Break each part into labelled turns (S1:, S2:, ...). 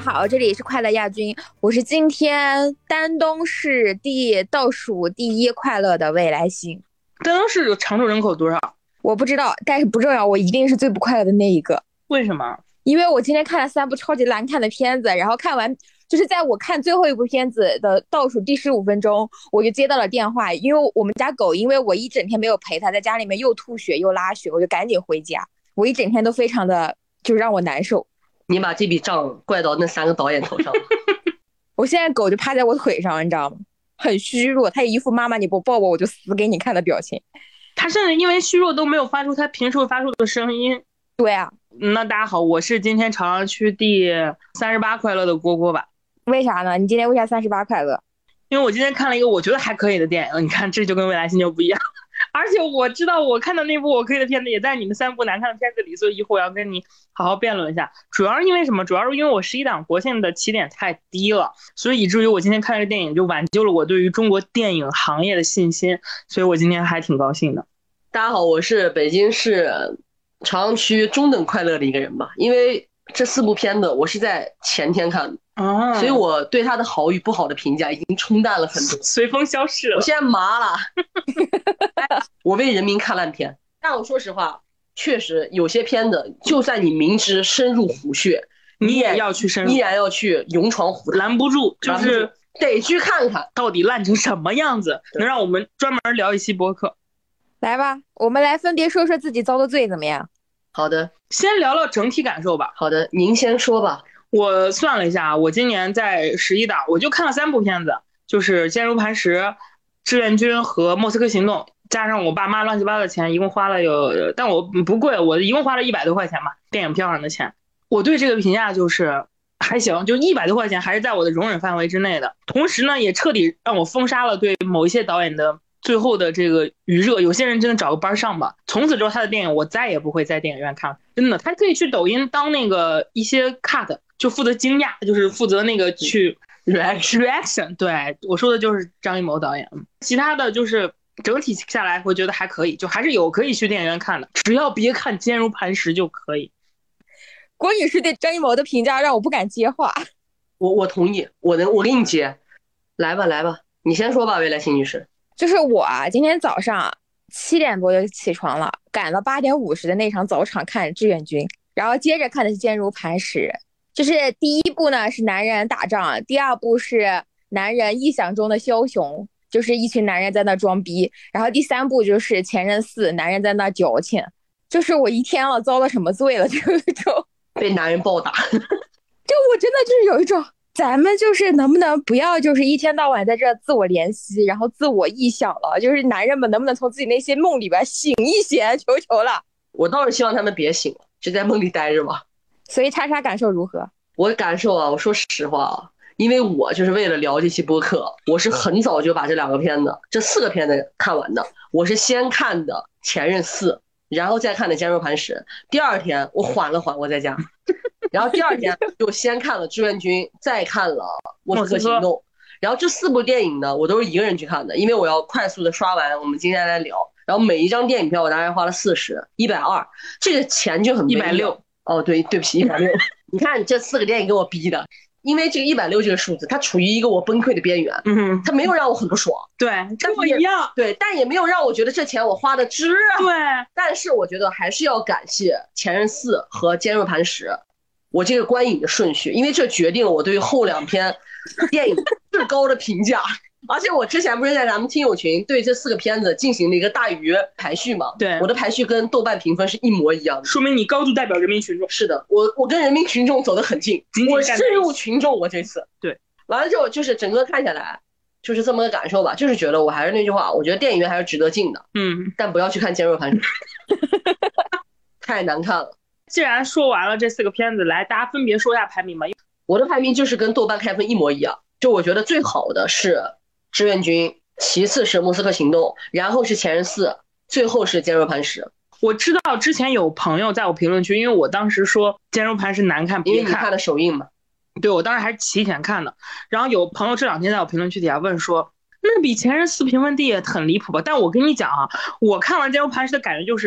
S1: 好，这里是快乐亚军，我是今天丹东市倒数第一快乐的未来星。
S2: 丹东市有常住人口多少？
S1: 我不知道，但是不重要，我一定是最不快乐的那一个。
S2: 为什么？
S1: 因为我今天看了3部超级难看的片子，然后看完就是在我看最后一部片子的倒数第15分钟，我就接到了电话，因为我们家狗，因为我一整天没有陪它，在家里面又吐血又拉血，我就赶紧回家。我一整天都非常的就让我难受。
S3: 你把这笔账怪到那3个导演头上。
S1: 我现在狗就趴在我腿上，你知道吗？很虚弱，它一副妈妈你不抱我就死给你看的表情。
S2: 它甚至因为虚弱都没有发出它平时会发出的声音。
S1: 对啊。
S2: 那大家好，我是今天朝阳区第38快乐的蝈蝈吧。
S1: 为啥呢？你今天为啥38快乐？
S2: 因为我今天看了一个我觉得还可以的电影，你看这就跟未来星球不一样。而且我知道我看的那部我可以的片子也在你们3部难看的片子里，所以一会儿我要跟你好好辩论一下。主要是因为什么？主要是因为我11档国庆的起点太低了，所以以至于我今天看这个电影就挽救了我对于中国电影行业的信心，所以我今天还挺高兴的。
S3: 大家好，我是北京市朝阳区中等快乐的一个人吧。因为这4部片子我是在前天看的，所以我对他的好与不好的评价已经冲淡了很多，
S2: 随风消逝了。
S3: 我现在麻了。我为人民看烂片。但我说实话，确实有些片子就算你明知深入虎穴，
S2: 你也要去深入，
S3: 依然要去勇闯虎，
S2: 拦不住，就是
S3: 得去看看
S2: 到底烂成什么样子，能让我们专门聊一期播客。
S1: 来吧，我们来分别说说自己遭的罪怎么样？
S3: 好的，
S2: 先聊聊整体感受吧。
S3: 好的，您先说吧。
S2: 我算了一下，我今年在11档我就看了3部片子，就是《坚如磐石》、《志愿军》和《莫斯科行动》，加上我爸妈乱七八糟的钱，一共花了但我不贵，我一共花了100多块钱吧，电影票上的钱。我对这个评价就是还行，就100多块钱还是在我的容忍范围之内的。同时呢，也彻底让我封杀了对某一些导演的最后的这个余热。有些人真的找个班上吧，从此之后他的电影我再也不会在电影院看了，真的。他可以去抖音当那个一些 cut， 就负责惊讶，就是负责那个去 reaction。 对，我说的就是张艺谋导演。其他的就是整体下来我觉得还可以，就还是有可以去电影院看的，只要别看坚如磐石就可以。
S1: 郭女士对张艺谋的评价让我不敢接话。
S3: 我同意，我给你接。来吧，你先说吧，未来星女士。
S1: 就是我啊，今天早上7点多就起床了，赶了8点50的那场早场看志愿军，然后接着看的是坚如磐石。就是第1部呢是男人打仗，第2部是男人臆想中的枭雄，就是一群男人在那装逼，然后第3部就是前任4，男人在那矫情。就是我一天了遭了什么罪了，就有一种
S3: 被男人暴打。
S1: 就我真的就是有一种，咱们就是能不能不要就是一天到晚在这自我怜惜，然后自我臆想了，就是男人们能不能从自己那些梦里边醒一醒，求求了。
S3: 我倒是希望他们别醒了，就在梦里待着吧。
S1: 所以叉叉感受如何？
S3: 我感受啊，我说实话啊，因为我就是为了聊这期播客，我是很早就把这4个片子看完的。我是先看的前任4，然后再看的坚如磐石。第2天我缓了缓，我在家，然后第2天就先看了志愿军，再看了莫斯科行动。然后这4部电影呢，我都是一个人去看的，因为我要快速的刷完，我们今天来聊。然后每一张电影票我大概花了40、120，这个钱就很
S2: 160。
S3: 哦，对不起，160。你看这4个电影给我逼的，因为这个160这个数字，它处于一个我崩溃的边缘。它没有让我很不爽。
S2: 对，跟我一样。
S3: 对，但也没有让我觉得这钱我花的值啊。
S2: 对，
S3: 但是我觉得还是要感谢前任4和坚如磐石，我这个观影的顺序，因为这决定了我对于后2篇电影至高的评价。而且我之前不是在咱们听友群对这4个片子进行了一个大鱼排序嘛？
S2: 对，
S3: 我的排序跟豆瓣评分是一模一样的，
S2: 说明你高度代表人民群众。
S3: 是的，我跟人民群众走得很近，我深入群众。我这次
S2: 对，
S3: 完了之后就是整个看下来就是这么个感受吧，就是觉得我还是那句话，我觉得电影院还是值得进的。但不要去看坚如磐石。太难看了。
S2: 既然说完了这4个片子，来大家分别说一下排名吧。
S3: 我的排名就是跟豆瓣开分一模一样，就我觉得最好的是志愿军，其次是莫斯科行动，然后是前任4，最后是坚如磐石。
S2: 我知道之前有朋友在我评论区，因为我当时说坚如磐石难看，
S3: 因为你看了首映嘛。
S2: 对，我当时还是提前看的。然后有朋友这2天在我评论区底下问说，那比前任4评分低也很离谱吧？但我跟你讲啊，我看完坚如磐石的感觉就是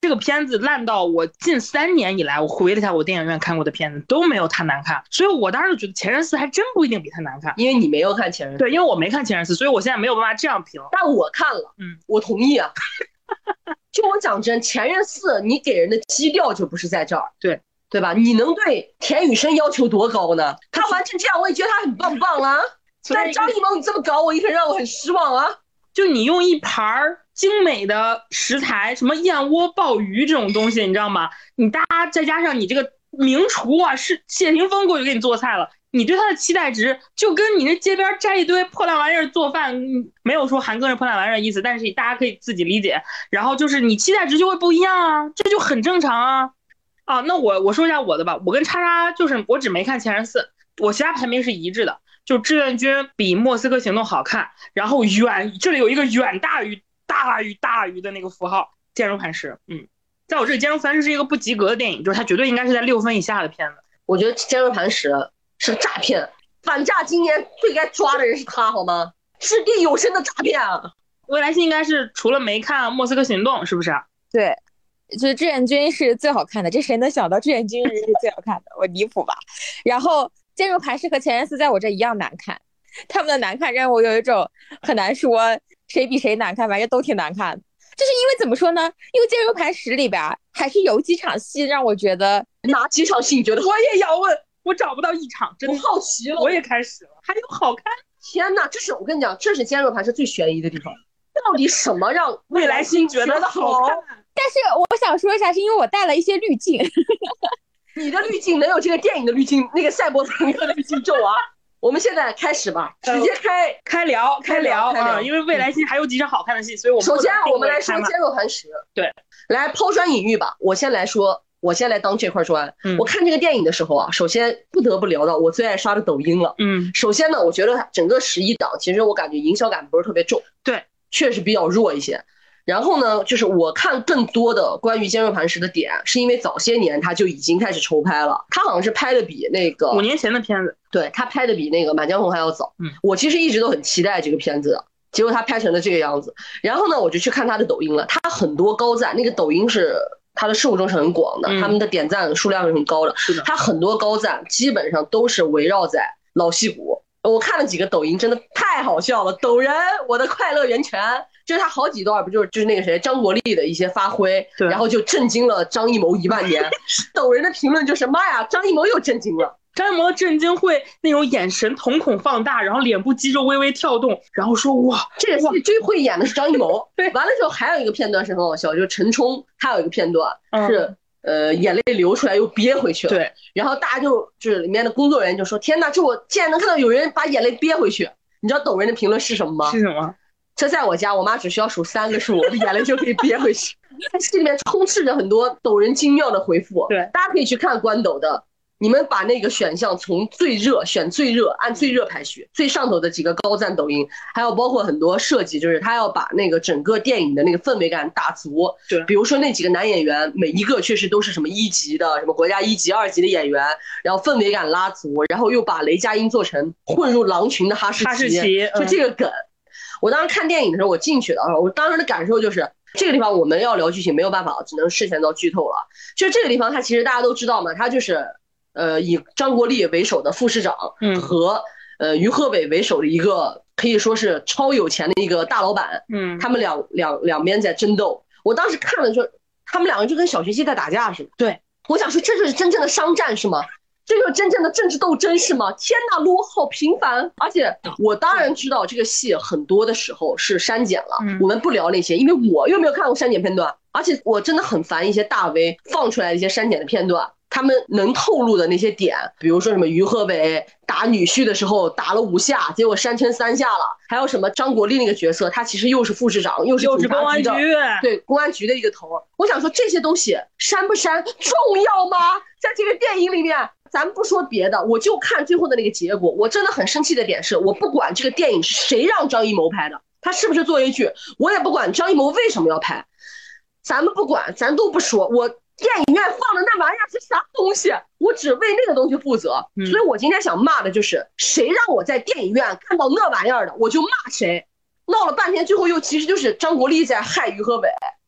S2: 这个片子烂到我近3年以来，我回了一下我电影院看过的片子都没有它难看，所以我当时就觉得《前任4》还真不一定比它难看，
S3: 因为你没有看前任4。
S2: 对，因为我没看《前任4》，所以我现在没有办法这样评。
S3: 但我看了，我同意啊。就我讲真，《前任4》你给人的基调就不是在这儿，对吧？你能对田雨生要求多高呢？他完成这样，我也觉得他很棒棒啊。但张艺谋你这么搞，我一直让我很失望啊。
S2: 就你用一盘精美的食材，什么燕窝、鲍鱼这种东西，你知道吗？你再加上你这个名厨啊，是谢霆锋过去给你做菜了，你对他的期待值就跟你那街边摘一堆破烂玩意儿做饭，没有说韩庚是破烂玩意儿的意思，但是大家可以自己理解。然后就是你期待值就会不一样啊，这就很正常啊。啊，那我说一下我的吧，我跟叉叉就是我只没看《前任4》，我其他排名是一致的。就志愿军比莫斯科行动好看，然后这里有一个远大于的那个符号，坚如磐石。在我这里坚如磐石是一个不及格的电影，就是它绝对应该是在6分以下的片子。
S3: 我觉得坚如磐石是诈骗，反诈今年最该抓的人是他好吗？掷地有声的诈骗啊！
S2: 未来星应该是除了没看莫斯科行动，是不是？
S1: 对，就是志愿军是最好看的，这谁能想到志愿军是最好看的？我离谱吧？然后坚如磐石和前任4在我这一样难看，他们的难看让我有一种很难说谁比谁难看，反正都挺难看的。就是因为怎么说呢？因为坚如磐石里边还是有几场戏让我觉得，
S3: 哪几场戏你觉得？
S2: 我也要问，我找不到一场，真的
S3: 好奇了。
S2: 我也开始了，还有好看？
S3: 天哪，我跟你讲，这是坚如磐石最悬疑的地方。到底什么让
S2: 未来星觉得好看？
S1: 但是我想说一下，是因为我带了一些滤镜。
S3: 你的滤镜能有这个电影的滤镜，那个赛博朋克的滤镜重啊！我们现在开始吧，直接
S2: 开聊啊！因为未来星还有几场好看的戏，所以
S3: 首先我们来说坚如磐石。
S2: 对，
S3: 来抛砖引玉吧。我先来当这块砖。我看这个电影的时候啊，首先不得不聊到我最爱刷的抖音了。首先呢，我觉得整个11档其实我感觉营销感不是特别重，
S2: 对，
S3: 确实比较弱一些。然后呢，就是我看更多的关于坚如磐石的点，是因为早些年他就已经开始筹拍了，他好像是拍的比那个
S2: 5年前的片子，
S3: 对，他拍的比那个《满江红》还要早。我其实一直都很期待这个片子的，结果他拍成了这个样子。然后呢，我就去看他的抖音了，他很多高赞，那个抖音是他的受众是很广的，他们的点赞数量是很高的，
S2: 是的，
S3: 他很多高赞基本上都是围绕在老戏骨。我看了几个抖音，真的太好笑了。抖人，我的快乐源泉，就是他好几段，不就是那个谁张国立的一些发挥，然后就震惊了张艺谋1万年。抖人的评论就是妈呀，张艺谋又震惊了。
S2: 张艺谋的震惊会那种眼神瞳孔放大，然后脸部肌肉微微跳动，然后说哇，
S3: 这个戏最会演的是张艺谋。对，完了之后还有一个片段是很好笑，就是陈冲他有一个片段是。眼泪流出来又憋回去了。
S2: 对，
S3: 然后大家就是里面的工作人员就说：“天哪，这我竟然能看到有人把眼泪憋回去！”你知道抖人的评论是什么吗？
S2: 是什么？
S3: 这在我家，我妈只需要数3个数，我的眼泪就可以憋回去。在戏里面充斥着很多抖人精妙的回复。
S2: 对，
S3: 大家可以去看关抖的。你们把那个选项从最热选最热，按最热排序，最上头的几个高赞抖音，还有包括很多设计，就是他要把那个整个电影的那个氛围感打足。
S2: 对，
S3: 比如说那几个男演员，每一个确实都是什么1级的，什么国家1级、2级的演员，然后氛围感拉足，然后又把雷佳音做成混入狼群的哈士奇，就这个梗。我当时看电影的时候，我进去了，我当时的感受就是。这个地方我们要聊剧情没有办法，只能事前到剧透了。就这个地方，它其实大家都知道嘛，它就是以张国立为首的副市长和于和伟为首的一个可以说是超有钱的一个大老板，他们两边在争斗。我当时看了就他们两个就跟小学鸡在打架似的。
S2: 对，
S3: 我想说这就是真正的商战是吗？这就是真正的政治斗争是吗？天哪，路好平凡！而且我当然知道这个戏很多的时候是删减了，我们不聊那些，因为我又没有看过删减片段，而且我真的很烦一些大 V 放出来的一些删减的片段，他们能透露的那些点，比如说什么于和伟打女婿的时候打了5下，结果删成3下了，还有什么张国立那个角色，他其实又是副市长，又是警察局的，对，公安局的一个头。我想说这些东西删不删重要吗？在这个电影里面。咱不说别的，我就看最后的那个结果。我真的很生气的点是，我不管这个电影是谁让张艺谋拍的，他是不是作业剧，我也不管张艺谋为什么要拍，咱们不管，咱都不说。我电影院放的那玩意儿是啥东西，我只为那个东西负责。所以我今天想骂的就是谁让我在电影院看到那玩意儿的，我就骂谁。闹了半天，最后又其实就是张国立在害于和伟。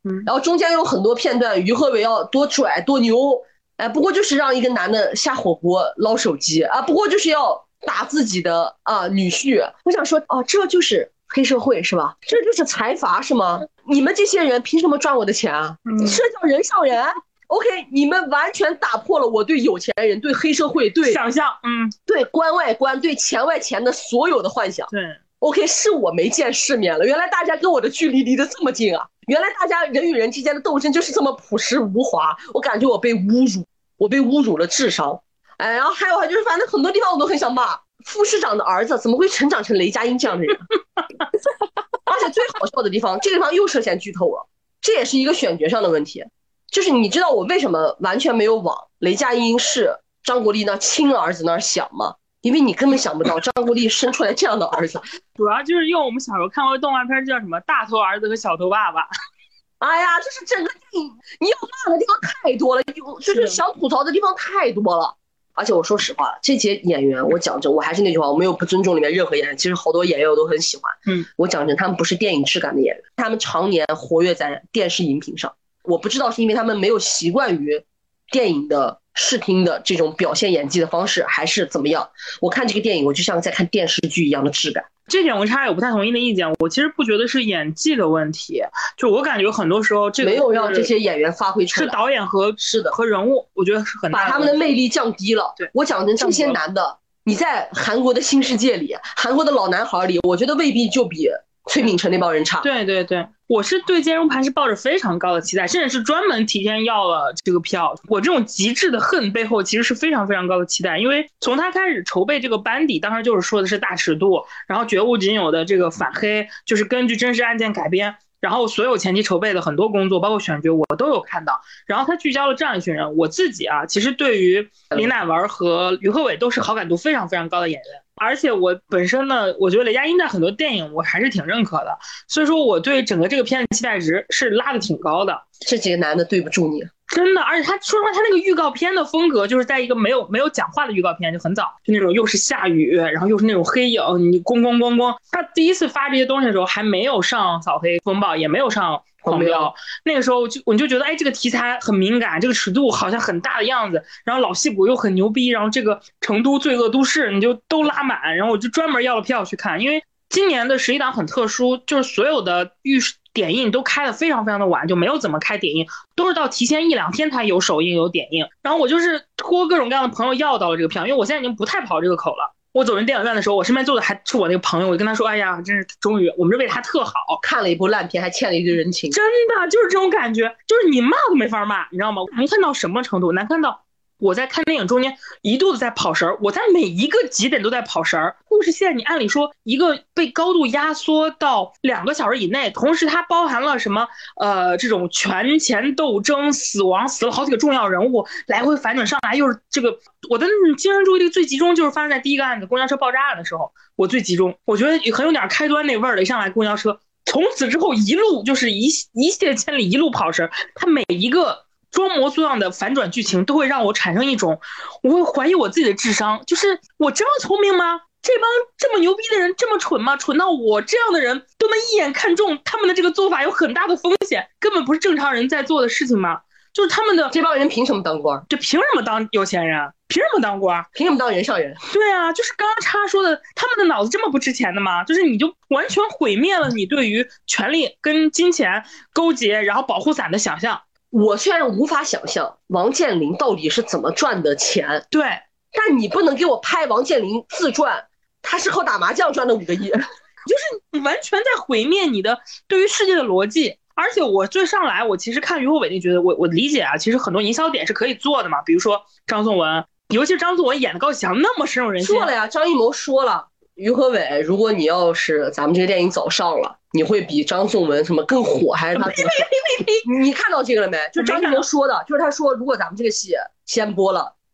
S3: 然后中间有很多片段，于和伟要多拽多牛，哎，不过就是让一个男的下火锅捞手机啊，不过就是要打自己的女婿。我想说，哦，这就是黑社会是吧？这就是财阀是吗？你们这些人凭什么赚我的钱啊？这叫人上人。OK， 你们完全打破了我对有钱人、对黑社会、对
S2: 想象，
S3: 对关外关、对钱外钱的所有的幻想。
S2: 对。
S3: OK， 是我没见世面了，原来大家跟我的距离离得这么近啊！原来大家人与人之间的斗争就是这么朴实无华，我感觉我被侮辱，我被侮辱了智商。哎，然后还有就是，反正很多地方我都很想骂副市长的儿子怎么会成长成雷佳音这样的人。而且最好笑的地方，这个地方又涉嫌剧透了，这也是一个选角上的问题。就是你知道我为什么完全没有往雷佳音是张国立那亲儿子那儿想吗？因为你根本想不到张国立生出来这样的儿子。
S2: 主要就是用我们小时候看过的动画片叫什么大头儿子和小头爸爸。
S3: 哎呀，就是整个电影你要骂的地方太多了，就是想吐槽的地方太多了。而且我说实话，这些演员我讲真，我还是那句话，我没有不尊重里面任何演员，其实好多演员我都很喜欢。我讲真，他们不是电影质感的演员，他们常年活跃在电视荧屏上。我不知道是因为他们没有习惯于电影的视听的这种表现演技的方式，还是怎么样。我看这个电影我就像在看电视剧一样的质感。
S2: 这点我有不太同意的意见，我其实不觉得是演技的问题，就我感觉很多时候这个
S3: 没有让这些演员发挥出来，
S2: 是导演和人物，我觉得是很大的，
S3: 把他们的魅力降低了。
S2: 对，
S3: 我讲的这些男的，你在韩国的新世界里，韩国的老男孩里，我觉得未必就比崔敏成那帮人差。
S2: 对对对，我是对坚如磐石抱着非常高的期待，甚至是专门提前要了这个票。我这种极致的恨背后其实是非常非常高的期待，因为从他开始筹备这个班底，当时就是说的是大尺度，然后绝无仅有的这个反黑就是根据真实案件改编，然后所有前期筹备的很多工作包括选角我都有看到，然后他聚焦了这样一群人。我自己其实对于林乃文和于和伟都是好感度非常非常高的演员，而且我本身呢，我觉得雷佳音在很多电影我还是挺认可的，所以说我对整个这个片子期待值是拉的挺高的。
S3: 这几个男的对不住你，
S2: 真的。而且他说实话，他那个预告片的风格就是在一个没有讲话的预告片，就很早，就那种又是下雨，然后又是那种黑影，你咣咣咣咣。他第一次发这些东西的时候还没有上扫黑风暴，也没有上狂飙，那个时候我就觉得，哎，这个题材很敏感，这个尺度好像很大的样子，然后老戏骨又很牛逼，然后这个成都罪恶都市你就都拉满，然后我就专门要了票去看。因为今年的11档很特殊，就是所有的点映都开得非常非常的晚，就没有怎么开点映，都是到提前1-2天才有首映有点映。然后我就是托各种各样的朋友要到了这个票，因为我现在已经不太跑这个口了。我走进电影院的时候，我身边坐的还是我那个朋友，我就跟他说，哎呀，真是终于我们这为他特好，
S3: 看了一部烂片还欠了一堆人情。
S2: 真的就是这种感觉，就是你骂都没法骂，你知道吗？难看到什么程度？难看到我在看电影中间一度的在跑神儿，我在每一个节点都在跑神儿。故事线你按理说一个被高度压缩到2个小时以内，同时它包含了什么这种权钱斗争、死亡，死了好几个重要人物，来回反转上来，又是这个我的精神注意力最集中就是发生在第一个案子公交车爆炸案的时候，我最集中，我觉得很有点开端那味儿的，一上来公交车，从此之后一路就是一泻千里，一路跑神，它每一个装模作样的反转剧情都会让我产生一种，我会怀疑我自己的智商，就是我这么聪明吗？这帮这么牛逼的人这么蠢吗？蠢到我这样的人都能一眼看中他们的这个做法有很大的风险，根本不是正常人在做的事情吗？就是他们的
S3: 这帮人凭什么当官？
S2: 就凭什么当有钱人？凭什么当官？
S3: 凭什么当人上人？
S2: 对啊，就是刚刚叉说的，他们的脑子这么不值钱的吗？就是你就完全毁灭了你对于权力跟金钱勾结然后保护伞的想象。
S3: 我虽然无法想象王健林到底是怎么赚的钱，
S2: 对，
S3: 但你不能给我拍王健林自传，他是靠打麻将赚的5个亿，
S2: 就是你完全在毁灭你的对于世界的逻辑。而且我最上来，我其实看于和伟那觉得我理解其实很多营销点是可以做的嘛，比如说张颂文，尤其是张颂文演的高启强那么深入人心。
S3: 说了呀，张艺谋说了，于和伟，如果你要是咱们这个电影早上了，你会比张颂文什么更火，还是他怎么？你看到这个了没？就张艺谋说的，就是他说，如果咱们这个戏先播了，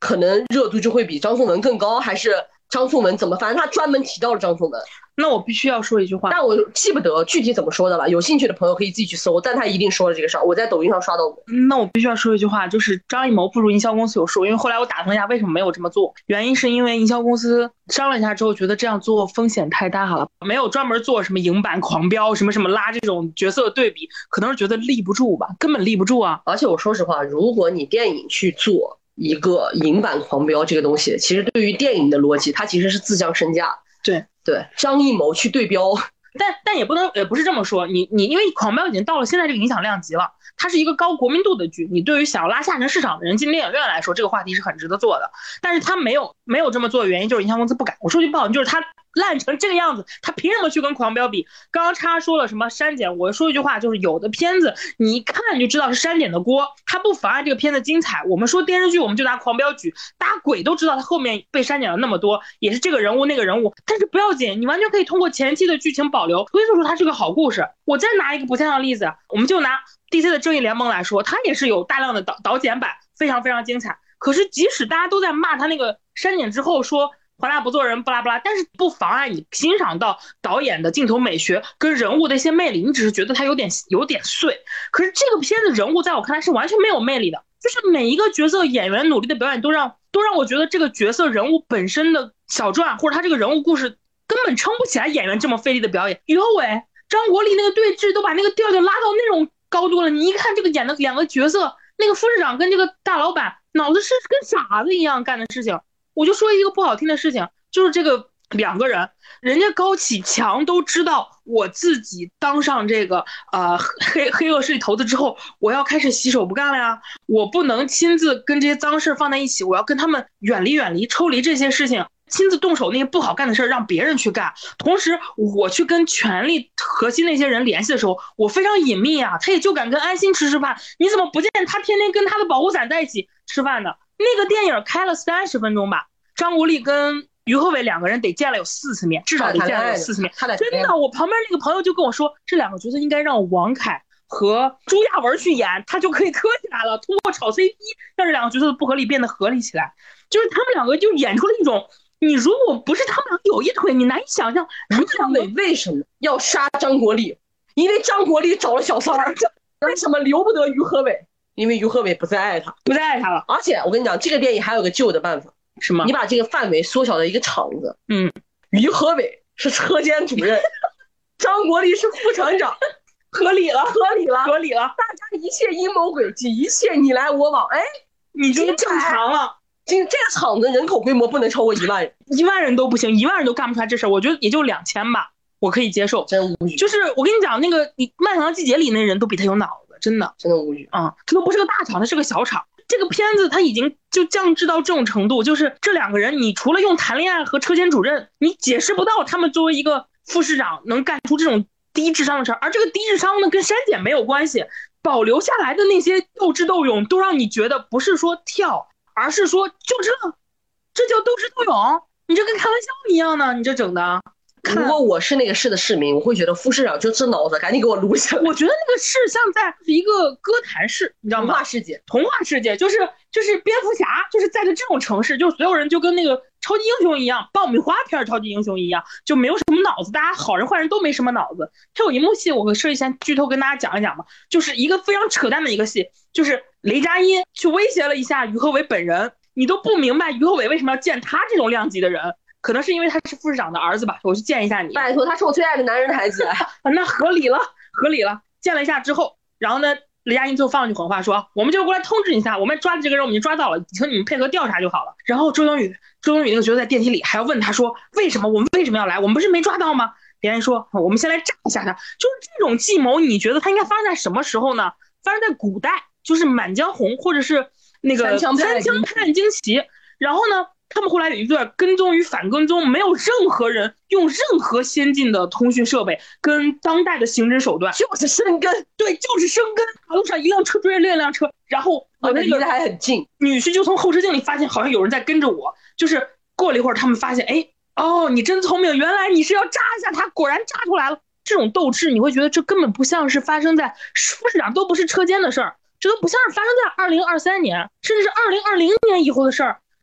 S3: 可能热度就会比张颂文更高，还是张颂文怎么？反正他专门提到了张颂文。
S2: 那我必须要说一句话，
S3: 但我记不得具体怎么说的了，有兴趣的朋友可以自己去搜，但他一定说了这个事儿，我在抖音上刷到过。
S2: 那我必须要说一句话，就是张艺谋不如营销公司有数，因为后来我打听一下为什么没有这么做，原因是因为营销公司商量一下之后，觉得这样做风险太大了，没有专门做什么影版狂飙什么什么拉这种角色对比，可能是觉得立不住吧，根本立不住啊。
S3: 而且我说实话，如果你电影去做一个影版狂飙这个东西，其实对于电影的逻辑，它其实是自降身价。对，张艺谋去对标，
S2: 但也不是这么说，你因为狂飙已经到了现在这个影响量级了，它是一个高国民度的剧，你对于想要拉下沉市场的人进电影院来说，这个话题是很值得做的。但是他没有这么做的原因就是营销公司不敢。我说句不好听，就是他烂成这个样子，他凭什么去跟狂飙比？刚刚叉说了什么删减，我说一句话，就是有的片子你一看就知道是删减的锅，它不妨碍这个片子精彩。我们说电视剧，我们就拿狂飙举，大家鬼都知道他后面被删减了那么多，也是这个人物那个人物，但是不要紧，你完全可以通过前期的剧情保留推测出它是个好故事。我再拿一个不恰当的例子，我们就拿 DC 的正义联盟来说，它也是有大量的导剪版，非常非常精彩。可是即使大家都在骂他那个删减之后说华纳不做人不拉不拉，但是不妨碍你欣赏到导演的镜头美学跟人物的一些魅力，你只是觉得它有点碎。可是这个片子人物在我看来是完全没有魅力的，就是每一个角色演员努力的表演都让我觉得这个角色人物本身的小传或者他这个人物故事根本撑不起来演员这么费力的表演。于和伟、张国立那个对峙都把那个调拉到那种高度了，你一看这个演的两个角色，那个副市长跟这个大老板脑子是跟傻子一样干的事情。我就说一个不好听的事情，就是这个两个人，人家高启强都知道我自己当上这个黑恶势力头子之后，我要开始洗手不干了呀，我不能亲自跟这些脏事放在一起，我要跟他们远离抽离这些事情，亲自动手那些不好干的事让别人去干。同时我去跟权力核心那些人联系的时候，我非常隐秘啊，他也就敢跟安心吃饭，你怎么不见他天天跟他的保护伞在一起吃饭呢？那个电影开了30分钟吧，张国立跟于和伟两个人得见了有4次面，至少得见了有4次面。真的，我旁边那个朋友就跟我说，这两个角色应该让王凯和朱亚文去演，他就可以磕起来了。通过炒 CP 让这两个角色的不合理变得合理起来，就是他们两个就演出了一种，你如果不是他们俩有一腿，你难以想象他们两个
S3: 为什么要杀张国立？因为张国立找了小三儿。为什么留不得于和伟？因为于和伟不再爱他了。而且我跟你讲，这个电影还有个救的办法，
S2: 是吗？
S3: 你把这个范围缩小到一个场子，于和伟是车间主任，张国立是副厂长，合理了。大家一切阴谋诡计，一切你来我往，哎，
S2: 你就正常了。
S3: 这个场子人口规模不能超过1万人
S2: ，1万人都不行，1万人都干不出来这事儿。我觉得也就2000吧，我可以接受。
S3: 真无语。
S2: 就是我跟你讲，那个你《漫长的季节》里那人都比他有脑子，真的
S3: 无语
S2: 啊！他都不是个大厂，他是个小厂。这个片子他已经就降智到这种程度，就是这两个人，你除了用谈恋爱和车间主任，你解释不到他们作为一个副市长能干出这种低智商的事儿。而这个低智商呢，跟删减没有关系，保留下来的那些斗智斗勇，都让你觉得不是说跳，而是说就这叫斗智斗勇，你这跟开玩笑一样呢，你这整的。
S3: 如果我是那个市的市民，我会觉得副市长就这脑子，赶紧给我撸下来。
S2: 我觉得那个市像在一个歌坛市，你知道吗？童话世界，就是蝙蝠侠，就是在这种城市，就是所有人就跟那个超级英雄一样，爆米花片超级英雄一样，就没有什么脑子，大家好人坏人都没什么脑子。还有一幕戏，我设计先剧透跟大家讲一讲吧，就是一个非常扯淡的一个戏，就是雷佳音去威胁了一下于和伟本人，你都不明白于和伟为什么要见他这种量级的人。可能是因为他是副市长的儿子吧，我去见一下你。
S3: 拜托，他是我最爱的男人的孩子。
S2: 那合理了。见了一下之后，然后呢，雷佳音最后放了句狠话说，我们就过来通知你一下，我们抓的这个人我们已经抓到了，请你们配合调查就好了。然后周冬雨那个角色在电梯里还要问他说，我们为什么要来？我们不是没抓到吗？雷佳音说，我们先来炸一下他。就是这种计谋，你觉得他应该发生在什么时候呢？发生在古代，就是《满江红》或者是那个三枪拍案惊奇。然后呢，他们后来有一段跟踪与反跟踪，没有任何人用任何先进的通讯设备跟当代的刑侦手段，
S3: 就是生根。
S2: 对，就是生根。马路上一辆车追着另一辆车，然后
S3: 离得还很近，
S2: 女婿就从后视镜里发现好像有人在跟着我。就是过了一会儿，他们发现，哎，哦，你真聪明，原来你是要炸一下他，果然炸出来了。这种斗志，你会觉得这根本不像是发生在副市长都不是车间的事儿，这都不像是发生在2023年，甚至是2020年以后的事儿。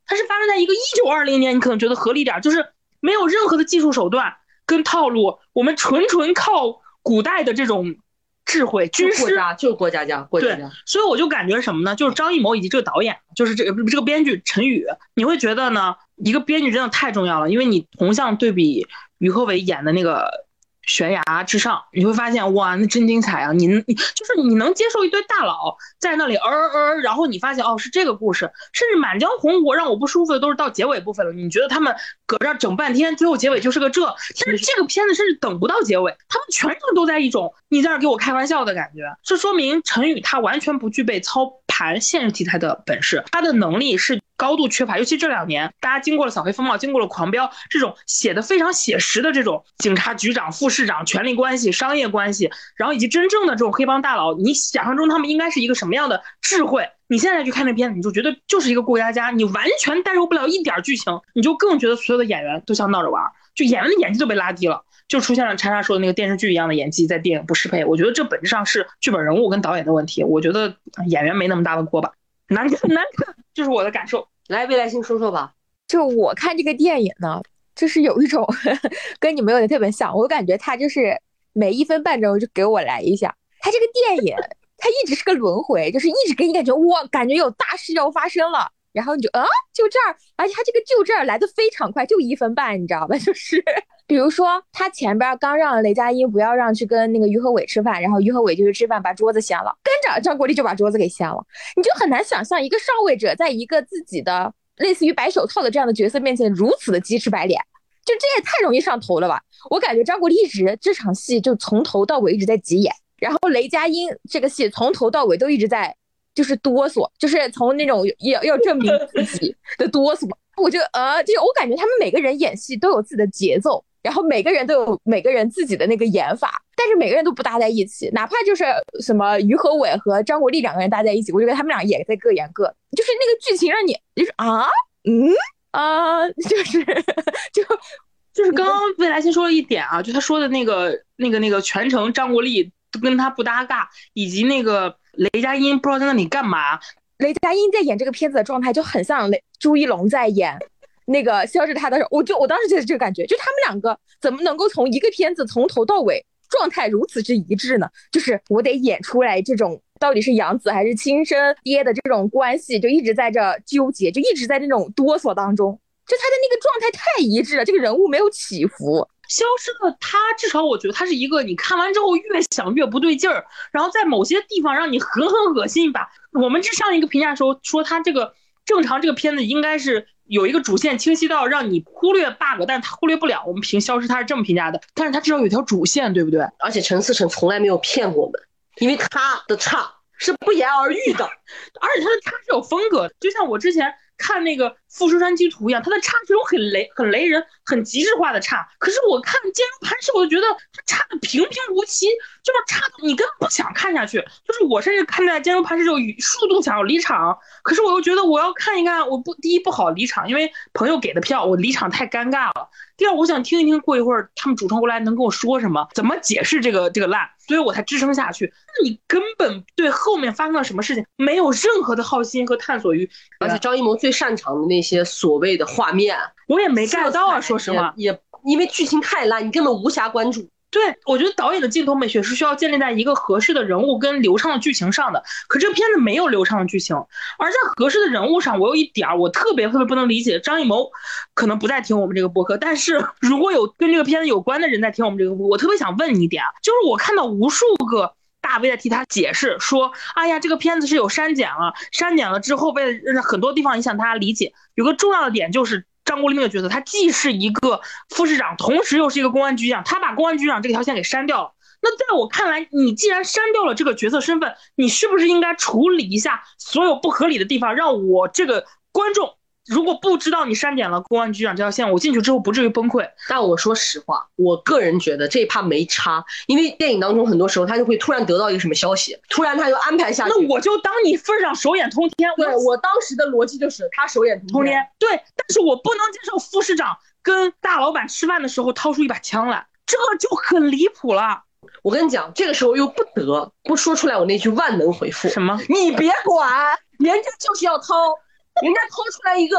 S2: 它是发生在一个1920年，你可能觉得合理点，就是没有任何的技术手段跟套路，我们纯靠古代的这种智慧军师，
S3: 就是国家家。对，
S2: 所以我就感觉什么呢？就是张艺谋以及这个导演，就是这个编剧陈宇，你会觉得呢，一个编剧真的太重要了，因为你同向对比于和伟演的那个悬崖之上，你会发现哇，那真精彩啊！你就是你能接受一堆大佬在那里然后你发现哦是这个故事，甚至《满江红》让我不舒服的都是到结尾部分了。你觉得他们搁这整半天，最后结尾就是个这，但是这个片子甚至等不到结尾，他们全程都在一种你在这给我开玩笑的感觉。这说明陈宇他完全不具备操盘现实题材的本事，他的能力是高度缺乏，尤其这2年，大家经过了扫黑风暴，经过了狂飙，这种写的非常写实的这种警察局长、副市长权力关系、商业关系，然后以及真正的这种黑帮大佬，你想象中他们应该是一个什么样的智慧？你现在去看那片子，你就觉得就是一个过家家，你完全带入不了一点剧情，你就更觉得所有的演员都像闹着玩，就演员的演技都被拉低了，就出现了叉叉说的那个电视剧一样的演技在电影不适配。我觉得这本质上是剧本人物跟导演的问题，我觉得演员没那么大的锅吧，难看，这是我的感受。
S3: 来，未来星说说吧。
S1: 就我看这个电影呢，就是有一种跟你们有点特别像，我感觉他就是每1分半钟就给我来一下。他这个电影它一直是个轮回，就是一直给你感觉哇，感觉有大事要发生了，然后你就就这儿，而且他这个就这儿来的非常快，就1分半，你知道吧？就是比如说他前边刚让雷佳音不要让去跟那个于和伟吃饭，然后于和伟就去吃饭把桌子掀了，跟着张国立就把桌子给掀了，你就很难想象一个上位者在一个自己的类似于白手套的这样的角色面前如此的鸡翅白脸，就这也太容易上头了吧。我感觉张国立一直这场戏就从头到尾一直在急眼，然后雷佳音这个戏从头到尾都一直在就是哆嗦，就是从那种要证明自己的哆嗦。我就就是我感觉他们每个人演戏都有自己的节奏，然后每个人都有每个人自己的那个演法，但是每个人都不搭在一起，哪怕就是什么于和伟和张国立2个人搭在一起，我觉得他们俩也在各演各，就是那个剧情让你就是
S2: 就是刚刚未来先说了一点啊，就他说的那个全程张国立跟他不搭嘎，以及那个雷佳音不知道在那里干嘛。
S1: 雷佳音在演这个片子的状态就很像朱一龙在演那个消失他的时候，我当时就是这个感觉，就他们2个怎么能够从一个片子从头到尾状态如此之一致呢？就是我得演出来这种到底是养子还是亲生爹的这种关系，就一直在这纠结，就一直在那种哆嗦当中，就他的那个状态太一致了，这个人物没有起伏。
S2: 消失的他，至少我觉得他是一个你看完之后越想越不对劲儿，然后在某些地方让你狠恶心一把。我们上一个评价说他这个正常这个片子应该是有一个主线清晰到让你忽略 bug， 但是他忽略不了。我们评消失他是这么评价的，但是他至少有一条主线，对不对？
S3: 而且陈思诚从来没有骗过我们，因为他的差是不言而喻的，
S2: 而且他的差是有风格的，就像我之前看那个富士山居图一样，他的差是有很雷人、很极致化的差。可是我看坚如磐石，我就觉得他差的平平无奇，就是差的你根本不想看下去。就是我甚至看待坚如磐石就数度想要离场，可是我又觉得我要看一看，第一不好离场，因为朋友给的票，我离场太尴尬了。第二，我想听一听过一会儿他们主创过来能跟我说什么，怎么解释这个烂，所以我才支撑下去。那你根本对后面发生了什么事情没有任何的好奇心和探索欲，
S3: 而且张艺谋最擅长的那些所谓的画面，
S2: 我也没 get 到啊，说实话，
S3: 也因为剧情太烂，你根本无暇关注。
S2: 对，我觉得导演的镜头美学是需要建立在一个合适的人物跟流畅的剧情上的，可这片子没有流畅的剧情，而在合适的人物上，我有一点我特别不能理解。张艺谋可能不再听我们这个播客，但是如果有跟这个片子有关的人在听我们这个播客，我特别想问你一点，就是我看到无数个大 V 在替他解释说，哎呀，这个片子是有删减了之后，为了很多地方影响大家理解，有个重要的点就是张国立那个角色，他既是一个副市长，同时又是一个公安局长，他把公安局长这条线给删掉了。那在我看来，你既然删掉了这个角色身份，你是不是应该处理一下所有不合理的地方，让我这个观众如果不知道你删减了公安局长这条线，我进去之后不至于崩溃。
S3: 但我说实话，我个人觉得这一趴没差，因为电影当中很多时候他就会突然得到一个什么消息，突然他就安排下去。
S2: 那我就当你份上手眼通天。
S3: 对，我当时的逻辑就是他手眼通天。
S2: 对，但是我不能接受副市长跟大老板吃饭的时候掏出一把枪来，这就很离谱了。
S3: 我跟你讲，这个时候又不得不说出来我那句万能回复：
S2: 什么？
S3: 你别管，人家就是要掏。 人家掏出来一个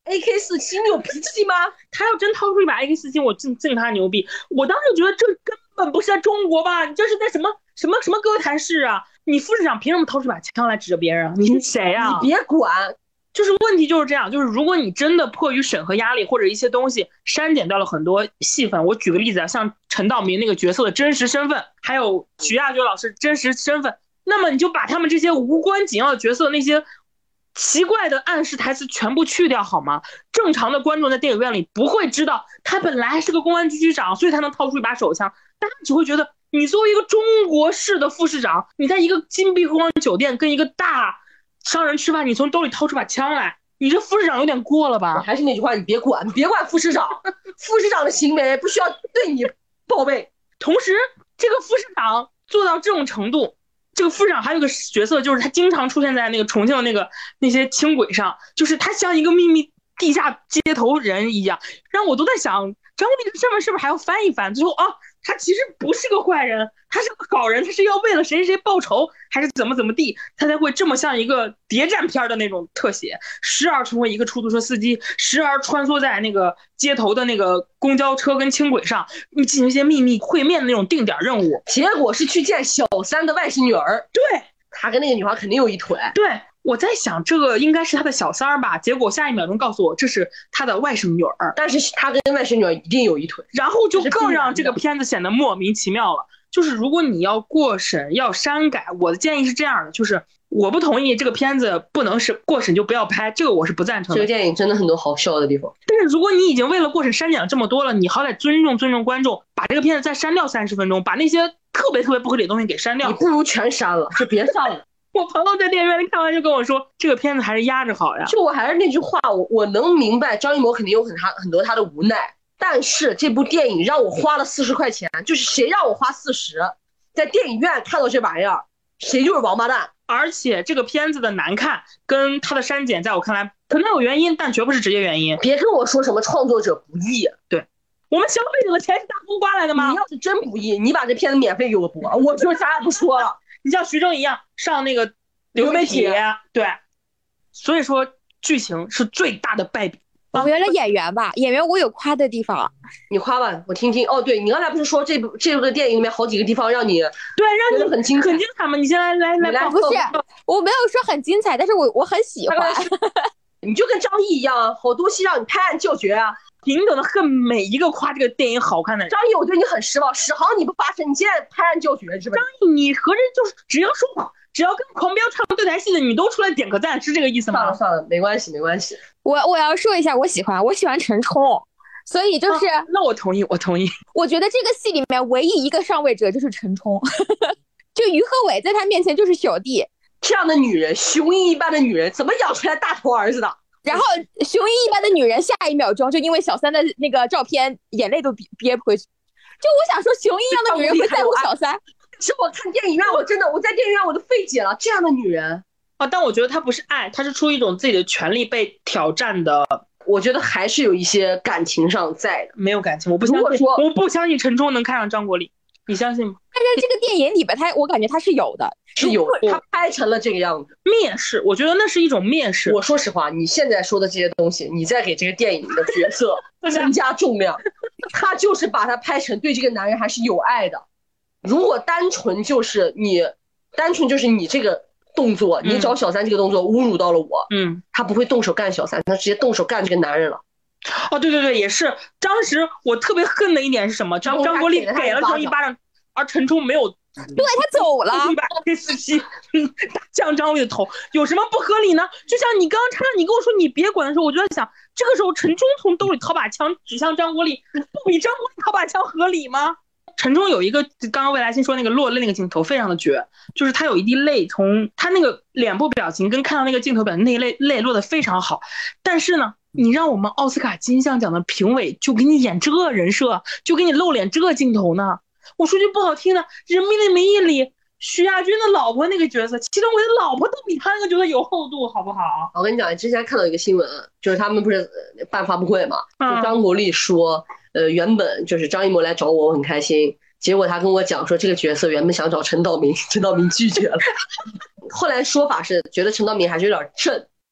S3: AK47，你有脾气吗？
S2: 他要真掏出一把 AK47，我敬他牛逼。我当时觉得这根本不是在中国吧？你这是在什么歌坛市啊？你副市长凭什么掏出把枪来指着别人啊？你是谁啊？
S3: 你别管。
S2: 就是问题就是这样，就是如果你真的迫于审核压力或者一些东西删减掉了很多戏份，我举个例子啊，像陈道明那个角色的真实身份，还有徐亚军老师真实身份，那么你就把他们这些无关紧要的角色那些奇怪的暗示台词全部去掉好吗？正常的观众在电影院里不会知道他本来是个公安局局长，所以他能掏出一把手枪，大家只会觉得你作为一个中国式的副市长，你在一个金碧辉煌酒店跟一个大商人吃饭，你从兜里掏出把枪来，你这副市长有点过了吧？
S3: 还是那句话，你别管副市长，副市长的行为不需要对你报备。
S2: 同时，这个副市长做到这种程度，这个副市长还有个角色，就是他经常出现在那个重庆的那些轻轨上，就是他像一个秘密地下街头人一样，让我都在想，张国立的身份是不是还要翻一翻？最后啊，他其实不是个坏人，他是个好人，他是要为了谁谁报仇，还是怎么地，他才会这么像一个谍战片的那种特写，时而成为一个出租车司机，时而穿梭在那个街头的那个公交车跟轻轨上，你进行一些秘密会面的那种定点任务。
S3: 结果是去见小三的外甥女儿，
S2: 对，
S3: 他跟那个女孩肯定有一腿。
S2: 对，我在想这个应该是他的小三儿吧，结果下一秒钟告诉我这是他的外甥女儿，
S3: 但是他跟外甥女儿一定有一腿，
S2: 然后就更让这个片子显得莫名其妙了。就是如果你要过审要删改，我的建议是这样的，就是我不同意这个片子不能是过审就不要拍，这个我是不赞成的。
S3: 这个电影真的很多好笑的地方，
S2: 但是如果你已经为了过审删减了这么多了，你好歹尊重观众，把这个片子再删掉30分钟，把那些特别不合理的东西给删掉。
S3: 你不如全删了，就别上了。
S2: 我朋友在电影院里看完就跟我说，这个片子还是压着好呀。
S3: 就我还是那句话，我能明白张艺谋肯定有很多他的无奈，但是这部电影让我花了40块钱，就是谁让我花40，在电影院看到这玩意儿，谁就是王八蛋。
S2: 而且这个片子的难看跟它的删减，在我看来可能有原因，但绝不是直接原因。
S3: 别跟我说什么创作者不易，
S2: 对，我们消费者的钱是大风刮来的吗？
S3: 你要是真不易，你把这片子免费给我播，我就啥也不说了。
S2: 你像徐峥一样上那个流媒体，对，所以说剧情是最大的败笔。
S1: 我原来演员吧，演员我有夸的地方，
S3: 你夸吧，我听听。哦，对，你刚才不是说这部电影里面好几个地方让你
S2: 对，让你
S3: 很精
S2: 彩吗？你先来，
S1: 不是，我没有说很精彩，但是我很喜欢。
S3: 你就跟张译一样，好多戏让你拍案叫绝啊，
S2: 平等的恨每一个夸这个电影好看的人。
S3: 张译，我对你很失望，史航你不发声，你现在拍案叫绝是吧？
S2: 张译，你合着就是只要跟狂飙唱对台戏的，你都出来点个赞，是这个意思吗？
S3: 算了，没关系。
S1: 我要说一下，我喜欢陈冲，所以就是、
S2: 那我同意。
S1: 我觉得这个戏里面唯一一个上位者就是陈冲，就于和伟在他面前就是小弟。
S3: 这样的女人，雄鹰一般的女人，怎么养出来大头儿子的？
S1: 然后雄鹰一般的女人，下一秒钟就因为小三的那个照片，眼泪都憋不回去。就我想说，雄鹰一样的女人会在乎小三。
S3: 是我看电影院，我在电影院我都费解了，这样的女人
S2: 啊！但我觉得她不是爱，她是出于一种自己的权利被挑战的。
S3: 我觉得还是有一些感情上在的。
S2: 没有感情，我不相信陈冲能看上张国立，你相信吗？
S1: 但是这个电影里边，我感觉他是有的，
S3: 是有，他拍成了这个样子。
S2: 蔑视，我觉得那是一种蔑视。
S3: 我说实话，你现在说的这些东西，你再给这个电影的角色增加重量，他就是把他拍成对这个男人还是有爱的。如果单纯就是你这个动作，你找小三这个动作侮辱到了我，他不会动手干小三，他直接动手干这个男人了。
S2: 哦，对，也是。当时我特别恨的一点是什么？张国立给了他一巴掌，而陈冲没有，
S1: 对，他走了，
S2: 一把 AK47降张国立的头，有什么不合理呢？就像你刚你跟我说你别管的时候，我就在想，这个时候陈冲从兜里掏把枪指向张国立，不比张国立掏把枪合理吗？陈冲有一个刚刚魏来欣说那个落泪那个镜头非常的绝，就是他有一滴泪从他那个脸部表情跟看到那个镜头表情，那泪落得非常好。但是呢，你让我们奥斯卡金像奖的评委就给你演这个人设，就给你露脸这个镜头呢？我说句不好听的，《人民的名义》里徐亚军的老婆那个角色，祁同伟的老婆都比他那个角色有厚度，好不好？
S3: 我跟你讲，之前看到一个新闻，就是他们不是办发布会嘛，就张国立说。原本就是张艺谋来找我很开心，结果他跟我讲说这个角色原本想找陈道明，陈道明拒绝了。后来说法是觉得陈道明还是有点正，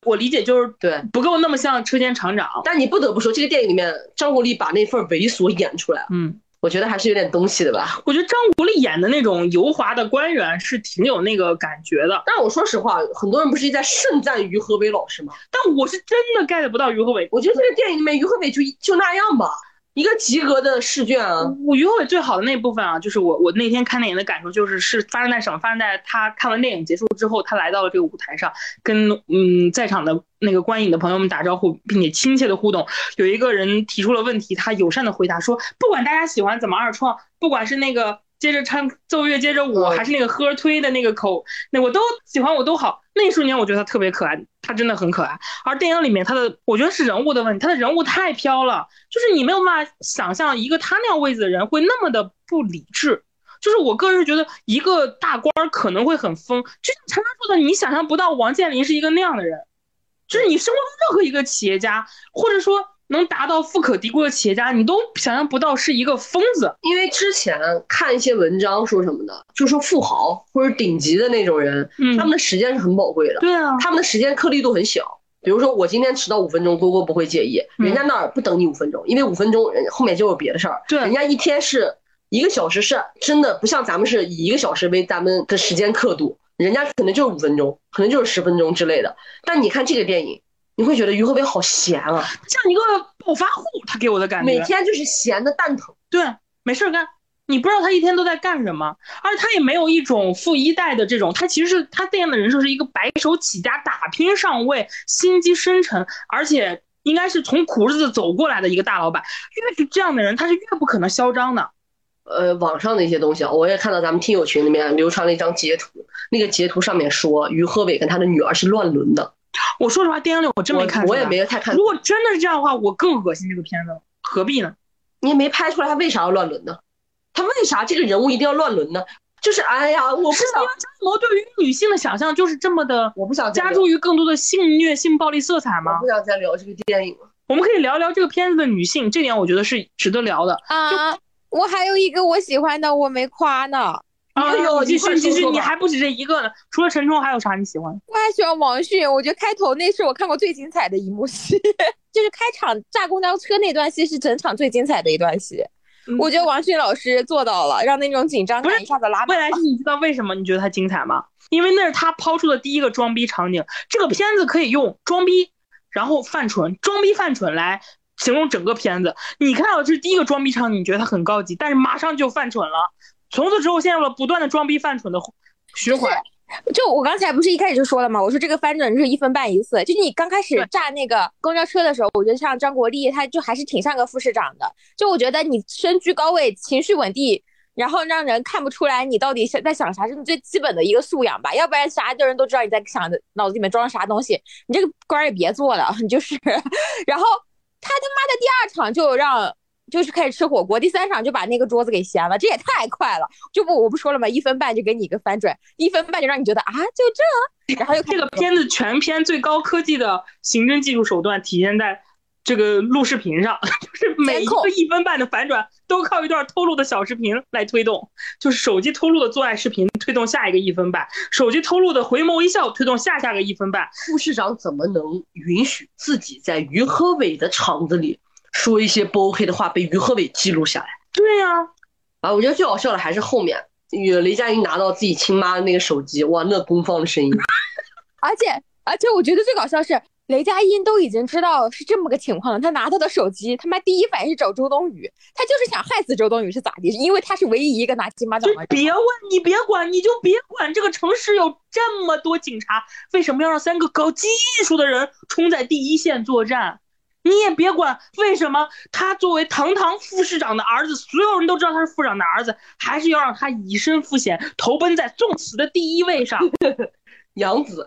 S2: 我理解就是
S3: 对，
S2: 不够那么像车间厂长。
S3: 但你不得不说，这个电影里面张国立把那份猥琐演出来了，我觉得还是有点东西的吧。
S2: 我觉得张国立演的那种油滑的官员是挺有那个感觉的。
S3: 但我说实话，很多人不是一直在盛赞于和伟老师吗？
S2: 但我是真的 get 不到于和伟。
S3: 我觉得这个电影里面于和伟就那样吧，一个及格的试卷啊。
S2: 我于和伟最好的那部分啊，就是我那天看电影的感受是发生在什么？发生在他看完电影结束之后，他来到了这个舞台上，跟在场的那个观影的朋友们打招呼，并且亲切的互动。有一个人提出了问题，他友善的回答说，不管大家喜欢怎么二创，不管是那个接着唱奏乐接着舞，还是那个喝推的那个口，那我都喜欢，我都好。那一瞬间我觉得他特别可爱，他真的很可爱。而电影里面他的，我觉得是人物的问题，他的人物太飘了，就是你没有办法想象一个他那样位子的人会那么的不理智。就是我个人是觉得一个大官可能会很疯，就像常常说的，你想象不到王健林是一个那样的人。就是你生活中任何一个企业家，或者说能达到富可敌国的企业家，你都想象不到是一个疯子。
S3: 因为之前看一些文章说什么的，就说富豪或者顶级的那种人，他们的时间是很宝贵的。
S2: 对啊，
S3: 他们的时间颗粒度很小。比如说我今天迟到5分钟，多多不会介意，人家那儿不等你5分钟，因为5分钟后面就有别的事儿。
S2: 对，
S3: 人家一天是1个小时，是真的不像咱们是以1个小时为咱们的时间刻度，人家可能就是5分钟，可能就是10分钟之类的。但你看这个电影，你会觉得于和伟好闲啊，
S2: 像一个暴发户，他给我的感觉
S3: 每天就是闲的蛋疼。
S2: 对，没事干，你不知道他一天都在干什么，而他也没有一种富一代的这种，他其实是他电影的人设是一个白手起家打拼上位，心机深沉，而且应该是从苦日子走过来的一个大老板。越是这样的人，他是越不可能嚣张的。
S3: 网上的一些东西啊，我也看到咱们听友群里面流传了一张截图，那个截图上面说于和伟跟他的女儿是乱伦的。
S2: 我说实话，电影里我真没看出来，
S3: 我也没太看。
S2: 如果真的是这样的话，我更恶心这个片子，何必呢？
S3: 你也没拍出来他为啥要乱伦呢？他为啥这个人物一定要乱伦呢？就是哎呀，我不想。
S2: 张艺谋对于女性的想象就是这么的，
S3: 我不想
S2: 加注于更多的性虐、性暴力色彩吗？
S3: 我不想再聊这个电影了。
S2: 我们可以聊聊这个片子的女性，这点我觉得是值得聊的
S1: 啊。我还有一个我喜欢的，我没夸呢。
S2: 继续，你还不止这一个呢。除了陈冲，还有啥你喜欢？
S1: 我还喜欢王迅，我觉得开头那是我看过最精彩的一幕戏，就是开场炸公交车那段戏是整场最精彩的一段戏。我觉得王迅老师做到了，让那种紧张感一下子拉满。
S2: 未来是你知道为什么你觉得他精彩吗？因为那是他抛出的第一个装逼场景。这个片子可以用装逼，然后犯蠢，装逼犯蠢来形容整个片子。你看到这是第一个装逼场景，你觉得他很高级，但是马上就犯蠢了。从此之后陷入了不断的装逼犯蠢的循环。
S1: 就我刚才不是一开始就说了吗？我说这个翻转就是1分半1次。就你刚开始炸那个公交车的时候，我觉得像张国立，他就还是挺像个副市长的。就我觉得你身居高位，情绪稳定，然后让人看不出来你到底在想啥，是你最基本的一个素养吧。要不然啥的人都知道你在想的，脑子里面装啥东西。你这个官也别做了，你就是。然后他妈的第2场就让。就是开始吃火锅，第3场就把那个桌子给掀了，这也太快了！我不说了吗？1分半就给你一个翻转，1分半就让你觉得啊，就这，然后又
S2: 这个片子全片最高科技的刑侦技术手段体现在这个录视频上，就是每一个1分半的反转都靠一段偷录的小视频来推动，就是手机偷录的做爱视频推动下一个1分半，手机偷录的回眸一笑推动下个1分半。
S3: 副市长怎么能允许自己在于和伟的场子里说一些不 OK 的话被于和伟记录下来？
S2: 对呀，
S3: 我觉得最好笑的还是后面雷佳音拿到自己亲妈的那个手机，哇，那公放的声音。
S1: 而且我觉得最搞笑是雷佳音都已经知道是这么个情况了，他拿到的手机，他妈第一反应是找周冬雨，他就是想害死周冬雨是咋的？因为他是唯一一个拿金马奖的。
S2: 别问，你别管，你就别管，这个城市有这么多警察，为什么要让3个搞技术的人冲在第一线作战？你也别管为什么他作为堂堂副市长的儿子，所有人都知道他是副市长的儿子，还是要让他以身赴险，投奔在送死的第一位上。
S3: 杨子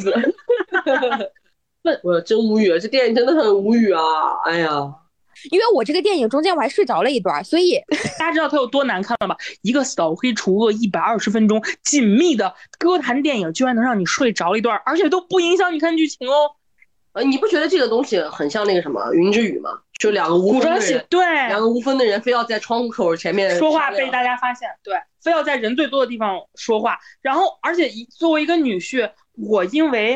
S3: 我真无语，这电影真的很无语啊！哎呀，
S1: 因为我这个电影中间我还睡着了一段，所以
S2: 大家知道它有多难看了吧？一个扫黑除恶120分钟紧密的歌坛电影，居然能让你睡着了一段，而且都不影响你看剧情哦。
S3: 你不觉得这个东西很像那个什么云之羽吗？就2个无分的人，
S2: 对
S3: ，2个无分的人非要在窗户口前面
S2: 说话被大家发现，对，非要在人最多的地方说话。然后，而且作为一个女婿，我因为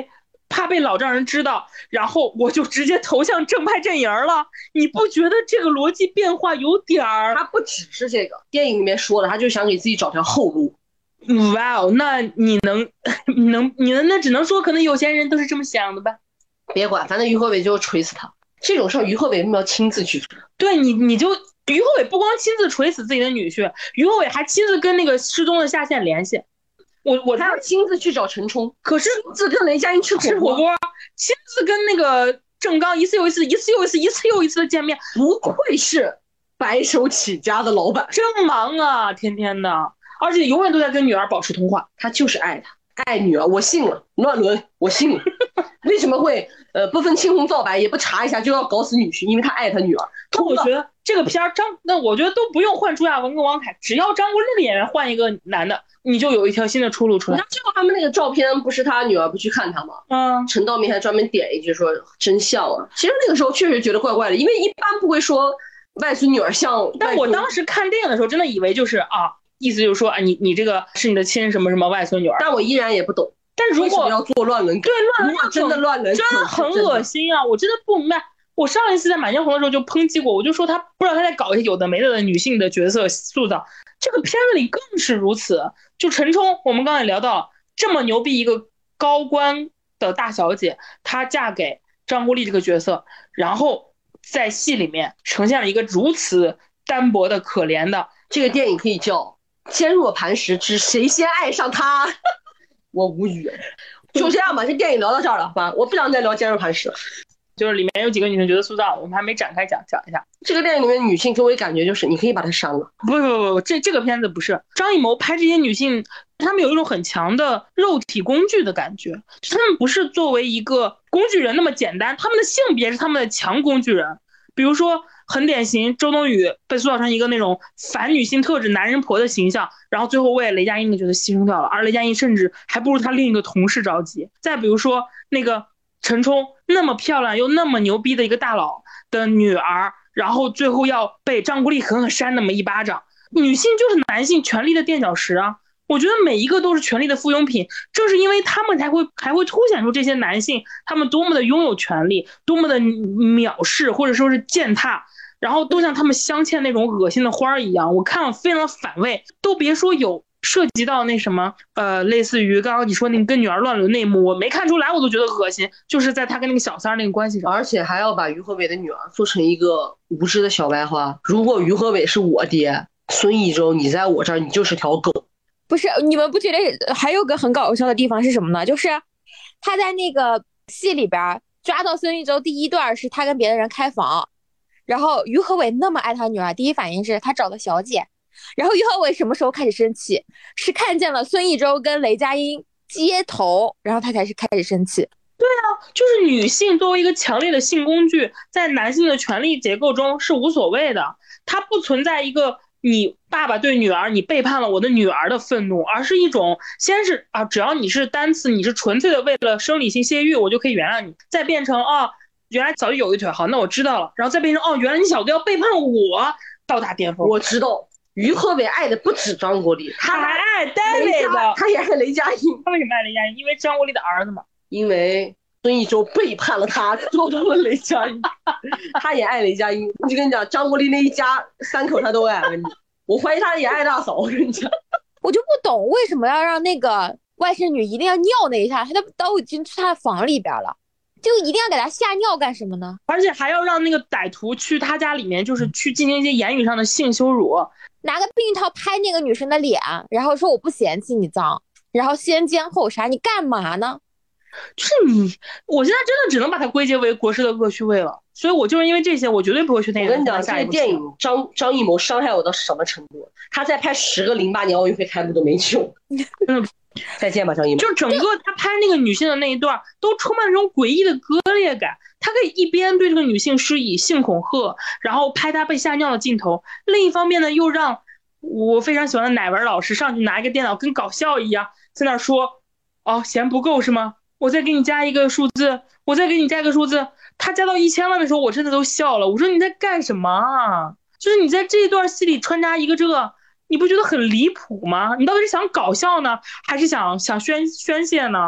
S2: 怕被老丈人知道，然后我就直接投向正派阵营了。你不觉得这个逻辑变化有点儿？
S3: 他不只是这个，电影里面说的，他就想给自己找条后路。
S2: 哇哦，那你能那只能说可能有钱人都是这么想的吧。
S3: 别管，反正于和伟就锤死他。这种事儿于和伟为什么要亲自去做？
S2: 对你就于和伟不光亲自锤死自己的女婿，于和伟还亲自跟那个失踪的下线联系。我
S3: 他要亲自去找陈冲，
S2: 可是
S3: 亲自跟雷佳音吃火锅，
S2: 亲自跟那个郑刚一次又一次的见面。
S3: 不愧是白手起家的老板，
S2: 真忙啊，天天的，而且永远都在跟女儿保持通话。
S3: 他就是爱她，爱女儿，我信了。乱伦，我信了。为什么会不分青红皂白也不查一下就要搞死女婿？因为他爱他女儿。
S2: 我觉得这个片儿那我觉得都不用换朱亚文跟王凯，只要张国立的演员换一个男的，你就有一条新的出路出来。
S3: 最后他们那个照片不是他女儿不去看他吗？陈道明还专门点一句说真像啊。其实那个时候确实觉得怪怪的，因为一般不会说外孙女儿像。
S2: 但我当时看电影的时候真的以为就是意思就是说你这个是你的亲什么什么外孙女儿。
S3: 但我依然也不懂。
S2: 但如果
S3: 要做乱伦，
S2: 对乱伦
S3: 真的乱伦，
S2: 真的很恶心啊！我真的不明白。我上一次在《满江红》的时候就抨击过，我就说他不知道他在搞一些有的没的女性的角色塑造，这个片子里更是如此。就陈冲，我们刚才也聊到，这么牛逼一个高官的大小姐，她嫁给张国立这个角色，然后在戏里面呈现了一个如此单薄的、可怜的。
S3: 这个电影可以叫《坚若磐石之谁先爱上他》。我无语，就这样吧，这电影聊到这儿了，好吧？我不想再聊坚若磐石了。
S2: 就是里面有几个女性角色塑造，我们还没展开讲一下。
S3: 这个电影里面女性给我感觉就是你可以把她删了。
S2: 不，这个片子不是张艺谋拍这些女性，她们有一种很强的肉体工具的感觉，她们不是作为一个工具人那么简单，她们的性别是她们的强工具人。比如说很典型，周冬雨被塑造成一个那种反女性特质男人婆的形象，然后最后为雷佳音的角色牺牲掉了，而雷佳音甚至还不如他另一个同事着急。再比如说那个陈冲，那么漂亮又那么牛逼的一个大佬的女儿，然后最后要被张国立狠狠扇那么一巴掌。女性就是男性权力的垫脚石啊！我觉得每一个都是权力的附庸品，正是因为他们才会凸显出这些男性他们多么的拥有权力，多么的藐视或者说是践踏，然后都像他们镶嵌那种恶心的花一样，我看了非常反胃。都别说有涉及到那什么类似于刚刚你说那个跟女儿乱伦那一幕，我没看出来我都觉得恶心，就是在他跟那个小三那个关系上，
S3: 而且还要把于和伟的女儿做成一个无知的小白花。如果于和伟是我爹，孙艺洲你在我这儿你就是条狗。
S1: 不是，你们不觉得还有个很搞笑的地方是什么呢？就是他在那个戏里边抓到孙艺洲第一段是他跟别的人开房，然后于和伟那么爱他女儿，第一反应是他找的小姐，然后于和伟什么时候开始生气？是看见了孙艺洲跟雷佳音接头，然后他才是开始生气。
S2: 对啊，就是女性作为一个强烈的性工具，在男性的权力结构中是无所谓的，它不存在一个你爸爸对女儿你背叛了我的女儿的愤怒，而是一种先是只要你是单次，你是纯粹的为了生理性泄欲，我就可以原谅你，再变成原来早就有一腿，好，那我知道了，然后再变成原来你小子要背叛我，到达巅峰。
S3: 我知道于和伟爱的不止张国立，
S2: 他还爱戴维的，
S3: 他也爱雷佳音。
S2: 他为什么爱雷佳音？因为张国立的儿子嘛。
S3: 因为孙艺洲背叛了他，做到了雷佳音。他也爱雷佳音。我就跟你讲，张国立那一家三口他都爱。我怀疑他也爱大嫂。我跟你讲，
S1: 我就不懂为什么要让那个外甥女一定要尿那一下，他都已经去他的房里边了，就一定要给他吓尿干什么呢？
S2: 而且还要让那个歹徒去他家里面，就是去进行一些言语上的性羞辱，
S1: 拿个避孕套拍那个女生的脸，然后说我不嫌弃你脏，然后先奸后杀，你干嘛呢？
S2: 就是我现在真的只能把它归结为国师的恶趣味了。所以我就是因为这些，我绝对不会去电影。
S3: 我跟你讲，这个电影张艺谋伤害我到什么程度？他再拍10个08年奥运会开幕都没救。再见吧，张艺谋。
S2: 就整个他拍那个女性的那一段，都充满了这种诡异的割裂感。他可以一边对这个女性施以性恐吓，然后拍她被吓尿的镜头，另一方面呢，又让我非常喜欢的乃文老师上去拿一个电脑，跟搞笑一样，在那说：“嫌不够是吗？我再给你加一个数字，我再给你加一个数字。”他加到1000万的时候，我真的都笑了。我说你在干什么啊？就是你在这一段戏里穿插一个这个，你不觉得很离谱吗？你到底是想搞笑呢，还是想宣泄呢？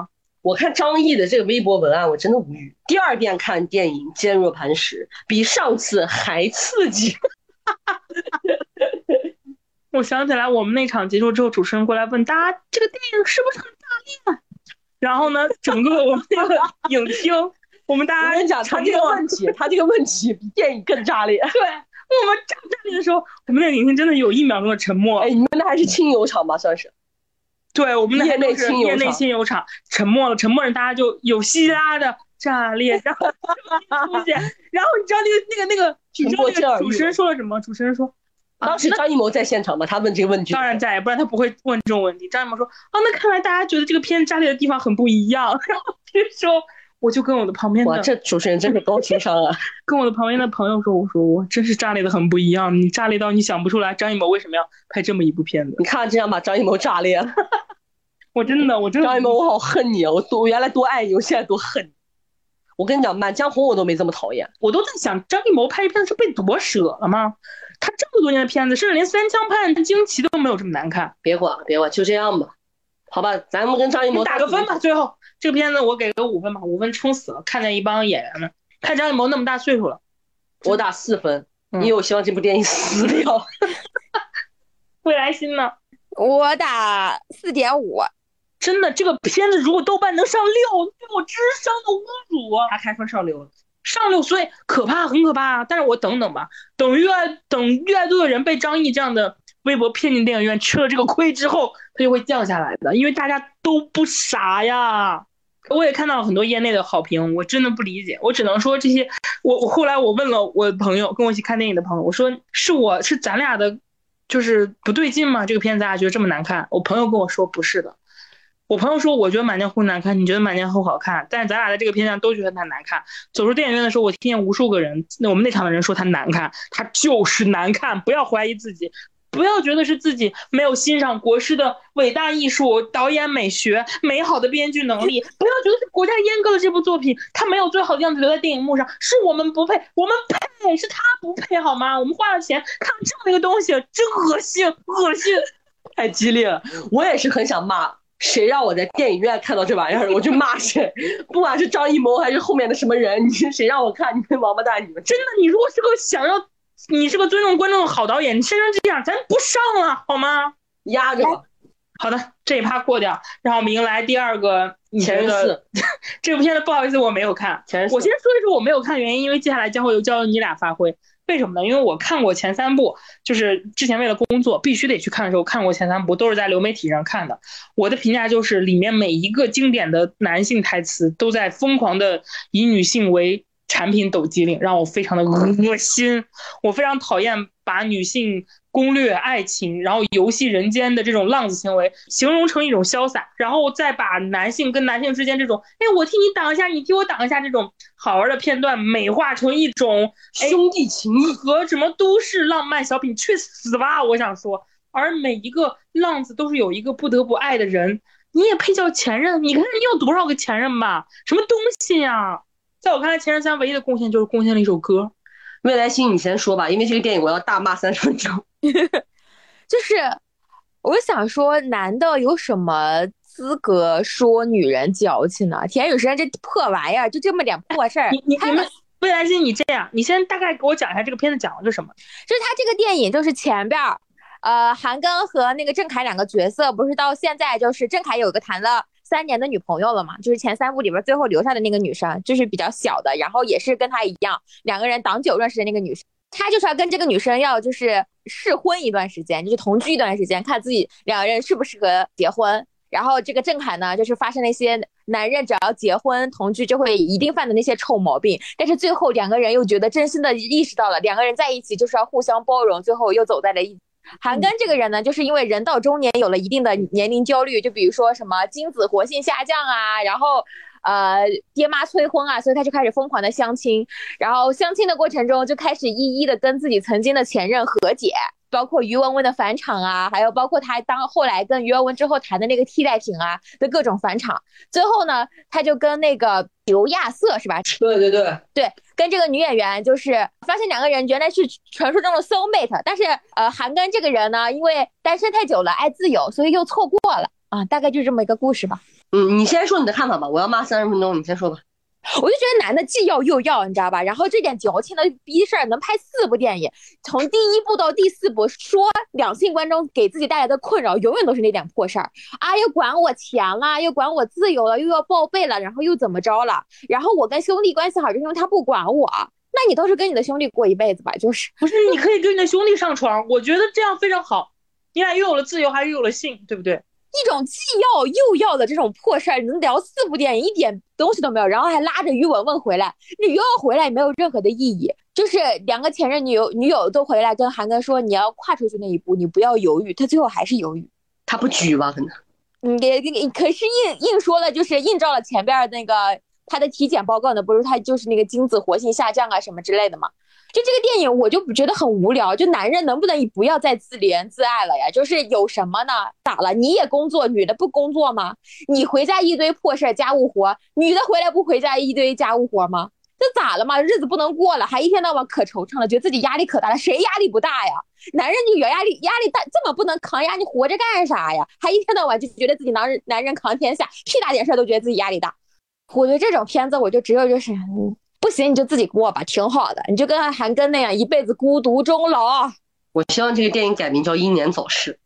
S3: 我看张译的这个微博文案，我真的无语。第二遍看电影坚若磐石，比上次还刺激。
S2: 我想起来，我们那场结束之后，主持人过来问大家这个电影是不是很炸裂？然后呢，整个我们那个影厅，我们大家
S3: 我跟你讲，他这个问题比电影更炸裂。
S2: 对，我们炸裂的时候，我们那个影厅真的有1秒钟的沉默。
S3: 哎，你们那还是亲友场吧，算是。
S2: 对，我们那
S3: 业内
S2: 亲友场沉默了，沉默人大家就有希拉的炸裂，然后出现，然后你知道那个主持人说了什么？主持人说，
S3: 当时张艺谋在现场吗？他问这个问题，
S2: 当然在，不然他不会问这种问题。张艺谋说，那看来大家觉得这个片炸裂的地方很不一样。然后这时候我就跟我的旁边的，
S3: 哇，这主持人真是高情商啊！
S2: 跟我的旁边的朋友说，我说我真是炸裂的很不一样，你炸裂到你想不出来张艺谋为什么要拍这么一部片子。
S3: 你看这样把张艺谋炸裂了。
S2: 我真的
S3: 张艺谋，我好恨你啊！我原来多爱你，我现在多恨你。我跟你讲，《满江红》我都没这么讨厌。
S2: 我都在想，张艺谋拍片子是被夺舍了吗？他这么多年的片子，甚至连《三枪判惊奇》都没有这么难看。
S3: 别管，就这样吧。好吧，咱们跟张艺谋
S2: 打个分吧。最后这个片子我给个5分吧，5分撑死了。看见一帮演员们，看张艺谋那么大岁数了，
S3: 我打4分，因为我希望这部电影死掉。
S2: 未来星呢？
S1: 我打4.5。
S2: 真的，这个片子如果豆瓣能上6，对我智商的侮辱啊！
S3: 他开分上6了，
S2: 上6，所以可怕，很可怕。但是我等等吧，等越来越多的人被张译这样的微博骗进电影院，吃了这个亏之后，他就会降下来的，因为大家都不傻呀。我也看到了很多业内的好评，我真的不理解，我只能说这些。我后来我问了我的朋友，跟我一起看电影的朋友，我说是咱俩的，就是不对劲吗？这个片子大家觉得这么难看？我朋友跟我说不是的。我朋友说，我觉得《满江红》难看，你觉得《满江红》好看，但是咱俩在这个片上都觉得它难看。走出电影院的时候，我听见无数个人，我们那场的人说它难看，它就是难看。不要怀疑自己，不要觉得是自己没有欣赏国师的伟大艺术、导演美学、美好的编剧能力，不要觉得是国家阉割了这部作品，它没有最好的样子留在电影幕上，是我们不配，我们配，是他不配好吗？我们花了钱看这么一个东西，真恶心，恶心，
S3: 太激烈了。我也是很想骂。谁让我在电影院看到这玩意儿，我就骂谁。不管是张艺谋还是后面的什么人，谁让我看，你们王八蛋，你们
S2: 真的，你如果是个你是个尊重观众的好导演，你身上这样，咱不上了好吗？
S3: 压着吧。
S2: 好的，这一趴过掉，让我们迎来第二个
S3: 前任4。
S2: 这部片子不好意思，我没有看。我先说一说我没有看原因，因为接下来将会交由你俩发挥。为什么呢？因为我看过前3部，就是之前为了工作必须得去看的时候看过前3部，都是在流媒体上看的。我的评价就是里面每一个经典的男性台词都在疯狂的以女性为产品抖机灵，让我非常的恶心。我非常讨厌把女性攻略爱情然后游戏人间的这种浪子行为形容成一种潇洒，然后再把男性跟男性之间这种我替你挡一下你替我挡一下这种好玩的片段美化成一种
S3: 兄弟情谊
S2: 和什么都市浪漫小品，去死吧我想说。而每一个浪子都是有一个不得不爱的人，你也配叫前任？你看你有多少个前任吧，什么东西呀。在我看来前任3唯一的贡献就是贡献了一首歌。
S3: 未来星你先说吧，因为这个电影我要大骂30分钟。
S1: 就是我想说，男的有什么资格说女人矫情呢？田雨生这破玩意儿，就这么点破事儿。
S2: 你们未来星，你这样，你先大概给我讲一下这个片子讲了个什么？
S1: 就是他这个电影就是前边韩庚和那个郑恺2个角色，不是到现在就是郑恺有一个谈了3年的女朋友了嘛，就是前3部里边最后留下的那个女生，就是比较小的，然后也是跟他一样2个人挡酒认识的那个女生。他就是要跟这个女生要就是试婚一段时间，就是同居一段时间，看自己2个人适不适合结婚。然后这个郑恺呢，就是发生那些男人只要结婚同居就会一定犯的那些臭毛病，但是最后2个人又觉得真心的意识到了2个人在一起就是要互相包容，最后又走在了一起。韩庚这个人呢，就是因为人到中年有了一定的年龄焦虑，就比如说什么精子活性下降啊，然后爹妈催婚啊，所以他就开始疯狂的相亲，然后相亲的过程中就开始一一的跟自己曾经的前任和解，包括于文文的返场啊，还有包括他后来跟于文文之后谈的那个替代品啊的各种返场。最后呢，他就跟那个刘亚瑟是吧？对，跟这个女演员就是发现2个人原来是传说中的 soul mate， 但是韩庚这个人呢，因为单身太久了爱自由，所以又错过了啊，大概就是这么一个故事吧。
S3: 你先说你的看法吧，我要骂30分钟，你先说吧。
S1: 我就觉得男的既要又要，你知道吧？然后这点矫情的逼事儿能拍4部电影，从第1部到第4部，说两性观众给自己带来的困扰，永远都是那点破事儿啊，又管我钱了，又管我自由了，又要报备了，然后又怎么着了？然后我跟兄弟关系好，就是因为他不管我。那你倒是跟你的兄弟过一辈子吧，就是
S2: 不是？你可以跟你的兄弟上床，我觉得这样非常好，你俩又有了自由，还又有了性，对不对？
S1: 一种既要又要的这种破事儿，能聊4部电影，一点东西都没有，然后还拉着于文文回来，那于文回来也没有任何的意义，就是2个前任女友都回来跟韩庚说你要跨出去那一步，你不要犹豫，他最后还是犹豫，
S3: 他不举吧？可能
S1: 可是硬说了，就是映照了前边那个他的体检报告呢，不是他就是那个精子活性下降啊什么之类的嘛。就这个电影我就觉得很无聊，就男人能不能不要再自怜自爱了呀？就是有什么呢？咋了？你也工作，女的不工作吗？你回家一堆破事家务活，女的回来不回家一堆家务活吗？这咋了嘛？日子不能过了，还一天到晚可惆怅了，觉得自己压力可大了。谁压力不大呀？男人就有压力大，这么不能扛压，你活着干啥呀？还一天到晚就觉得自己男人扛天下，屁大点事都觉得自己压力大。我觉得这种片子，我就只有就是。不行，你就自己过吧，挺好的。你就跟韩庚那样，一辈子孤独终老。
S3: 我希望这个电影改名叫《英年早逝》，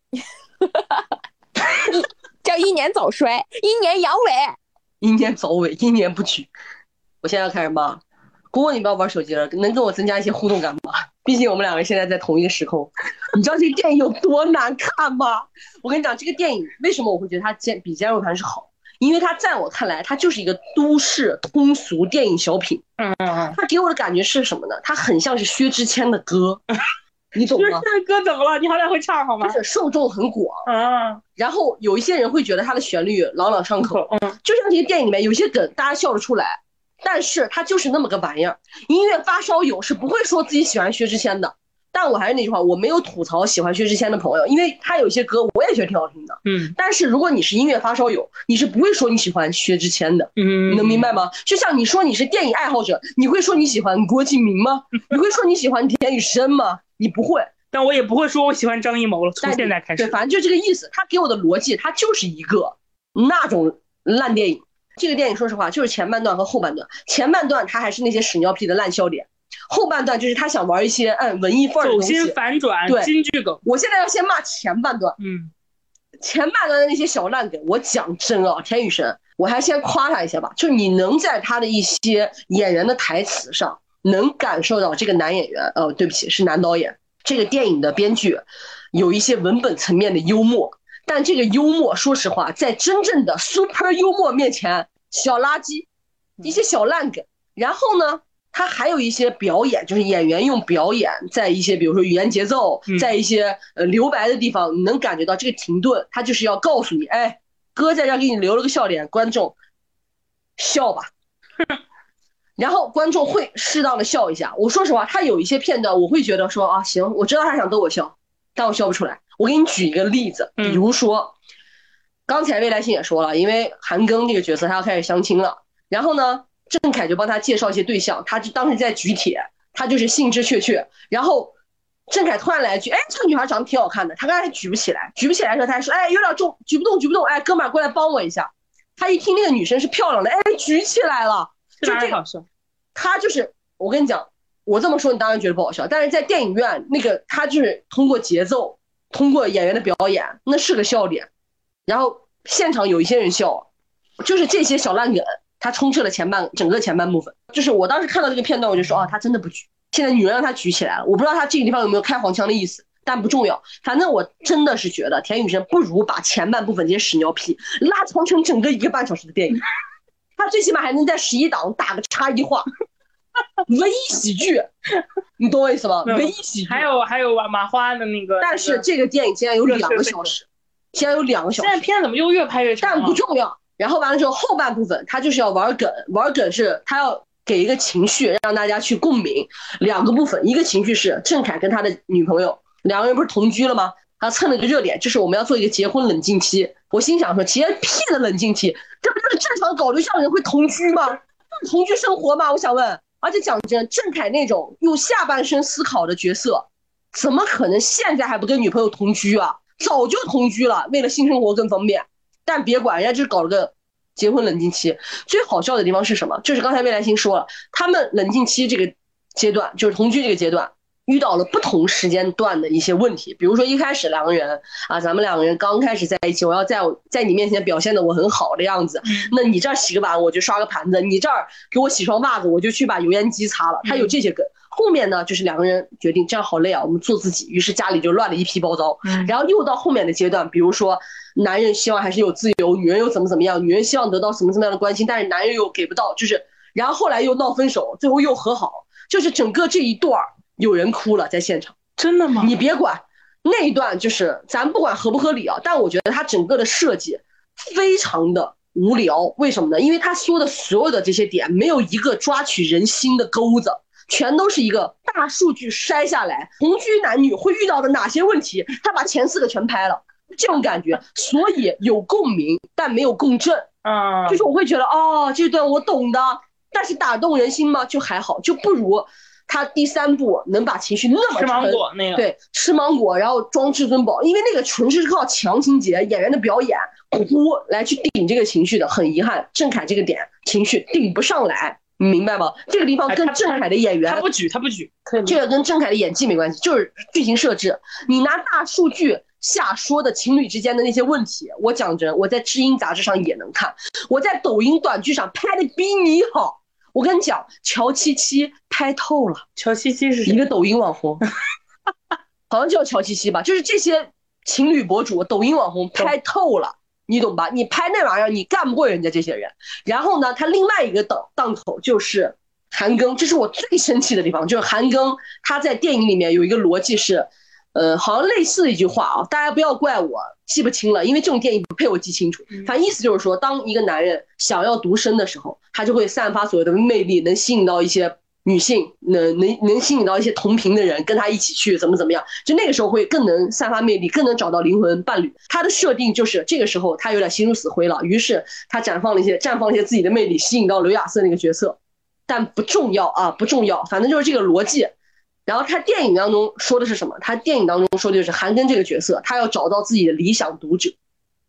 S1: 叫英年早衰，英年阳痿，
S3: 英年早痿，英年不举。我现在要开始骂，不过你不要玩手机了，能跟我增加一些互动感吗？毕竟我们2个现在在同一个时空。你知道这个电影有多难看吗？我跟你讲，这个电影为什么我会觉得它比《坚如磐石》好？因为它在我看来，它就是一个都市通俗电影小品。它给我的感觉是什么呢？它很像是薛之谦的歌，你懂吗？
S2: 薛之谦的歌怎么了？你好歹会唱好吗？
S3: 就是受众很广然后有一些人会觉得它的旋律朗朗上口。就像这些电影里面有些梗大家笑得出来，但是它就是那么个玩意儿。音乐发烧友是不会说自己喜欢薛之谦的。但我还是那句话，我没有吐槽喜欢薛之谦的朋友，因为他有些歌我也觉得挺好听的。但是如果你是音乐发烧友，你是不会说你喜欢薛之谦的。你能明白吗？就像你说你是电影爱好者，你会说你喜欢郭敬明吗？你会说你喜欢田雨生吗？你不会。
S2: 但我也不会说我喜欢张艺谋了，从现在开始。
S3: 对，反正就这个意思。他给我的逻辑，他就是一个那种烂电影。这个电影说实话就是前半段和后半段，前半段他还是那些屎尿屁的烂笑点。后半段就是他想玩一些文艺范儿的东西，
S2: 走心反转，金句梗。
S3: 我现在要先骂前半段，前半段的那些小烂梗，我讲真啊，田雨生，我还先夸他一下吧，就你能在他的一些演员的台词上，能感受到这个男演员，对不起，是男导演，这个电影的编剧有一些文本层面的幽默，但这个幽默，说实话，在真正的 super 幽默面前，小垃圾，一些小烂梗，然后呢？他还有一些表演，就是演员用表演，在一些比如说语言节奏，在一些留白的地方，你能感觉到这个停顿，他就是要告诉你，哎，哥在这给你留了个笑脸，观众笑吧，然后观众会适当的笑一下。我说实话，他有一些片段，我会觉得说啊，行，我知道他想逗我笑，但我笑不出来。我给你举一个例子，比如说，刚才未来星也说了，因为韩庚这个角色他要开始相亲了，然后呢？郑恺就帮他介绍一些对象，他就当时在举帖，他就是兴致缺缺。然后郑恺突然来一句：“哎，这个女孩长得挺好看的。”他刚才举不起来的时候，他还说：“哎，有点重，举不动。哎，哥们儿过来帮我一下。”他一听那个女生是漂亮的，哎，举起来了，就这个。他就是我跟你讲，我这么说你当然觉得不好笑，但是在电影院那个他就是通过节奏，通过演员的表演，那是个笑点。然后现场有一些人笑，就是这些小烂梗。他充斥了整个前半部分，就是我当时看到这个片段，我就说啊，他真的不举。现在女人让他举起来了，我不知道他这个地方有没有开黄腔的意思，但不重要。反正我真的是觉得田雨生不如把前半部分这些屎尿屁拉长成整个1个半小时的电影，他最起码还能在11档打个插一话，文艺喜剧，你懂我意思吗？文艺喜剧。
S2: 还有马花的那个，
S3: 但是这个电影竟然有2个小时，现在
S2: 片怎么就越拍越长？
S3: 但不重要。然后完了之后，后半部分他就是要玩梗是他要给一个情绪让大家去共鸣。2个部分，一个情绪是郑恺跟他的女朋友2个人不是同居了吗？他蹭了一个热点，就是我们要做一个结婚冷静期。我心想说，结屁的冷静期，这不就是正常搞对象的人会同居吗？同居生活吗？我想问。而且讲真，郑恺那种用下半身思考的角色，怎么可能现在还不跟女朋友同居啊？早就同居了，为了性生活更方便。但别管，人家就是搞了个结婚冷静期。最好笑的地方是什么？就是刚才魏来星说了，他们冷静期这个阶段，就是同居这个阶段，遇到了不同时间段的一些问题。比如说一开始两个人啊，咱们两个人刚开始在一起，我要在你面前表现的我很好的样子，那你这儿洗个碗我就刷个盘子，你这儿给我洗双袜子我就去把油烟机擦了，他有这些梗。后面呢，就是两个人决定这样好累啊，我们做自己，于是家里就乱了一批糟糟。然后又到后面的阶段，比如说男人希望还是有自由，女人又怎么样，女人希望得到什么样的关心，但是男人又给不到，就是然后后来又闹分手，最后又和好，就是整个这一段有人哭了在现场。
S2: 真的吗？
S3: 你别管那一段，就是咱不管合不合理啊，但我觉得他整个的设计非常的无聊。为什么呢？因为他说的所有的这些点没有一个抓取人心的钩子，全都是一个大数据筛下来同居男女会遇到的哪些问题，他把前4个全拍了，这种感觉，所以有共鸣但没有共振。就是我会觉得哦，这段我懂的，但是打动人心吗？就还好，就不如他第3部能把情绪那么
S2: 吃芒果那个，
S3: 对，吃芒果然后装至尊宝，因为那个纯是靠强情节演员的表演哭来去顶这个情绪的。很遗憾，郑恺这个点情绪顶不上来，你明白吗？这个地方跟郑恺的演员
S2: 他不举，
S3: 这个跟郑恺的演技没关系，就是剧情设置。你拿大数据下说的情侣之间的那些问题，我讲真，我在知音杂志上也能看，我在抖音短剧上拍的比你好。我跟你讲，乔七七拍透了。
S2: 乔七七是
S3: 一个抖音网红，好像叫乔七七吧，就是这些情侣博主、抖音网红拍透了，你懂吧？你拍那玩意儿，你干不过人家这些人。然后呢，他另外一个档口就是韩庚，这是我最生气的地方，就是韩庚他在电影里面有一个逻辑是，好像类似的一句话啊，大家不要怪我记不清了，因为这种电影不配我记清楚。反正意思就是说，当一个男人想要独身的时候，他就会散发所有的魅力，能吸引到一些女性，能吸引到一些同频的人，跟他一起去怎么样，就那个时候会更能散发魅力，更能找到灵魂伴侣。他的设定就是这个时候他有点心如死灰了，于是他绽放了一些自己的魅力，吸引到刘亚瑟那个角色，但不重要啊，不重要，反正就是这个逻辑。然后他电影当中说的是什么？他电影当中说的就是韩庚这个角色，他要找到自己的理想读者，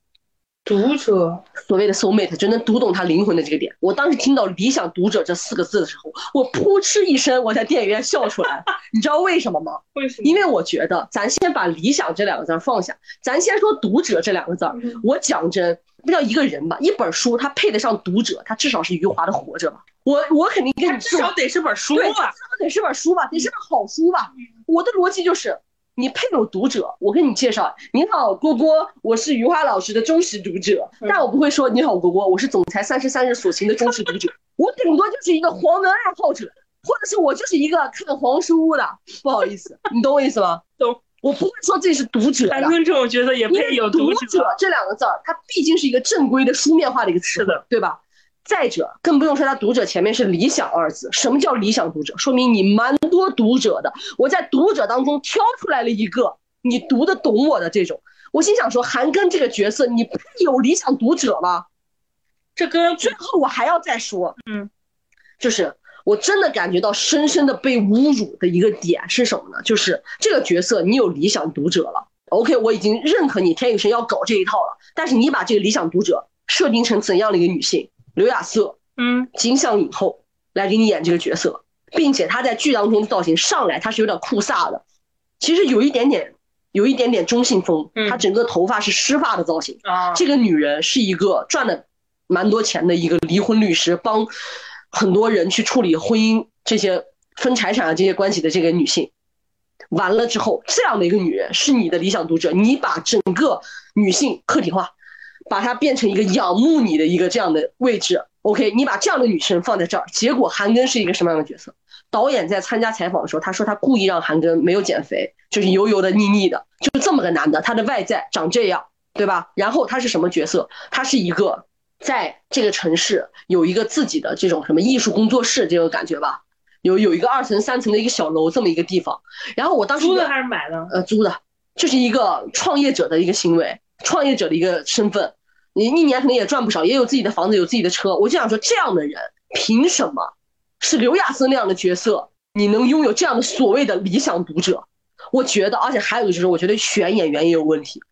S3: 所谓的 soul mate， 就能读懂他灵魂的这个点。我当时听到理想读者这4个字的时候，我扑哧一声，我在电影院笑出来。你知道为什么吗？
S2: 为什么？
S3: 因为我觉得咱先把理想这2个字放下，咱先说读者这2个字。我讲真，不叫一个人吧，一本书它配得上读者，它至少是余华的活着吧。我肯定跟你
S2: 至少得是本书吧，
S3: 至少得是本书吧，得是本好书吧。我的逻辑就是你配有读者，我跟你介绍，你好郭郭，我是余华老师的忠实读者，但我不会说你好郭郭，我是总裁33日所行的忠实读者，我顶多就是一个黄文爱好者，或者是我就是一个看黄书的，不好意思，你懂我意思吗？
S2: 懂。
S3: 我不会说这是读者的，
S2: 韩庚这种角色也配有
S3: 读者这2个字，它毕竟是一个正规的书面化的一个词，对吧？再者，更不用说他读者前面是理想2字。什么叫理想读者？说明你蛮多读者的。我在读者当中挑出来了一个你读得懂我的这种。我心想说，韩庚这个角色，你配有理想读者吗？
S2: 这跟
S3: 最后我还要再说，就是我真的感觉到深深的被侮辱的一个点是什么呢？就是这个角色你有理想读者了 ，OK， 我已经认可你田雨生要搞这一套了，但是你把这个理想读者设定成怎样的一个女性？刘亚瑟，金像影后来给你演这个角色，并且她在剧当中的造型上来，她是有点酷飒的，其实有一点点中性风，她整个头发是湿发的造型。这个女人是一个赚了蛮多钱的一个离婚律师，帮很多人去处理婚姻这些分财产啊这些关系的这个女性。完了之后，这样的一个女人是你的理想读者，你把整个女性客体化。把它变成一个仰慕你的一个这样的位置 ，OK， 你把这样的女生放在这儿，结果韩庚是一个什么样的角色？导演在参加采访的时候，他说他故意让韩庚没有减肥，就是油油的腻腻的，就这么个男的，他的外在长这样，对吧？然后他是什么角色？他是一个在这个城市有一个自己的这种什么艺术工作室这种感觉吧，有一个2层3层的一个小楼这么一个地方。然后我当时
S2: 租的还是买的？
S3: 租的，就是一个创业者的一个行为，创业者的一个身份。你一年可能也赚不少，也有自己的房子，有自己的车。我就想说，这样的人凭什么是刘亚瑟那样的角色，你能拥有这样的所谓的理想读者？我觉得，而且还有就是，我觉得选演员也有问题。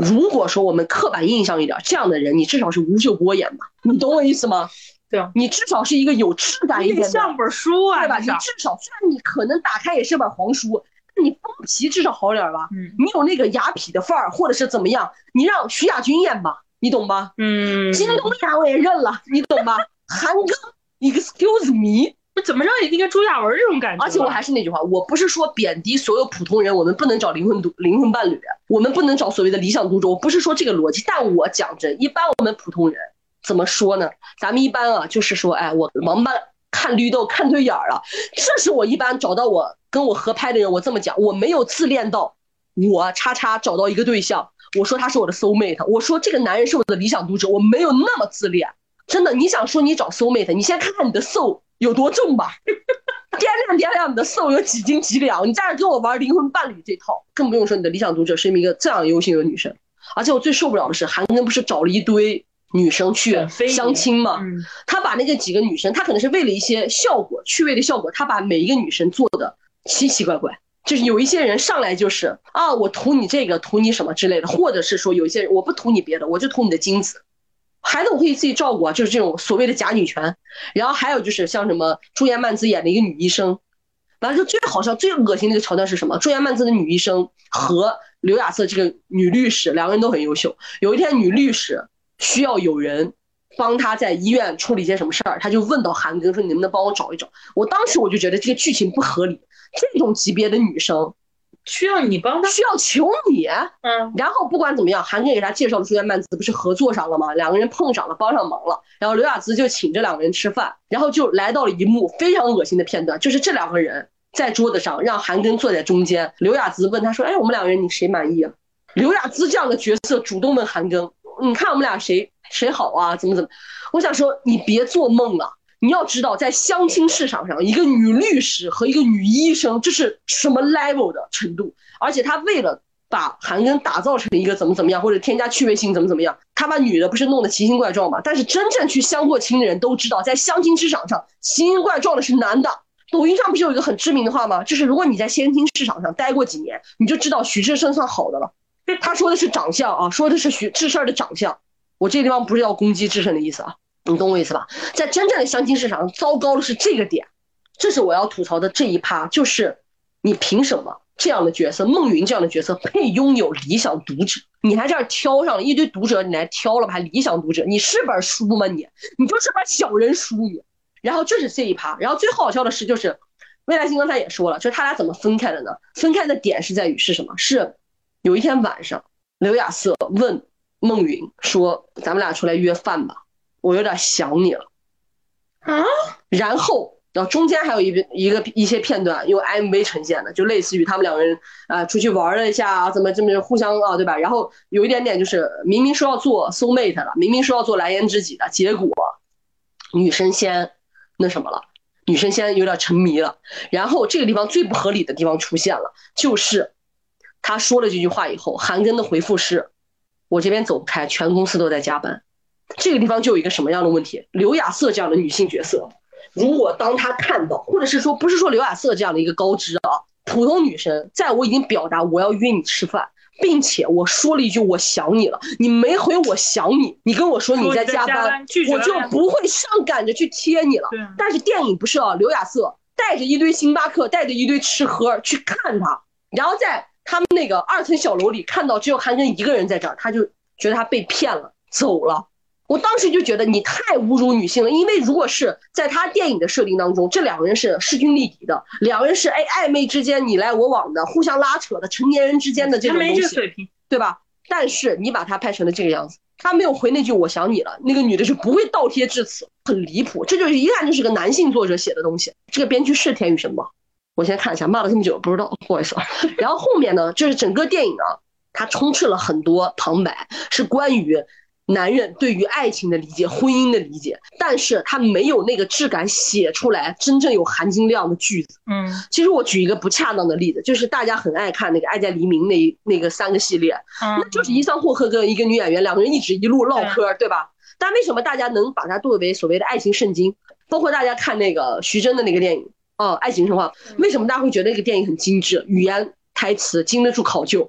S3: 如果说我们刻板印象一点，这样的人你至少是吴秀波演吧，你懂我意思吗？
S2: 对啊，
S3: 你至少是一个有质感一点的，
S2: 像本书啊，
S3: 对吧？你至少虽然你可能打开也是本黄书，你封皮至少好点吧？你有那个雅痞的范儿，或者是怎么样？你让徐亚军演吧，你懂吧？金东亚我也认了，你懂吧？韩庚 ，excuse me。
S2: 怎么着也应该朱亚文这种感觉。
S3: 而且我还是那句话，我不是说贬低所有普通人，我们不能找灵魂伴侣，我们不能找所谓的理想读者，我不是说这个逻辑。但我讲真，一般我们普通人怎么说呢？咱们一般啊，就是说，哎，我王八看绿豆看对眼了，这是我一般找到我跟我合拍的人，我这么讲，我没有自恋到我叉叉找到一个对象，我说他是我的 soul mate， 我说这个男人是我的理想读者，我没有那么自恋。真的，你想说你找 soul mate， 你先看看你的 soul 有多重吧，掂量你的 soul 有几斤几两，你在这跟我玩灵魂伴侣这套，更不用说你的理想读者是一个这样优秀的女生。而且我最受不了的是，韩庚不是找了一堆女生去相亲吗？他把那个几个女生，他可能是为了一些效果，趣味的效果，他把每一个女生做的奇奇怪怪。就是有一些人上来就是啊，我图你这个，图你什么之类的，或者是说有一些人我不图你别的，我就图你的精子。孩子我可以自己照顾啊，就是这种所谓的假女权。然后还有就是像什么朱颜曼姿演的一个女医生，完了就最好笑最恶心的一个桥段是什么？朱颜曼姿的女医生和刘亚瑟这个女律师两个人都很优秀。有一天女律师需要有人帮她在医院处理一件什么事儿，她就问到韩庚说你能不能帮我找一找。我当时我就觉得这个剧情不合理，这种级别的女生
S2: 需要你帮他，
S3: 需要求你。然后不管怎么样，韩庚给他介绍的朱颜曼姿不是合作上了吗？两个人碰上了，帮上忙了。然后刘雅姿就请这两个人吃饭，然后就来到了一幕非常恶心的片段，就是这两个人在桌子上，让韩庚坐在中间。刘雅姿问他说：“哎，我们两个人你谁满意啊？”刘雅姿这样的角色主动问韩庚：“你看我们俩谁好啊？怎么？”我想说，你别做梦了。你要知道，在相亲市场上，一个女律师和一个女医生，这是什么 level 的程度？而且他为了把韩庚打造成一个怎么样，或者添加趣味性怎么样，他把女的不是弄得奇形怪状吗？但是真正去相过亲的人都知道，在相亲市场上，奇形怪状的是男的。抖音上不是有一个很知名的话吗？就是如果你在相亲市场上待过几年，你就知道徐志胜算好的了。他说的是长相啊，说的是徐志胜的长相。我这个地方不是要攻击志胜的意思啊。你懂我意思吧？在真正的相亲市场上，糟糕的是这个点，这是我要吐槽的这一趴，就是你凭什么这样的角色，孟云这样的角色配拥有理想读者？你还这儿挑上了一堆读者，你来挑了还理想读者？你是本书吗？你就是本小人书你。然后这是这一趴，然后最好笑的是，就是未来星刚才也说了，就是他俩怎么分开的呢？分开的点是在于是什么？是有一天晚上，刘亚瑟问孟云说：“咱们俩出来约饭吧。”我有点想你了
S2: 啊，
S3: 然后中间还有一些片段用 MV 呈现的，就类似于他们两个人出去玩了一下，怎么这么互相对吧？然后有一点点就是明明说要做 soul mate 了，明明说要做蓝颜知己的，结果女生先那什么了，女生先有点沉迷了。然后这个地方最不合理的地方出现了，就是他说了这句话以后，韩庚的回复是：我这边走不开，全公司都在加班。这个地方就有一个什么样的问题？刘亚瑟这样的女性角色，如果当她看到，或者是说不是说刘亚瑟这样的一个高知普通女生，在我已经表达我要约你吃饭，并且我说了一句我想你了，你没回我想你，你跟我说你在加班，我就不会上赶着去贴你了。但是电影不是刘亚瑟带着一堆星巴克，带着一堆吃喝去看他，然后在他们那个2层小楼里看到只有韩庚一个人在这儿，他就觉得他被骗了，走了。我当时就觉得你太侮辱女性了，因为如果是在他电影的设定当中，这两个人是势均力敌的，两个人是暧昧之间你来我往的，互相拉扯的成年人之间的这种东西，对吧？但是你把他拍成了这个样子，他没有回那句我想你了，那个女的就不会倒贴至此，很离谱。这就是一看就是个男性作者写的东西。这个编剧是田雨生吧？我先看一下，骂了这么久不知道，不好意思。然后后面呢，就是整个电影它充斥了很多旁白，是关于男人对于爱情的理解，婚姻的理解，但是他没有那个质感写出来真正有含金量的句子。其实我举一个不恰当的例子，就是大家很爱看那个《爱在黎明》那个3个系列，那就是伊桑霍克跟一个女演员两个人一路唠嗑，对吧？但为什么大家能把它作为所谓的爱情圣经？包括大家看那个徐峥的那个电影《爱情神话》，为什么大家会觉得那个电影很精致，语言台词经得住考究？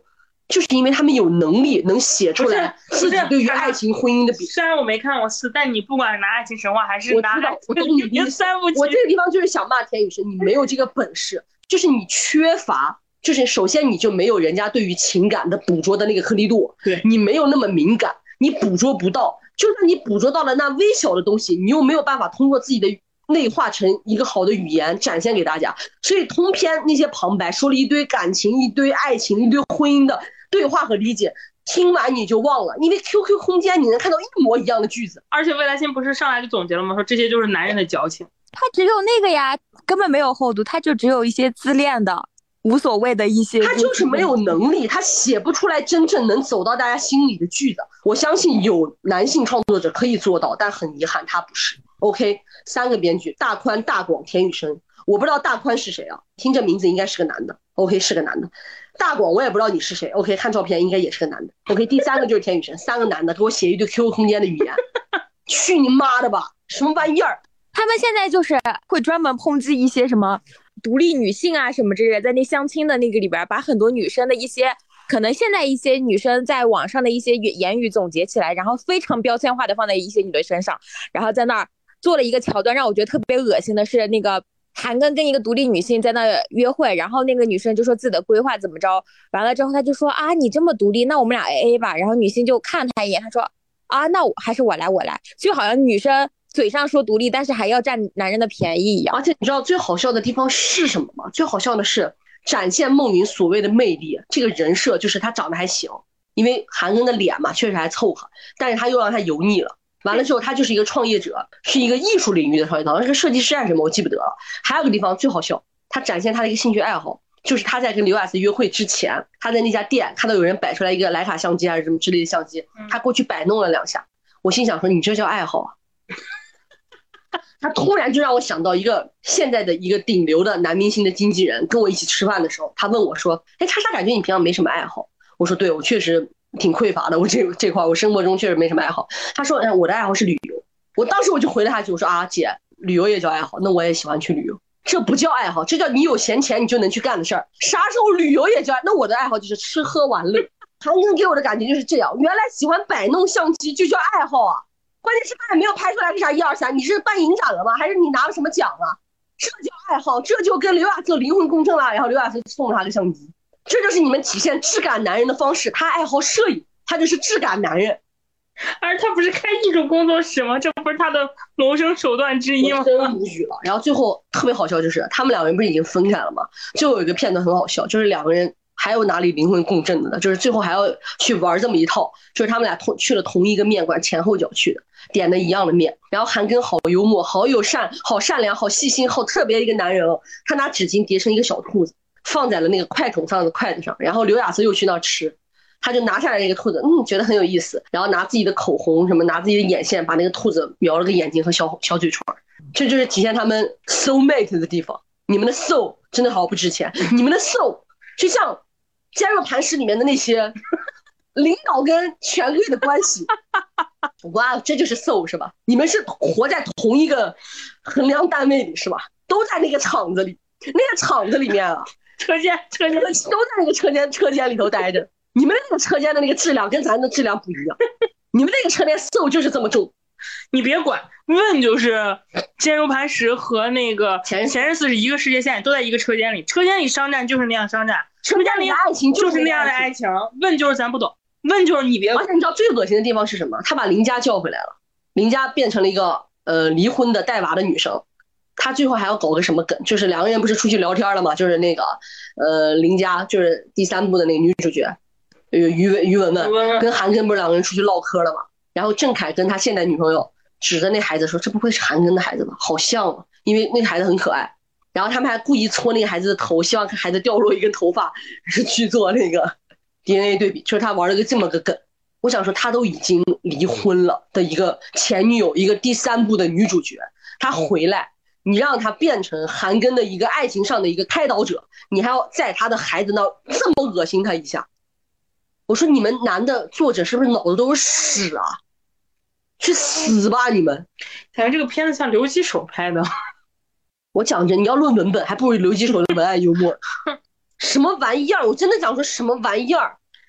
S3: 就是因为他们有能力能写出来自己对于爱情婚姻的比。
S2: 虽然我没看过4，但你不管拿爱情神话还是拿
S3: 我懂你的意思。我这个地方就是想骂田雨生，你没有这个本事，就是你缺乏，就是首先你就没有人家对于情感的捕捉的那个颗粒度，
S2: 对，
S3: 你没有那么敏感，你捕捉不到。就算你捕捉到了那微小的东西，你又没有办法通过自己的内化成一个好的语言展现给大家。所以通篇那些旁白说了一堆感情、一堆爱情、一堆婚姻的对话和理解，听完你就忘了，因为 QQ 空间你能看到一模一样的句子。
S2: 而且未来星不是上来就总结了吗？说这些就是男人的矫情。
S1: 他只有那个呀，根本没有厚度，他就只有一些自恋的无所谓的一些，
S3: 他就是没有能力，他写不出来真正能走到大家心里的句子。我相信有男性创作者可以做到，但很遗憾他不是。OK， 3个编剧，大宽、大广、田雨生。我不知道大宽是谁啊，听这名字应该是个男的。OK， 是个男的。大广我也不知道你是谁。OK， 看照片应该也是个男的。OK， 第3个就是田雨生，3个男的给我写一堆 QQ 空间的语言，去你妈的吧，什么玩意儿！
S1: 他们现在就是会专门抨击一些什么独立女性啊什么之类的，在那相亲的那个里边，把很多女生的一些可能现在一些女生在网上的一些言语总结起来，然后非常标签化的放在一些女的身上，然后在那儿做了一个桥段，让我觉得特别恶心的是那个韩庚跟一个独立女性在那约会，然后那个女生就说自己的规划怎么着，完了之后他就说啊你这么独立，那我们俩 AA 吧，然后女性就看他一眼，他说啊那还是我来，就好像女生嘴上说独立，但是还要占男人的便宜一样。
S3: 而且你知道最好笑的地方是什么吗？最好笑的是展现孟云所谓的魅力，这个人设就是他长得还行，因为韩庚的脸嘛确实还凑合，但是他又让他油腻了。完了之后他就是一个创业者，是一个艺术领域的创业者，好像是个设计师还是什么我记不得了。还有个地方最好笑，他展现他的一个兴趣爱好，就是他在跟刘雅思约会之前，他在那家店看到有人摆出来一个徕卡相机还是什么之类的相机，他过去摆弄了2下。我心想说你这叫爱好啊。他突然就让我想到一个现在的一个顶流的男明星的经纪人，跟我一起吃饭的时候，他问我说哎，叉叉感觉你平常没什么爱好。我说对，我确实挺匮乏的，我这块我生活中确实没什么爱好。他说我的爱好是旅游。我当时我就回了他一句，我说啊姐，旅游也叫爱好，那我也喜欢去旅游。这不叫爱好，这叫你有闲钱你就能去干的事儿。啥时候旅游也叫？那我的爱好就是吃喝玩乐。韩庚给我的感觉就是这样，原来喜欢摆弄相机就叫爱好啊。关键是他也没有拍出来个啥1、2、3，你是办影展了吗？还是你拿了什么奖啊？这叫爱好，这就跟刘雅瑟离婚公证了，然后刘雅瑟送了他个相机，这就是你们体现质感男人的方式。他爱好摄影，他就是质感男人。
S2: 而他不是开艺术工作室吗？这不是他的谋生手段之一吗？
S3: 真无语了。然后最后特别好笑，就是他们2个人不是已经分开了吗？最后有一个片段很好笑，就是2个人还有哪里灵魂共振的呢？就是最后还要去玩这么一套，就是他们俩去了同一个面馆，前后脚去的，点的一样的面。然后韩庚好幽默，好友善，好善良，好细心，好特别一个男人哦。他拿纸巾叠成一个小兔子，放在了那个筷筒上的筷子上。然后刘雅瑟又去那吃，他就拿下来那个兔子，觉得很有意思。然后拿自己的口红什么，拿自己的眼线，把那个兔子描了个眼睛和小嘴唇。这就是体现他们 soul mate 的地方。你们的 soul 真的好不值钱，你们的 soul 就像坚若磐石里面的那些领导跟权贵的关系。哇，这就是 soul 是吧？你们是活在同一个衡量单位里是吧？都在那个厂子里，那个厂子里面啊，
S2: 车间
S3: 都在那个车间里头待着。你们那个车间的那个质量跟咱的质量不一样，你们那个车间 soul 就是这么重。
S2: 你别管，问就是坚如磐石和那个前任四是一个世界线，都在一个车间里，车间里商战就是那样商战，车间里
S3: 爱情
S2: 就是那样的爱情。问就是咱不懂，问就是你别。
S3: 而且你知道最恶心的地方是什么？他把林佳叫回来了，林佳变成了一个离婚的带娃的女生。他最后还要搞个什么梗，就是2个人不是出去聊天了吗？就是那个林佳就是第3部的那个女主角于文文跟韩庚不是2个人出去唠嗑了吗？然后郑恺跟他现在女朋友指着那孩子说，这不会是韩庚的孩子吧？好像啊，因为那个孩子很可爱。然后他们还故意搓那个孩子的头，希望看孩子掉落一根头发去做那个 DNA 对比，就是他玩了个这么个梗。我想说他都已经离婚了的一个前女友，一个第3部的女主角，他回来你让他变成韩庚的一个爱情上的一个开导者，你还要在他的孩子那这么恶心他一下。我说你们男的作者是不是脑子都是屎啊？去死吧你们！
S2: 感觉这个片子像刘基手拍的。
S3: 我讲真，你要论文本，还不如刘基手的文案幽默。什么玩意儿？我真的讲说什么玩意儿？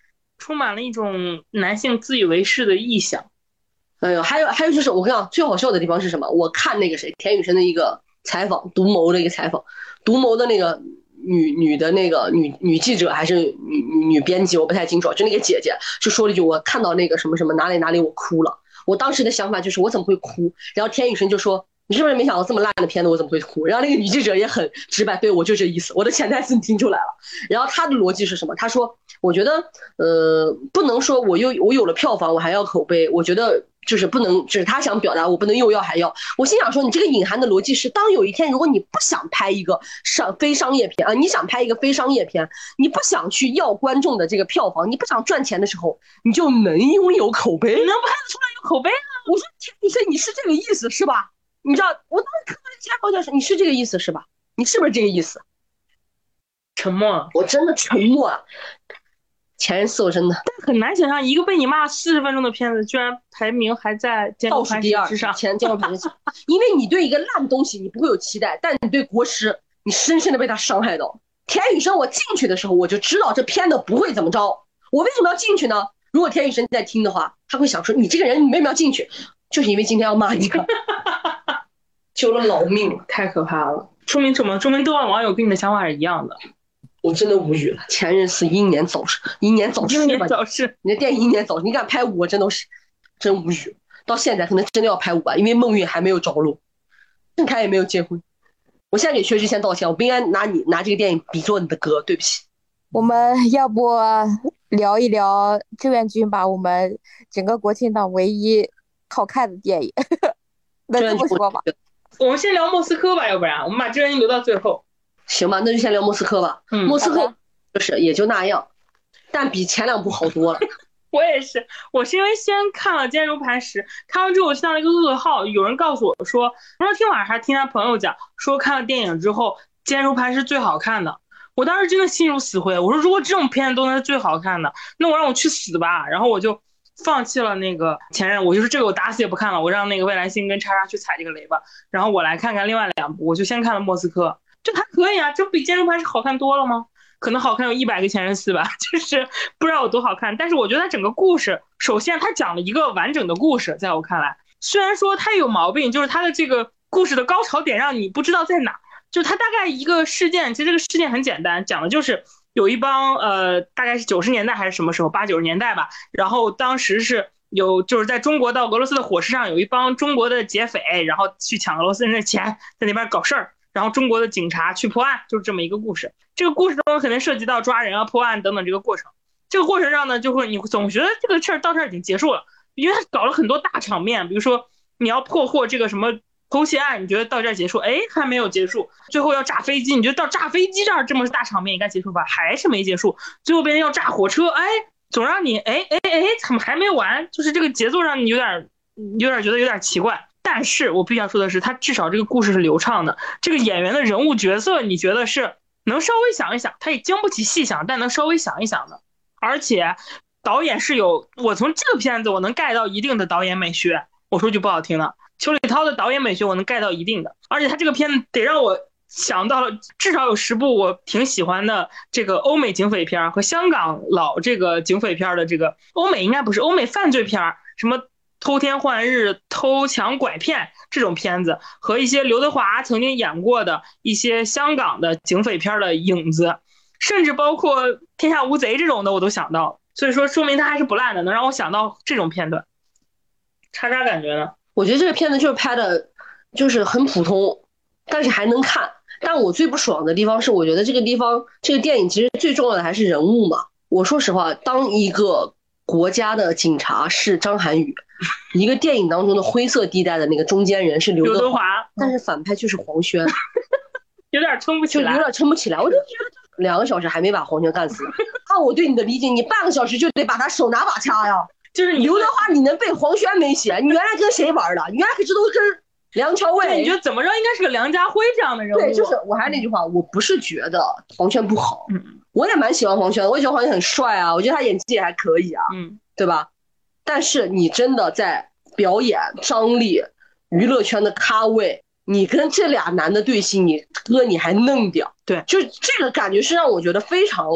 S2: 充满了一种男性自以为是的臆想。
S3: 哎呦，还有就是我跟你讲，最好笑的地方是什么？我看那个谁田雨生的一个采访，独谋的一个采访，独谋的那个女的那个女记者还是女编辑，我不太清楚，就那个姐姐就说了一句，我看到那个什么什么哪里哪里我哭了。我当时的想法就是我怎么会哭？然后田雨生就说你是不是没想到这么烂的片子我怎么会哭？然后那个女记者也很直白，对我就这意思，我的潜台词你听出来了。然后他的逻辑是什么？他说我觉得不能说我有了票房我还要口碑，我觉得就是不能，就是他想表达我不能又要还要。我心想说你这个隐含的逻辑是，当有一天如果你不想拍一个非商业片啊，你想拍一个非商业片，你不想去要观众的这个票房，你不想赚钱的时候，你就能拥有口碑，
S2: 能拍得出来有口碑啊？
S3: 我说你是这个意思是吧？你知道我当时看到这采访就是你是这个意思是吧？你是不是这个意思？
S2: 沉默了，
S3: 我真的沉默啊。前任4我真的
S2: 很难想象一个被你骂40分钟的片子，居然排名还在坚如磐石之上，
S3: 坚如磐石。因为你对一个烂东西你不会有期待，但你对国师你深深的被他伤害到。田雨生我进去的时候我就知道这片子不会怎么着，我为什么要进去呢？如果田雨生在听的话，他会想说你这个人你为什么要进去？就是因为今天要骂你的。救了老命，
S2: 太可怕了！说明什么？说明豆瓣网友跟你的想法是一样的。
S3: 我真的无语了。前任是英年早逝吧？
S2: 英年早逝，
S3: 你的电影英年早逝，你敢拍5，我真的是真无语。到现在可能真的要拍5吧，因为孟韵还没有着落，郑恺也没有结婚。我现在给薛之谦道歉，我不应该拿这个电影比作你的歌，对不起。
S1: 我们要不聊一聊志愿军吧？我们整个国庆档唯一好看的电影。那这么说吧，
S2: 我们先聊莫斯科吧，要不然我们把志愿军留到最后。
S3: 行吧，那就先聊莫斯科吧。莫斯科就是也就那样，但比前2部好多了。
S2: 我也是，我是因为先看了《坚如磐石》，看完之后我听到了一个噩耗，有人告诉我说，不知道听晚上还是听他朋友讲，说看了电影之后，《坚如磐石》最好看的。我当时真的心如死灰，我说如果这种片子都能是最好看的，那我让我去死吧。然后我就放弃了那个前任，我就是这个我打死也不看了，我让那个未来星跟叉叉去踩这个雷吧。然后我来看看另外2部，我就先看了莫斯科。这还可以啊，这比《坚如磐石》好看多了吗？可能好看有100个前任4吧，就是不知道有多好看。但是我觉得它整个故事，首先它讲了一个完整的故事，在我看来，虽然说它有毛病，就是它的这个故事的高潮点让你不知道在哪。就是它大概一个事件，其实这个事件很简单，讲的就是有一帮大概是90年代还是什么时候，80、90年代吧。然后当时是就是在中国到俄罗斯的火车上有一帮中国的劫匪，然后去抢俄罗斯人的钱，在那边搞事儿。然后中国的警察去破案，就是这么一个故事。这个故事中可能涉及到抓人啊、破案等等这个过程。这个过程上呢，就会你总觉得这个事儿到这儿已经结束了，因为他搞了很多大场面，比如说你要破获这个什么偷窃案，你觉得到这儿结束，哎，还没有结束。最后要炸飞机，你觉得到炸飞机这儿这么大场面应该结束吧，还是没结束。最后别人要炸火车，哎，总让你怎么还没完？就是这个节奏让你有点觉得有点奇怪。但是我必须要说的是，他至少这个故事是流畅的，这个演员的人物角色你觉得是能稍微想一想，他也经不起细想，但能稍微想一想的。而且导演是我从这个片子我能 get 到一定的导演美学，我说句不好听的，邱礼涛的导演美学我能 get 到一定的。而且他这个片子得让我想到了至少有10部我挺喜欢的这个欧美警匪片和香港老这个警匪片的这个欧美应该不是欧美犯罪片，什么偷天换日、偷抢拐骗这种片子，和一些刘德华曾经演过的一些香港的警匪片的影子，甚至包括天下无贼这种的我都想到，所以说明他还是不烂的，能让我想到这种片段。叉叉感觉呢？
S3: 我觉得这个片子就是拍的就是很普通，但是还能看。但我最不爽的地方是，我觉得这个电影其实最重要的还是人物嘛。我说实话，当一个国家的警察是张涵予，一个电影当中的灰色地带的那个中间人是刘德华，但是反派却是黄轩，
S2: 有点撑不起来，
S3: 我就觉得2个小时还没把黄轩干死。按我对你的理解，你半个小时就得把他手拿把掐呀。就是刘德华，你能被黄轩没写？你原来跟谁玩的？你原来可知都跟梁朝伟。
S2: 你觉得怎么着应该是个梁家辉这样的人物？
S3: 对，就是我还是那句话，我不是觉得黄轩不好，我也蛮喜欢黄轩，我也觉得黄轩很帅啊，我觉得他演技也还可以啊，对吧？但是你真的在表演张力、娱乐圈的咖位，你跟这俩男的对戏，你还弄掉，
S2: 对，
S3: 就这个感觉是让我觉得非常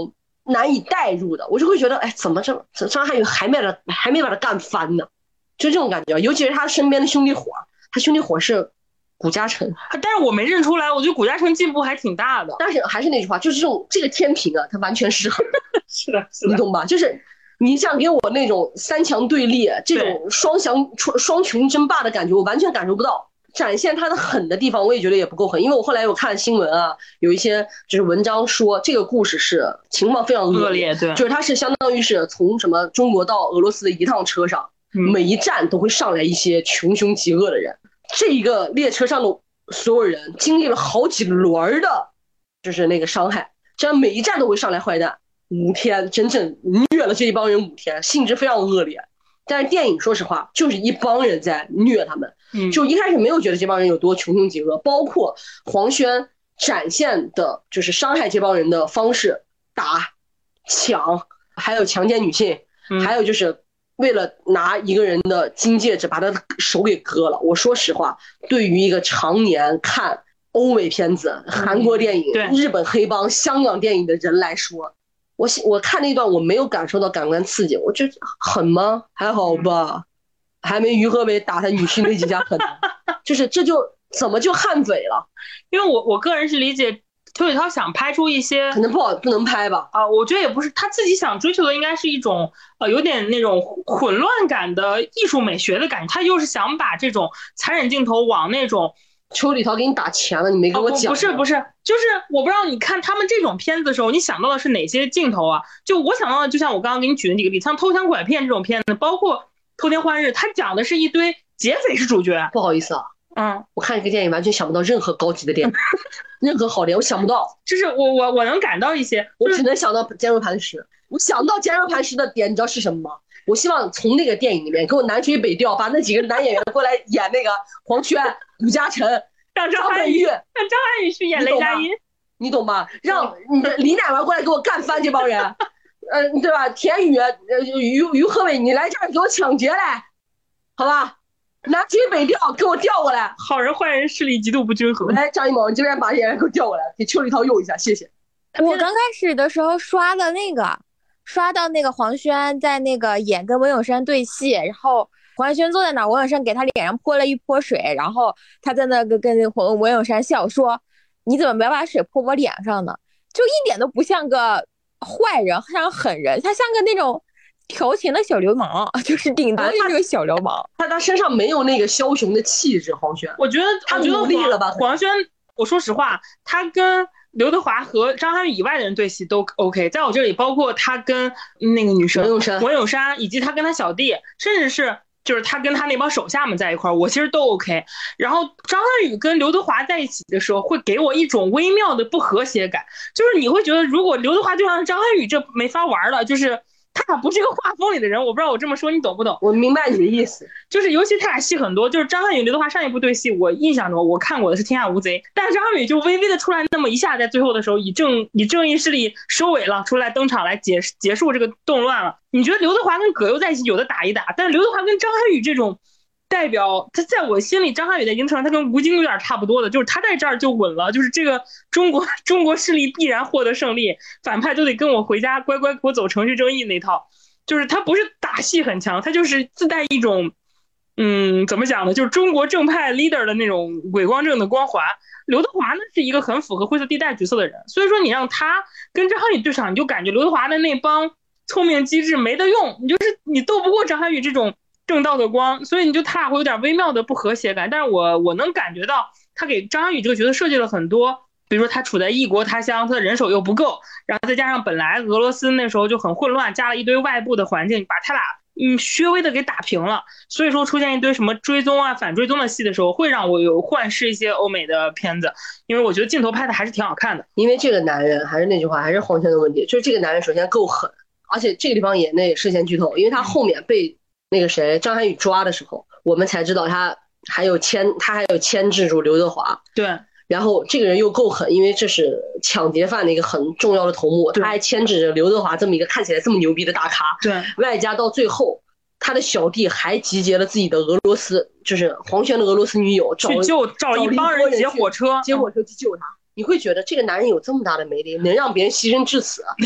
S3: 难以代入的，我就会觉得，哎，怎么张涵予还没把他干翻呢？就这种感觉，尤其是他身边的兄弟伙，他兄弟伙是谷嘉诚，
S2: 但是我没认出来，我觉得谷嘉诚进步还挺大的。
S3: 但是还是那句话，就是这个天平啊，它完全失衡。
S2: 是的，
S3: 你懂吧？就是你想给我那种三强对立，这种双雄争霸的感觉，我完全感受不到。展现他的狠的地方，我也觉得也不够狠，因为我后来有看新闻啊，有一些就是文章说这个故事是情况非常恶劣，
S2: 对，
S3: 就是他是相当于是从什么中国到俄罗斯的一趟车上，每一站都会上来一些穷凶极恶的人，这一个列车上的所有人经历了好几轮的，就是那个伤害，这样每一站都会上来坏蛋，5天整整虐了这一帮人5天，性质非常恶劣。但是电影说实话就是一帮人在虐他们，就一开始没有觉得这帮人有多穷凶极恶，包括黄轩展现的就是伤害这帮人的方式，打抢，还有强奸女性，还有就是为了拿一个人的金戒指把他的手给割了。我说实话，对于一个常年看欧美片子、韩国电影、日本黑帮、香港电影的人来说，我看那段我没有感受到感官刺激，我觉得狠吗？还好吧，还没于和伟打他女婿那几下狠，就是这就怎么就悍匪了？
S2: 因为我个人是理解邱礼涛想拍出一些
S3: 可能不能拍吧？
S2: 我觉得也不是，他自己想追求的应该是一种有点那种混乱感的艺术美学的感觉，他就是想把这种残忍镜头往那种。
S3: 邱礼涛给你打钱了，你没跟我讲。
S2: 不是，就是我不知道你看他们这种片子的时候，你想到的是哪些镜头啊？就我想到的，就像我刚刚给你举的几个例子，像偷抢拐骗这种片子，包括偷天换日，它讲的是一堆劫匪是主角。
S3: 不好意思啊，我看这个电影完全想不到任何高级的点，任何好点我想不到。
S2: 就是我能感到一些，
S3: 我只能想到坚如磐石。我想到坚如磐石的点，你知道是什么吗？我希望从那个电影里面给我南吹北调，把那几个男演员过来演那个黄轩、谷嘉诚，
S2: 让张涵予去演雷佳音，
S3: 你懂吗？让李乃文过来给我干翻这帮人，对吧？田雨、于和伟，你来这儿给我抢劫来，好吧？南吹北调，给我调过来。
S2: 好人坏人势力极度不均衡。
S3: 来，张艺谋，你这边把演员给我调过来，给邱礼涛用一下，谢谢。
S1: 我刚开始的时候刷到那个黄轩在那个演跟文咏珊对戏，然后黄轩坐在那，文咏珊给他脸上泼了一泼水，然后他在那个跟文咏珊笑说：“你怎么没把水泼我脸上呢？”就一点都不像个坏人，像狠人，他像个那种调情的小流氓，就是顶多就是个小流氓。
S3: 他身上没有那个枭雄的气质，黄轩。
S2: 我觉得
S3: 努力了吧？
S2: 黄轩，我说实话，他跟刘德华和张涵予以外的人对戏都 OK， 在我这里包括他跟那个女生文咏珊，以及他跟他小弟，甚至是就是他跟他那帮手下们在一块儿，我其实都 OK。然后张涵予跟刘德华在一起的时候，会给我一种微妙的不和谐感，就是你会觉得如果刘德华就像张涵予，这没法玩了，就是他俩不是一个画风里的人。我不知道我这么说你懂不懂？
S3: 我明白你的意思，
S2: 就是尤其他俩戏很多，就是张涵予刘德华上一部对戏，我印象中我看过的是《天下无贼》，但是张涵予就微微的出来那么一下，在最后的时候以正义势力收尾了，出来登场来结束这个动乱了。你觉得刘德华跟葛优在一起有的打一打，但是刘德华跟张涵予这种代表，他在我心里，张涵予在影城他跟吴京有点差不多的，就是他在这儿就稳了，就是这个中国势力必然获得胜利，反派都得跟我回家，乖乖给我走程序正义那套。就是他不是打戏很强，他就是自带一种怎么讲呢，就是中国正派 leader 的那种伪光正的光环。刘德华呢是一个很符合灰色地带角色的人，所以说你让他跟张涵予对上，你就感觉刘德华的那帮聪明机智没得用，你斗不过张涵予这种正道的光，所以你就他俩会有点微妙的不和谐感。但是我能感觉到他给张涵予这个角色设计了很多，比如说他处在异国他乡，他的人手又不够，然后再加上本来俄罗斯那时候就很混乱，加了一堆外部的环境，把他俩稍微的给打平了。所以说出现一堆什么追踪啊反追踪的戏的时候，会让我有幻视一些欧美的片子，因为我觉得镜头拍的还是挺好看的。
S3: 因为这个男人还是那句话，还是黄轩的问题，就是这个男人首先够狠，而且这个地方也那涉嫌剧透，因为他后面被那个谁张涵予抓的时候，我们才知道他还有牵制住刘德华。
S2: 对。
S3: 然后这个人又够狠，因为这是抢劫犯的一个很重要的头目，他还牵制着刘德华这么一个看起来这么牛逼的大咖。
S2: 对，
S3: 外加到最后，他的小弟还集结了自己的俄罗斯，就是黄轩的俄罗斯女友，
S2: 找一帮人劫火车
S3: 去救他。你会觉得这个男人有这么大的魅力，能让别人牺牲至此，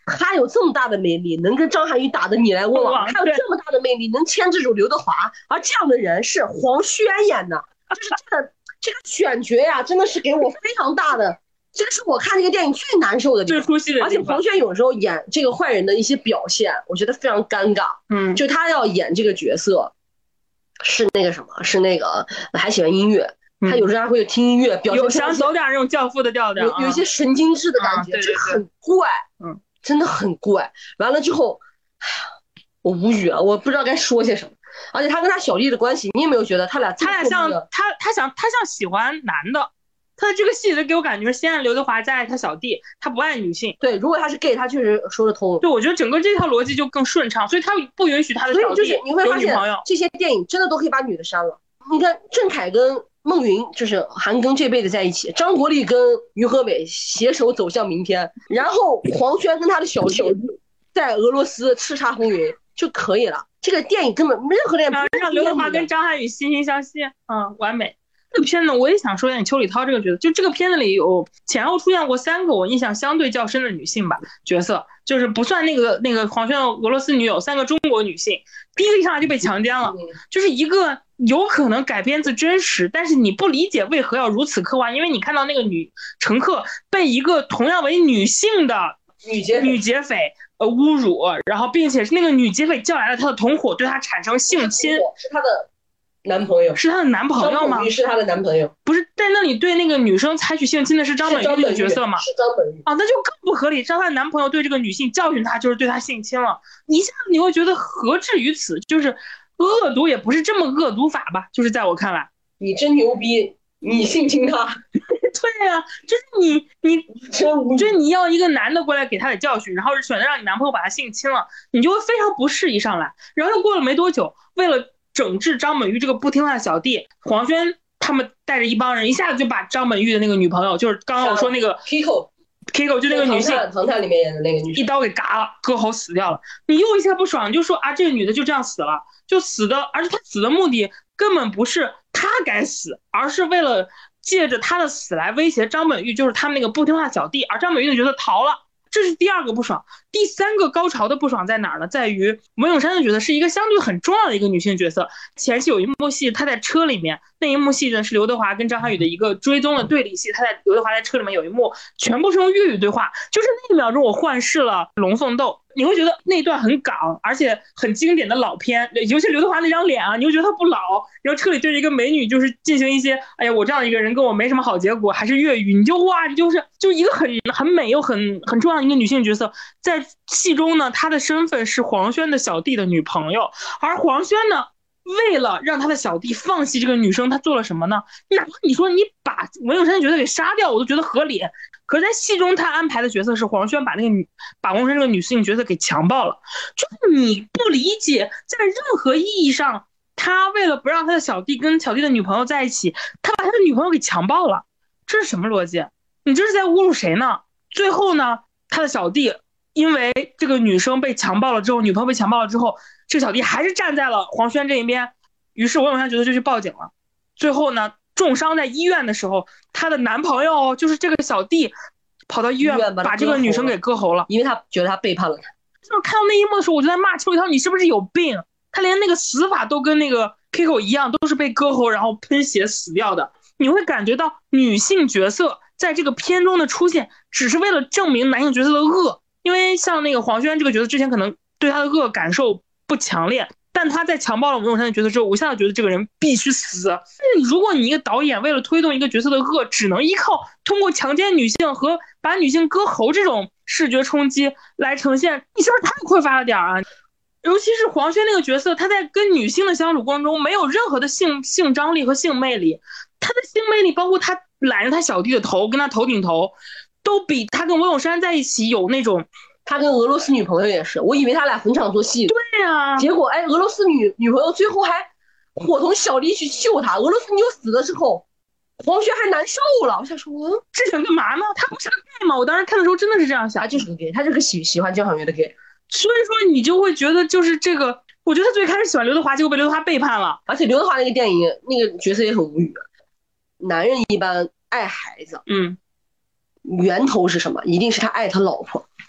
S3: 他有这么大的魅力，能跟张涵予打得你来我往，他有这么大的魅力，能牵制住刘德华，而这样的人是黄轩演的，就是这个选角呀，真的是给我非常大的，这个是我看这个电影最难受的地方，
S2: 最出戏的地方。
S3: 而且黄轩有时候演这个坏人的一些表现，我觉得非常尴尬。就他要演这个角色，是那个什么，是那个还喜欢音乐。他有时候还会听音乐，表现
S2: 有想走点那种教父的调调，
S3: 有一些神经质的感觉，就很怪，真的很怪。完了之后，我无语了，我不知道该说些什么。而且他跟他小弟的关系，你有没有觉得他俩
S2: 像他像喜欢男的？他的这个戏就给我感觉，先爱刘德华，再爱他小弟，他不爱女性。
S3: 对，如果他是 gay， 他确实说得通。
S2: 对，我觉得整个这套逻辑就更顺畅，所以他不允许他的小弟
S3: 有女朋友。所以就是你会发现，这些电影真的都可以把女的删了。你看郑恺跟孟云就是韩庚这辈子在一起，张国立跟于和伟携手走向明天，然后黄轩跟他的小弟在俄罗斯叱咤风云就可以了。这个电影根本任何电影
S2: 让刘德华跟张涵予惺惺相惜，完美。这个片子我也想说一下邱礼涛这个角色，就这个片子里有前后出现过3个我印象相对较深的女性吧角色，就是不算那个黄轩的俄罗斯女友，3个中国女性。第一个一上来就被强奸了，就是一个有可能改编自真实，但是你不理解为何要如此刻画，因为你看到那个女乘客被一个同样为女性的女劫匪侮辱，然后并且是那个女劫匪叫来了她的同伙，对她产生性侵，
S3: 是她的男朋友，
S2: 是她的男朋友吗？
S3: 是她的男朋友，
S2: 不是在那里对那个女生采取性侵的是张本煜这个角色吗？
S3: 是张本煜
S2: 啊，那就更不合理。让她的男朋友对这个女性教训她，就是对她性侵了，一下子你会觉得何至于此？就是恶毒也不是这么恶毒法吧？就是在我看来，
S3: 你真牛逼，你性侵他。
S2: 对呀，就是就是你要一个男的过来给他的教训，然后选择让你男朋友把他性侵了，你就会非常不适一上来。然后又过了没多久，为了整治张本煜这个不听话的小弟，黄轩他们带着一帮人一下子就把张本煜的那个女朋友，就是刚刚我说那个 Kiko 就那个女性，
S3: 唐探里面演的那个女性，
S2: 一刀给嘎了，割喉死掉了。你又一下不爽，你就说啊，这个女的就这样死了，就死的，而且她死的目的根本不是她该死，而是为了借着她的死来威胁张本煜，就是他们那个不听话小弟，而张本煜的角色逃了。这是第2个不爽。第3个高潮的不爽在哪儿呢？在于文咏珊的角色是一个相对很重要的一个女性角色。前戏有一幕戏，她在车里面，那一幕戏呢是刘德华跟张涵予的一个追踪的对立戏。刘德华在车里面有一幕，全部是用粤语对话，就是那1秒钟我幻视了龙凤斗。你会觉得那段很港，而且很经典的老片，尤其刘德华那张脸啊，你会觉得他不老。然后车里对着一个美女，就是进行一些，哎呀，我这样一个人跟我没什么好结果，还是粤语，你就哇，你就一个很美又很重要的一个女性角色。在戏中呢，她的身份是黄轩的小弟的女朋友，而黄轩呢，为了让他的小弟放弃这个女生，他做了什么呢？哪怕你说你把文咏珊的角色给杀掉，我都觉得合理。可是在戏中他安排的角色是黄轩把文咏珊这个女性角色给强暴了，就是你不理解，在任何意义上，他为了不让他的小弟跟小弟的女朋友在一起，他把他的女朋友给强暴了，这是什么逻辑？你这是在侮辱谁呢？最后呢，他的小弟因为这个女生被强暴了之后，女朋友被强暴了之后，这个小弟还是站在了黄轩这一边，于是文咏珊觉得就去报警了。最后呢，重伤在医院的时候，她的男朋友就是这个小弟跑到医院把这个女生给割喉了，
S3: 因为他觉得他背叛了他。
S2: 就是看到那一幕的时候，我就在骂邱礼涛，你是不是有病？他连那个死法都跟那个 Kiko 一样，都是被割喉然后喷血死掉的。你会感觉到女性角色在这个片中的出现，只是为了证明男性角色的恶。因为像那个黄轩这个角色之前可能对他的恶感受不强烈，但他在强暴了文咏珊的角色之后，我一下子觉得这个人必须死。如果你一个导演为了推动一个角色的恶，只能依靠通过强奸女性和把女性割喉这种视觉冲击来呈现，你是不是太匮乏了点啊？尤其是黄轩那个角色，他在跟女性的相处过程中没有任何的性张力和性魅力，他的性魅力包括他揽着他小弟的头跟他头顶头，都比他跟文咏珊在一起有那种。
S3: 他跟俄罗斯女朋友也是，我以为他俩逢场作戏，
S2: 对啊，
S3: 结果俄罗斯女朋友最后还伙同小弟去救他，俄罗斯女友死的时候，黄轩还难受了。我想说，
S2: 这想干嘛呢？他不是个 gay 吗？我当时看的时候真的是这样想，
S3: 他就是个 gay， 他就是个喜欢交响乐的 gay。
S2: 所以说你就会觉得就是这个，我觉得他最开始喜欢刘德华，结果被刘德华背叛了。
S3: 而且刘德华那个电影那个角色也很无语，男人一般爱孩子，源头是什么？一定是他爱他老婆。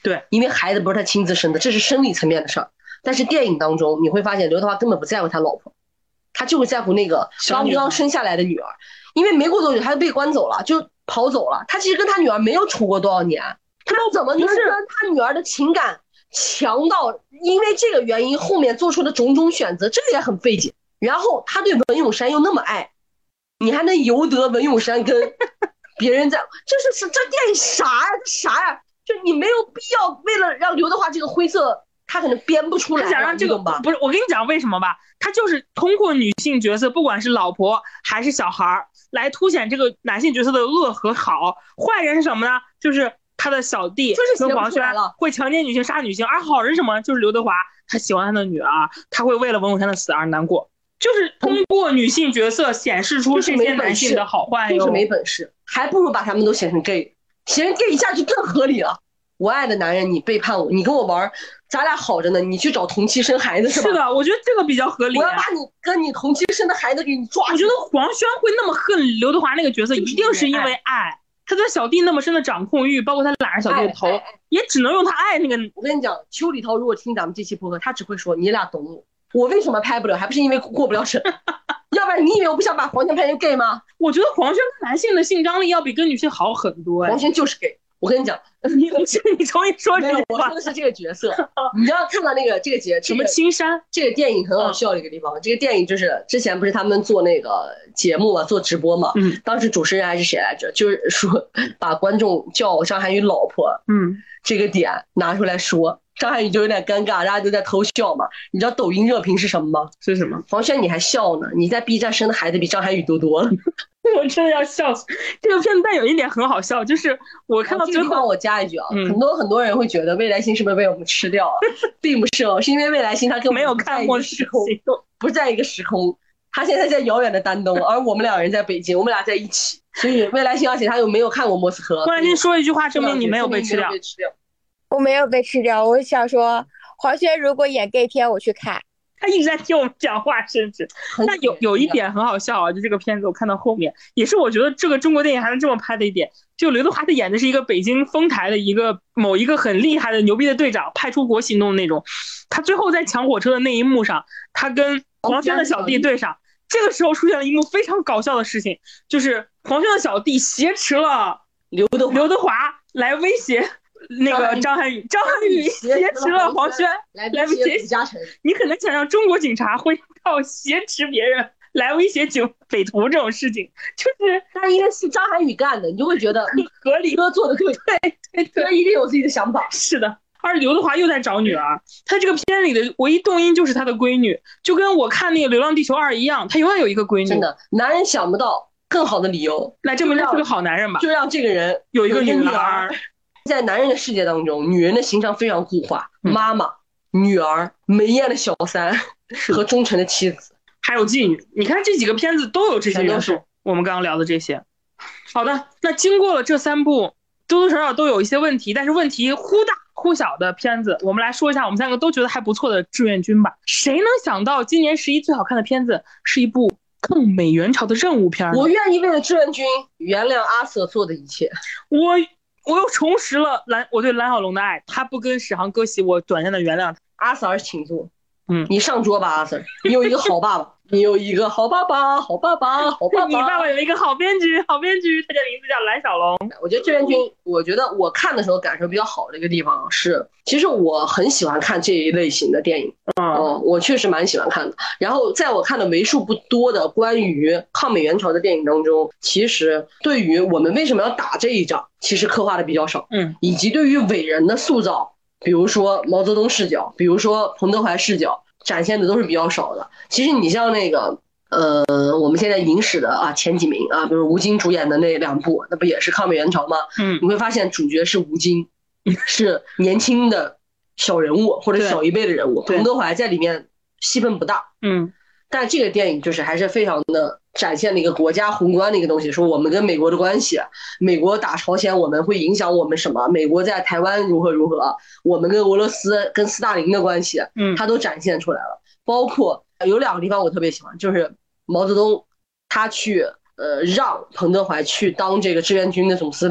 S2: 对，
S3: 因为孩子不是他亲自生的，这是生理层面的事儿。但是电影当中你会发现，刘德华根本不在乎他老婆，他就是在乎那个刚生下来的女儿。因为没过多久他就被关走了，就跑走了。他其实跟他女儿没有处过多少年，他怎么能跟他女儿的情感强到因为这个原因后面做出的种种选择，这个也很费解。然后他对文咏珊又那么爱，你还能由得文咏珊跟别人在，这电影啥呀？就你没有必要为了让刘德华这个灰色，他可能编不出来。
S2: 他想让这个不是，我跟你讲为什么吧，他就是通过女性角色，不管是老婆还是小孩，来凸显这个男性角色的恶和好。坏人是什么呢？就是他的小弟跟黄轩会强奸女性、杀女性，而好人什么？就是刘德华，他喜欢他的女儿，他会为了文咏珊的死而难过。就是通过女性角色显示出这些男性的好坏哟，
S3: 就是没本事，还不如把他们都写成 gay， 写成 gay 一下就更合理了。我爱的男人，你背叛我，你跟我玩，咱俩好着呢，你去找同期生孩子是吧？
S2: 是的，我觉得这个比较合理。
S3: 我要把你跟你同期生的孩子给你抓住。
S2: 我觉得黄轩会那么恨刘德华那个角色，一定是因为爱。他对小弟那么深的掌控欲，包括他揽着小弟的头，也只能用他爱那个。
S3: 我跟你讲，邱礼涛如果听咱们这期播客，他只会说你俩懂我。我为什么拍不了？还不是因为过不了审？要不然你以为我不想把黄轩拍成 gay 吗？
S2: 我觉得黄轩跟男性的性张力要比跟女性好很多。
S3: 黄轩就是 gay。我跟你讲，
S2: 你重新说这句话。
S3: 我说的是这个角色。你要看到那个这个
S2: 什么青山，
S3: 这个电影很好笑的一个地方。这个电影就是之前不是他们做那个节目嘛，做直播嘛。当时主持人还是谁来着？就是说把观众叫张涵予老婆，这个点拿出来说。张涵予就有点尴尬，大家都在偷笑嘛。你知道抖音热评是什么吗？
S2: 是什么？
S3: 黄轩你还笑呢？你在 B 站生的孩子比张涵予多了。
S2: 我真的要笑死！这个片子但有一点很好笑，就是我看到最后，
S3: 我加一句啊，很多人会觉得未来星是不是被我们吃掉了？并不是哦，是因为未来星他根本
S2: 没有看过
S3: 时空，不是在一个时空，他现在在遥远的丹东，而我们两人在北京，我们俩在一起，所以未来星，而且他又没有看过莫斯科。
S2: 未来星说一句话，证明你没有被吃掉。
S1: 我没有被吃掉，我想说，黄轩如果演 gay 片，我去看。
S2: 他一直在听我们讲话，甚至但有一点很好笑啊，就这个片子我看到后面，也是我觉得这个中国电影还能这么拍的一点，就刘德华他演的是一个北京丰台的某一个很厉害的牛逼的队长，派出国行动那种。他最后在抢火车的那一幕上，他跟黄轩的小弟对上，这个时候出现了一幕非常搞笑的事情，就是黄轩的小弟挟持了刘德华来威胁那个张涵予挟持了黄轩来威胁
S3: 李嘉诚。
S2: 你很难想象中国警察会靠挟持别人来威胁匪徒这种事情，就是
S3: 但是因为是张涵予干的，你就会觉得
S2: 合理，
S3: 哥做的对，他一定有自己的想法。
S2: 是的，而刘德华又在找女儿，他这个片里的唯一动因就是他的闺女，就跟我看那个《流浪地球2》一样，他永远有一个闺女。
S3: 真的，男人想不到更好的理由
S2: 来证明他是个好男人吧，
S3: 就让这个人
S2: 有一个女儿。
S3: 在男人的世界当中，女人的形象非常固化，妈妈、女儿、美艳的小三和忠诚的妻子，
S2: 还有妓女。你看这几个片子都有这些元素，我们刚刚聊的这些。好的，那经过了这3部多多少少都有一些问题，但是问题忽大忽小的片子，我们来说一下我们3个都觉得还不错的志愿军吧。谁能想到今年11最好看的片子是一部抗美援朝的任务片？
S3: 我愿意为了志愿军原谅阿 Sir 做的一切。
S2: 我又重拾了我对蓝小龙的爱，他不跟史航割席，我短暂的原谅他。
S3: 阿 Sir 请坐，你上桌吧，阿 Sir， 你有一个好爸爸，你有一个好爸爸，好爸爸，好爸爸。
S2: 你爸爸有一个好编剧，他的名字叫蓝小龙。
S3: 我觉得志愿军，我觉得我看的时候感受比较好的一个地方是，其实我很喜欢看这一类型的电影，我确实蛮喜欢看的。然后在我看的为数不多的关于抗美援朝的电影当中，其实对于我们为什么要打这一仗，其实刻画的比较少，以及对于伟人的塑造，比如说毛泽东视角，比如说彭德怀视角，展现的都是比较少的。其实你像那个我们现在影史的前几名比如吴京主演的那2部，那不也是抗美援朝吗？你会发现主角是吴京，是年轻的小人物或者小一辈的人物，彭德怀在里面戏份不大，但这个电影就是还是非常的展现了一个国家宏观的一个东西，说我们跟美国的关系，美国打朝鲜我们会影响我们什么，美国在台湾如何，我们跟俄罗斯跟斯大林的关系，它都展现出来了。包括有2个地方我特别喜欢，就是毛泽东他去让彭德怀去当这个志愿军的总司令，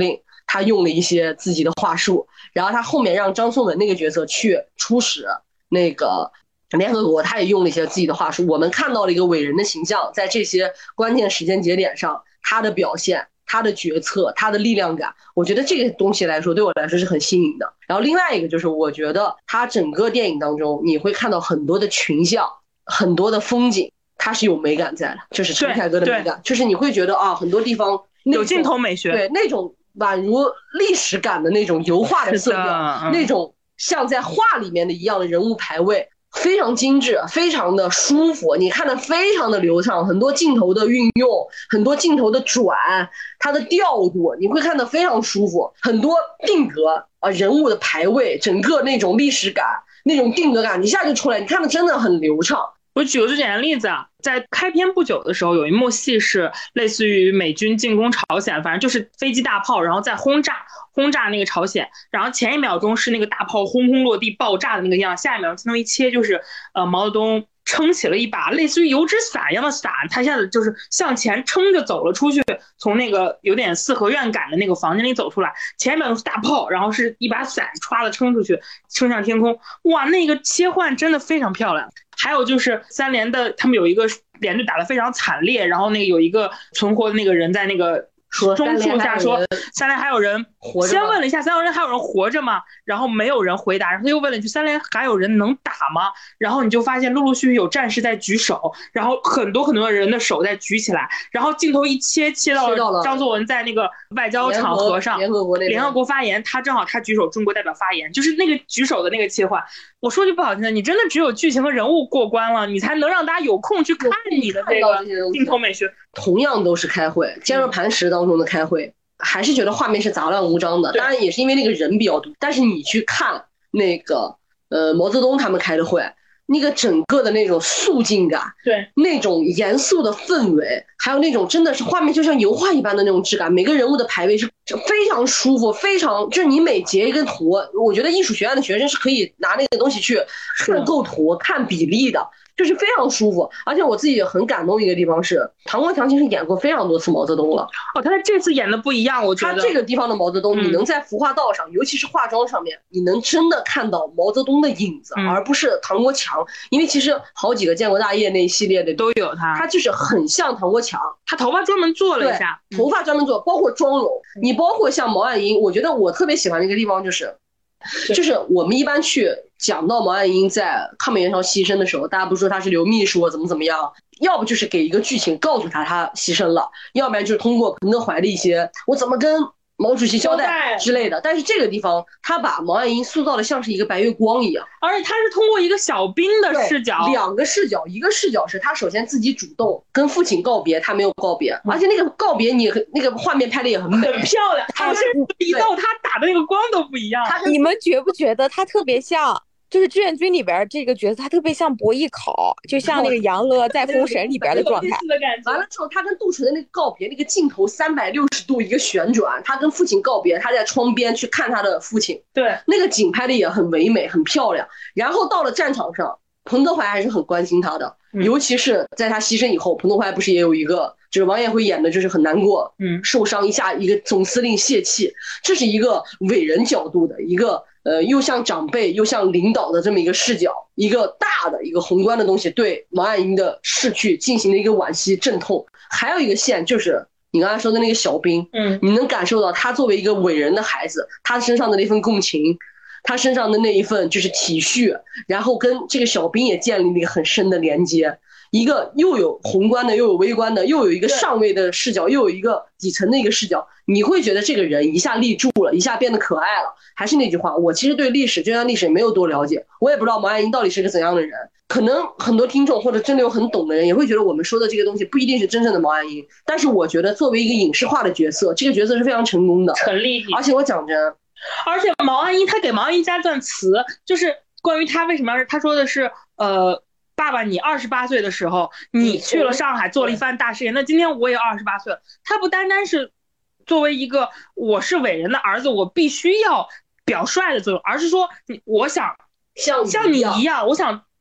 S3: 他用了一些自己的话术，然后他后面让张颂文那个角色去出使那个联合国，他也用了一些自己的话术。我们看到了一个伟人的形象，在这些关键时间节点上，他的表现、他的决策、他的力量感，我觉得这个东西来说，对我来说是很新颖的。然后另外一个就是，我觉得他整个电影当中，你会看到很多的群像，很多的风景，它是有美感在的，就是陈凯歌的美感，就是你会觉得啊，很多地方
S2: 有镜头美学，
S3: 对那种宛如历史感的那种油画的色调，那种像在画里面的一样的人物排位。非常精致，非常的舒服，你看的非常的流畅，很多镜头的运用，很多镜头的转，它的调度，你会看得非常舒服，很多定格人物的排位，整个那种历史感，那种定格感一下就出来，你看的真的很流畅。
S2: 我举个最简单的例子啊，在开篇不久的时候，有一幕戏是类似于美军进攻朝鲜，反正就是飞机大炮，然后再轰炸那个朝鲜，然后前一秒钟是那个大炮轰轰落地爆炸的那个样，下一秒钟镜头一切就是毛泽东撑起了一把类似于油纸伞一样的伞，他一下子就是向前撑着走了出去，从那个有点四合院感的那个房间里走出来，前一秒钟是大炮，然后是一把伞歘的撑出去，撑向天空，哇，那个切换真的非常漂亮。还有就是三连的他们有一个连队打得非常惨烈，然后那个有一个存活的那个人在那个中树下说三连还有人活着，先问了一下三连还有人活着吗？然后没有人回答，然后他又问了一句三连还有人能打吗？然后你就发现陆陆续续有战士在举手，然后很多人的手在举起来，然后镜头一切到了张作文在那个外交场合上联合国发言，他正好他举手中国代表发言，就是那个举手的那个切换。我说句不好听的，你真的只有剧情和人物过关了，你才能让大家有空去看你的这个镜头美学。
S3: 同样都是开会，坚若磐石当中的开会，还是觉得画面是杂乱无章的。当然也是因为那个人比较多，但是你去看那个毛泽东他们开的会，那个整个的那种肃静感，
S2: 对，
S3: 那种严肃的氛围，还有那种真的是画面就像油画一般的那种质感，每个人物的排位是非常舒服，非常就是你每截一个图，我觉得艺术学院的学生是可以拿那个东西去看构图、看比例的。就是非常舒服，而且我自己也很感动的一个地方是，唐国强其实演过非常多次毛泽东了。
S2: 哦，他这次演的不一样，我觉得
S3: 他这个地方的毛泽东，你能在服化道上，尤其是化妆上面，你能真的看到毛泽东的影子，而不是唐国强。因为其实好几个建国大业那一系列的
S2: 都有他
S3: 就是很像唐国强。
S2: 他头发专门做了一下，
S3: 头发专门做，包括妆容，你包括像毛岸英，我觉得我特别喜欢的一个地方就是我们一般去讲到毛岸英在抗美援朝牺牲的时候，大家不是说他是留秘书怎么样，要不就是给一个剧情告诉他牺牲了，要不然就是通过彭德怀的一些我怎么跟毛主席交代之类的。但是这个地方他把毛岸英塑造的像是一个白月光一样，
S2: 而且他是通过一个小兵的视角，
S3: 两个视角，一个视角是他首先自己主动跟父亲告别，他没有告别，而且那个告别你那个画面拍的也很美，
S2: 很漂亮，好像一到他打的那个光都不一样。
S1: 你们觉不觉得他特别像就是志愿军里边这个角色，他特别像伯邑考，就像那个杨乐在封神里边的状态。
S3: 完了之后，他跟杜淳的那个告别，那个镜头360度一个旋转，他跟父亲告别，他在窗边去看他的父亲，
S2: 对，
S3: 那个景拍的也很唯美，很漂亮。然后到了战场上，彭德怀还是很关心他的，尤其是在他牺牲以后，彭德怀不是也有一个，就是王彦辉演的，就是很难过，受伤一下，一个总司令泄气，这是一个伟人角度的一个。又像长辈又像领导的这么一个视角，一个大的一个宏观的东西对毛岸英的逝去进行了一个惋惜阵痛。还有一个线就是你刚才说的那个小兵，你能感受到他作为一个伟人的孩子，他身上的那份共情，他身上的那一份就是体恤，然后跟这个小兵也建立了一个很深的连接，一个又有宏观的又有微观的，又有一个上位的视角，又有一个底层的一个视角，你会觉得这个人一下立住了，一下变得可爱了。还是那句话，我其实对历史这段历史没有多了解，我也不知道毛岸英到底是个怎样的人，可能很多听众或者真的有很懂的人也会觉得我们说的这个东西不一定是真正的毛岸英，但是我觉得作为一个影视化的角色，这个角色是非常成功的，
S2: 很立体。
S3: 而且我讲真，
S2: 而且毛岸英他给毛岸英加段词，就是关于他为什么他说的是爸爸，你28岁的时候，你去了上海做了一番大事业。那今天我也28岁了。他不单单是作为一个我是伟人的儿子，我必须要表率的作用，而是说我想像你一样，我想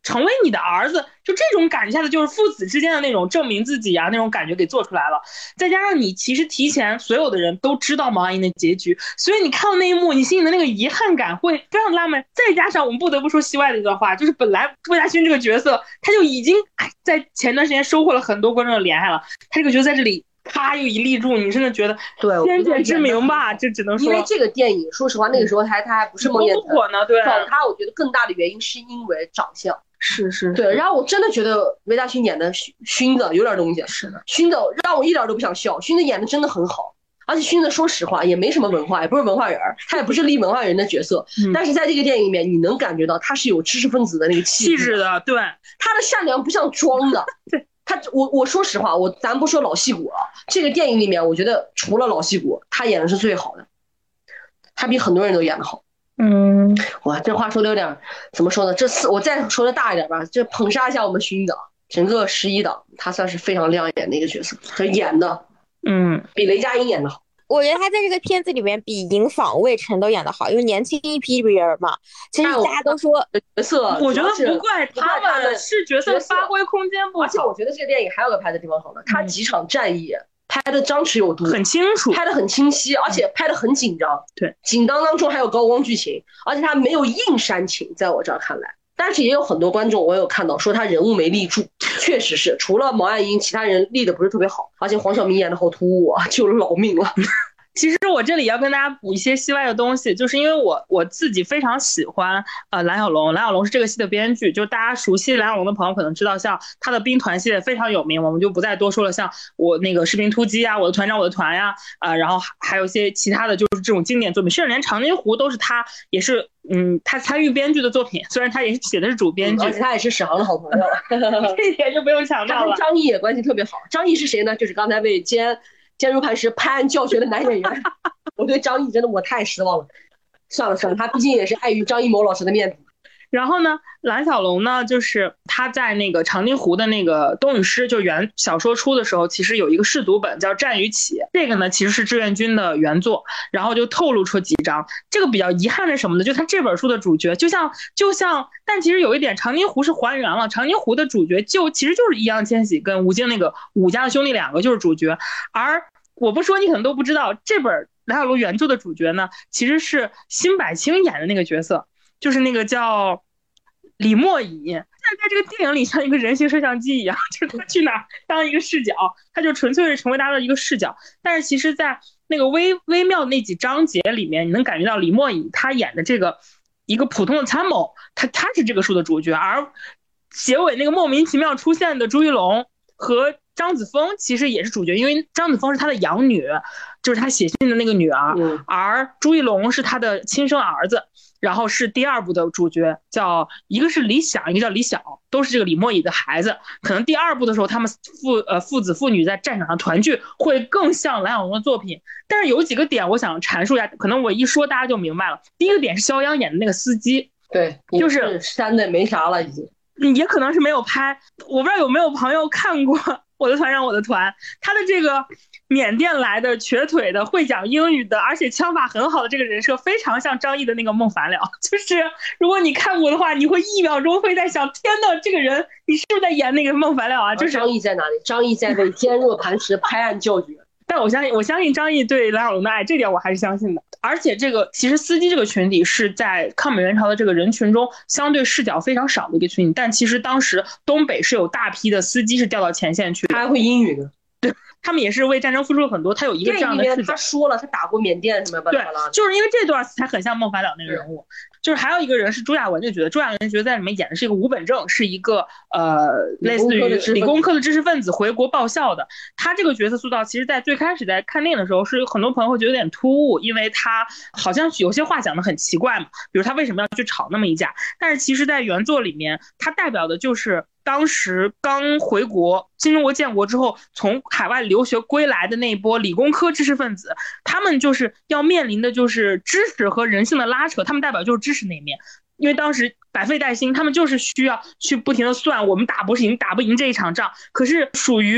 S2: 成为你的儿子，就这种感觉下的就是父子之间的那种证明自己啊那种感觉给做出来了。再加上你其实提前所有的人都知道毛岸英的结局，所以你看到那一幕，你心里的那个遗憾感会非常拉满。再加上我们不得不说戏外的一段话，就是本来魏大勋这个角色他就已经在前段时间收获了很多观众的怜爱了，他这个角色在这里他又一立住，你真的觉得
S3: 对
S2: 先见之明吧，这只能说
S3: 因为这个电影说实话那个时候他还不是孟宴
S2: 火呢，对，
S3: 找他我觉得更大的原因是因为长相，
S2: 是
S3: 对，然后我真的觉得魏大勋演的勋子有点东西，
S2: 是的，
S3: 勋子让我一点都不想笑，勋子演的真的很好。而且勋子说实话也没什么文化，也不是文化人，他也不是立文化人的角色，但是在这个电影里面你能感觉到他是有知识分子的那个气质
S2: 的，对，
S3: 他的善良不像装的。
S2: 对，
S3: 我说实话，咱不说老戏骨啊，这个电影里面我觉得除了老戏骨他演的是最好的，他比很多人都演得好。哇，这话说的有点怎么说呢，我再说的大一点吧，就捧杀一下我们勋档，整个11档他算是非常亮眼的一个角色，他演的比雷佳音演的好。
S1: 我觉得他在这个片子里面比尹昉、魏晨都演得好，因为年轻一批人嘛。其实大家都说
S3: 角色，
S2: 我觉得不怪他们，是角色发挥空间不好。
S3: 而且我觉得这个电影还有个拍的地方好呢，他几场战役拍的张弛有度，
S2: 很清楚，
S3: 拍的很清晰，而且拍的很紧张。
S2: 对，
S3: 紧张当中还有高光剧情，而且他没有硬煽情，在我这儿看来。但是也有很多观众我有看到说他人物没立住，确实是，除了毛岸英，其他人立的不是特别好，而且黄晓明演的好突兀啊，救了老命了。
S2: 其实我这里要跟大家补一些戏外的东西，就是因为我自己非常喜欢蓝小龙是这个戏的编剧，就大家熟悉蓝小龙的朋友可能知道，像他的兵团系列非常有名，我们就不再多说了，像我那个士兵突击啊，我的团长我的团呀，然后还有一些其他的就是这种经典作品，甚至连长津湖都是他也是他参与编剧的作品，虽然他也是写的是主编剧，
S3: 而且他也是史航的好朋友，
S2: 这一点就不用强调了。
S3: 他跟张译也关系特别好，张译是谁呢？就是刚才为坚如磐石拍案叫绝的男演员。我对张译真的我太失望了，算了，他毕竟也是碍于张艺谋老师的面子。
S2: 然后呢，蓝小龙呢，就是他在那个长津湖的那个冬雨诗，就原小说出的时候，其实有一个试读本叫《战与起》，这个呢其实是志愿军的原作，然后就透露出几章。这个比较遗憾是什么呢？就他这本书的主角，就像，但其实有一点，长津湖是还原了，长津湖的主角其实就是易烊千玺跟吴京那个武家的兄弟两个就是主角，而我不说你可能都不知道，这本蓝小龙原著的主角呢，其实是辛柏青演的那个角色。就是那个叫李默乙，在这个电影里像一个人形摄像机一样，就是他去哪儿当一个视角，他就纯粹是成为他的一个视角。但是其实在那个微妙的那几章节里面，你能感觉到李默乙他演的这个一个普通的参谋，他是这个书的主角，而结尾那个莫名其妙出现的朱一龙和张子枫其实也是主角，因为张子枫是他的养女，就是他写信的那个女儿，而朱一龙是他的亲生儿子。然后是第二部的主角，一个是李想，一个叫李晓，都是这个李默乙的孩子。可能第二部的时候，他们父子父女在战场上团聚，会更像蓝小龙的作品。但是有几个点我想阐述一下，可能我一说大家就明白了。第一个点是肖央演的那个司机，
S3: 对，就是删的没啥了已经。
S2: 也可能是没有拍，我不知道有没有朋友看过《我的团长我的团》，他的这个缅甸来的瘸腿的会讲英语的，而且枪法很好的这个人设，非常像张译的那个孟凡了。就是如果你看过的话，你会1秒钟会在想，天哪，这个人你是不是在演那个孟凡了啊？就是
S3: 张译在哪里？张译在为坚若磐石拍案叫绝。
S2: 但我相信张译对蓝小龙的爱，这点我还是相信的。而且这个其实司机这个群体是在抗美援朝的这个人群中相对视角非常少的一个群体，但其实当时东北是有大批的司机是调到前线去的，
S3: 他还会英语呢。
S2: 对，他们也是为战争付出了很多，他有一个这样的视角。
S3: 他说了，他打过缅甸什么
S2: 对，就是因为这段才很像孟凡了那个人物。就是还有一个人是朱亚文就觉得，朱亚文觉得在里面演的是一个吴本正，是一个类似于理工科的知识分子回国报效的。他这个角色塑造，其实在最开始在看电影的时候，是很多朋友会觉得有点突兀，因为他好像有些话讲得很奇怪嘛，比如他为什么要去吵那么一架。但是其实在原作里面，他代表的就是当时刚回国新中国建国之后从海外留学归来的那一波理工科知识分子，他们就是要面临的就是知识和人性的拉扯，他们代表就是知识那一面。因为当时百废待兴，他们就是需要去不停的算我们打不赢这一场仗，可是属于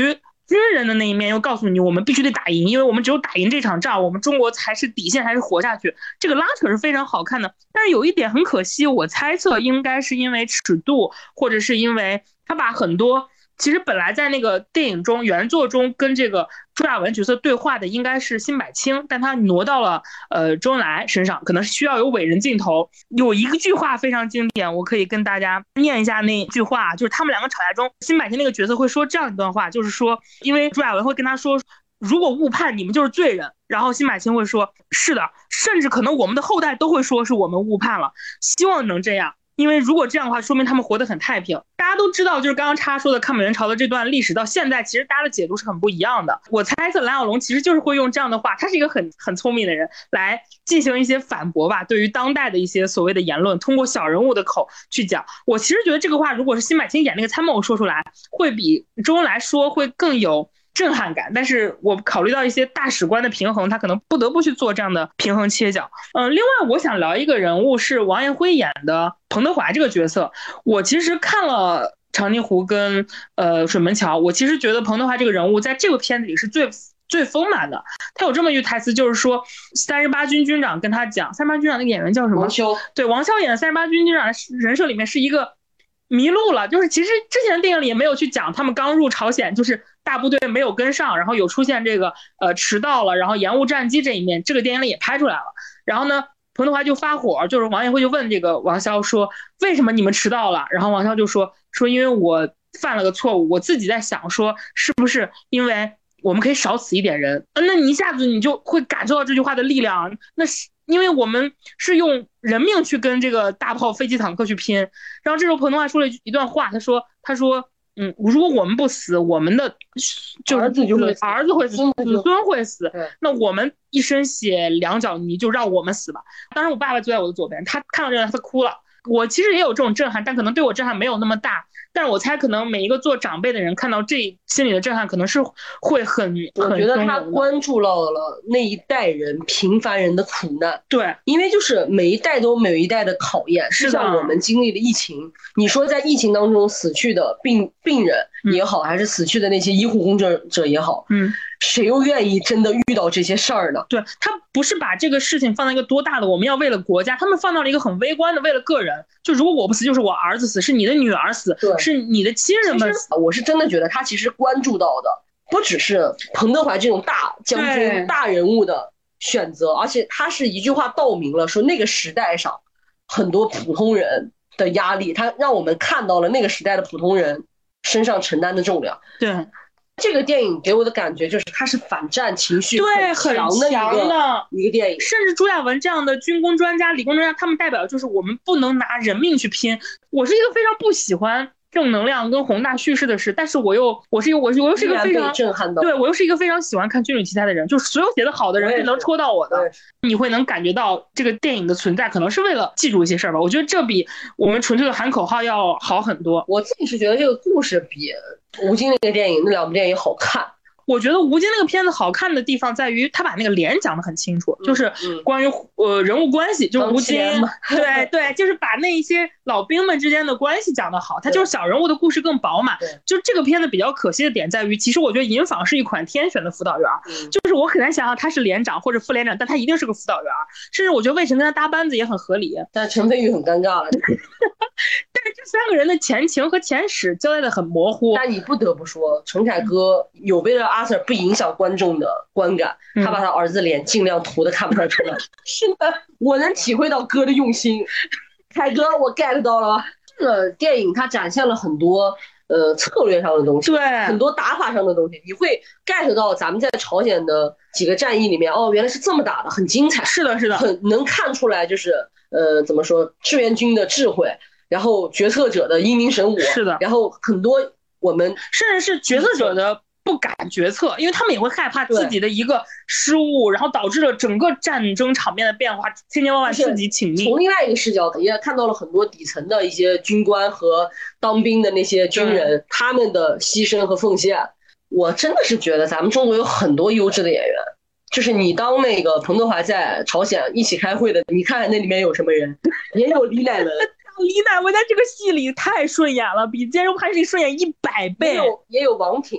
S2: 军人的那一面又告诉你我们必须得打赢，因为我们只有打赢这场仗，我们中国才是底线，才是活下去。这个拉扯是非常好看的，但是有一点很可惜，我猜测应该是因为尺度，或者是因为他把很多其实本来在那个电影中原作中跟这个朱亚文角色对话的应该是辛柏青，但他挪到了周恩来身上，可能需要有伟人镜头。有一句话非常经典，我可以跟大家念一下那句话，就是他们两个吵架中，辛柏青那个角色会说这样一段话，就是说，因为朱亚文会跟他说，如果误判你们就是罪人，然后辛柏青会说，是的，甚至可能我们的后代都会说是我们误判了，希望能这样。因为如果这样的话，说明他们活得很太平。大家都知道，就是刚刚叉说的抗美援朝的这段历史到现在，其实大家的解读是很不一样的。我猜测蓝小龙其实就是会用这样的话，他是一个很聪明的人，来进行一些反驳吧，对于当代的一些所谓的言论，通过小人物的口去讲。我其实觉得这个话，如果是辛柏青演那个参谋说出来，会比周恩来说会更有震撼感，但是我考虑到一些大使观的平衡，他可能不得不去做这样的平衡切角。另外我想聊一个人物是王艳辉演的彭德怀这个角色。我其实看了长津湖跟水门桥，我其实觉得彭德怀这个人物在这个片子里是最丰满的。他有这么一句台词，就是说38军军长跟他讲，38军长那个演员叫什么？
S3: 王骁。
S2: 对，王骁演的38军军长的人设里面是一个迷路了，就是其实之前的电影里也没有去讲他们刚入朝鲜，就是大部队没有跟上，然后有出现这个迟到了，然后延误战机这一面，这个电影里也拍出来了。然后呢，彭德怀就发火，就是王艳辉就问这个王骁说，为什么你们迟到了？然后王骁就说因为我犯了个错误，我自己在想说是不是因为我们可以少死一点人。那你一下子你就会感受到这句话的力量，那是因为我们是用人命去跟这个大炮飞机坦克去拼。然后这时候彭德怀说了一段话，他说如果我们不死，我们的就是儿子会死，子孙会死，那我们一身血两脚泥，就让我们死吧。当时我爸爸坐在我的左边，他看到这个他哭了。我其实也有这种震撼，但可能对我震撼没有那么大。但是我猜可能每一个做长辈的人看到这心里的震撼可能是会很
S3: 我觉得他关注到了那一代人平凡人的苦难。
S2: 对，
S3: 因为就是每一代都有每一代的考验，是像我们经历了疫情，你说在疫情当中死去的病人也好，还是死去的那些医护工作者也好，谁又愿意真的遇到这些事儿呢？
S2: 对，他不是把这个事情放在一个多大的我们要为了国家，他们放到了一个很微观的为了个人，就如果我不死就是我儿子死，是你的女儿死，是你的亲人们死。
S3: 我是真的觉得他其实关注到的不只是彭德怀这种大将军大人物的选择，而且他是一句话道明了说那个时代上很多普通人的压力，他让我们看到了那个时代的普通人身上承担的重量。
S2: 对，
S3: 这个电影给我的感觉就是它是反战情绪很强的一个电影，
S2: 甚至朱亚文这样的军工专家理工专家，他们代表就是我们不能拿人命去拼。我是一个非常不喜欢正能量跟宏大叙事的事，但是我又是一个非常
S3: 震撼的，
S2: 对，我又是一个非常喜欢看军旅题材的人，就是所有写的好的人是能戳到我的，你会能感觉到这个电影的存在可能是为了记住一些事儿吧。我觉得这比我们纯粹的喊口号要好很多。
S3: 我自己是觉得这个故事比吴京那个电影那两部电影好看。
S2: 我觉得吴京那个片子好看的地方在于他把那个脸讲得很清楚，就是关于人物关系，就是吴京对，就是把那一些老兵们之间的关系讲得好，他就是小人物的故事更饱满。就这个片子比较可惜的点在于，其实我觉得尹昉是一款天选的辅导员，就是我很难想象他是连长或者副连长，但他一定是个辅导员，甚至我觉得魏晨跟他搭班子也很合理。
S3: 但陈飞宇很尴尬了
S2: 但是这三个人的前情和前史交代的很模糊。
S3: 但你不得不说，陈凯歌有为了阿 Sir 不影响观众的观感，他把他儿子脸尽量涂的看不太出来。是的，我能体会到哥的用心。凯哥，我 get 到了。这个电影它展现了很多策略上的东西，
S2: 对，
S3: 很多打法上的东西，你会 get 到咱们在朝鲜的几个战役里面，原来是这么打的，很精彩。
S2: 是的，
S3: 很能看出来，就是怎么说，志愿军的智慧，然后决策者的英明神武。
S2: 是的，
S3: 然后很多我们
S2: 甚至是决策者的不敢决策，因为他们也会害怕自己的一个失误，然后导致了整个战争场面的变化，千千万万自己请命。
S3: 从另外一个视角也看到了很多底层的一些军官和当兵的那些军人，他们的牺牲和奉献。我真的是觉得咱们中国有很多优质的演员，就是你当那个彭德怀在朝鲜一起开会的，你看看那里面有什么人，也有李乃文。
S2: 李乃文在这个戏里太顺眼了，比《坚如磐石》里顺眼100倍。
S3: 也有王挺。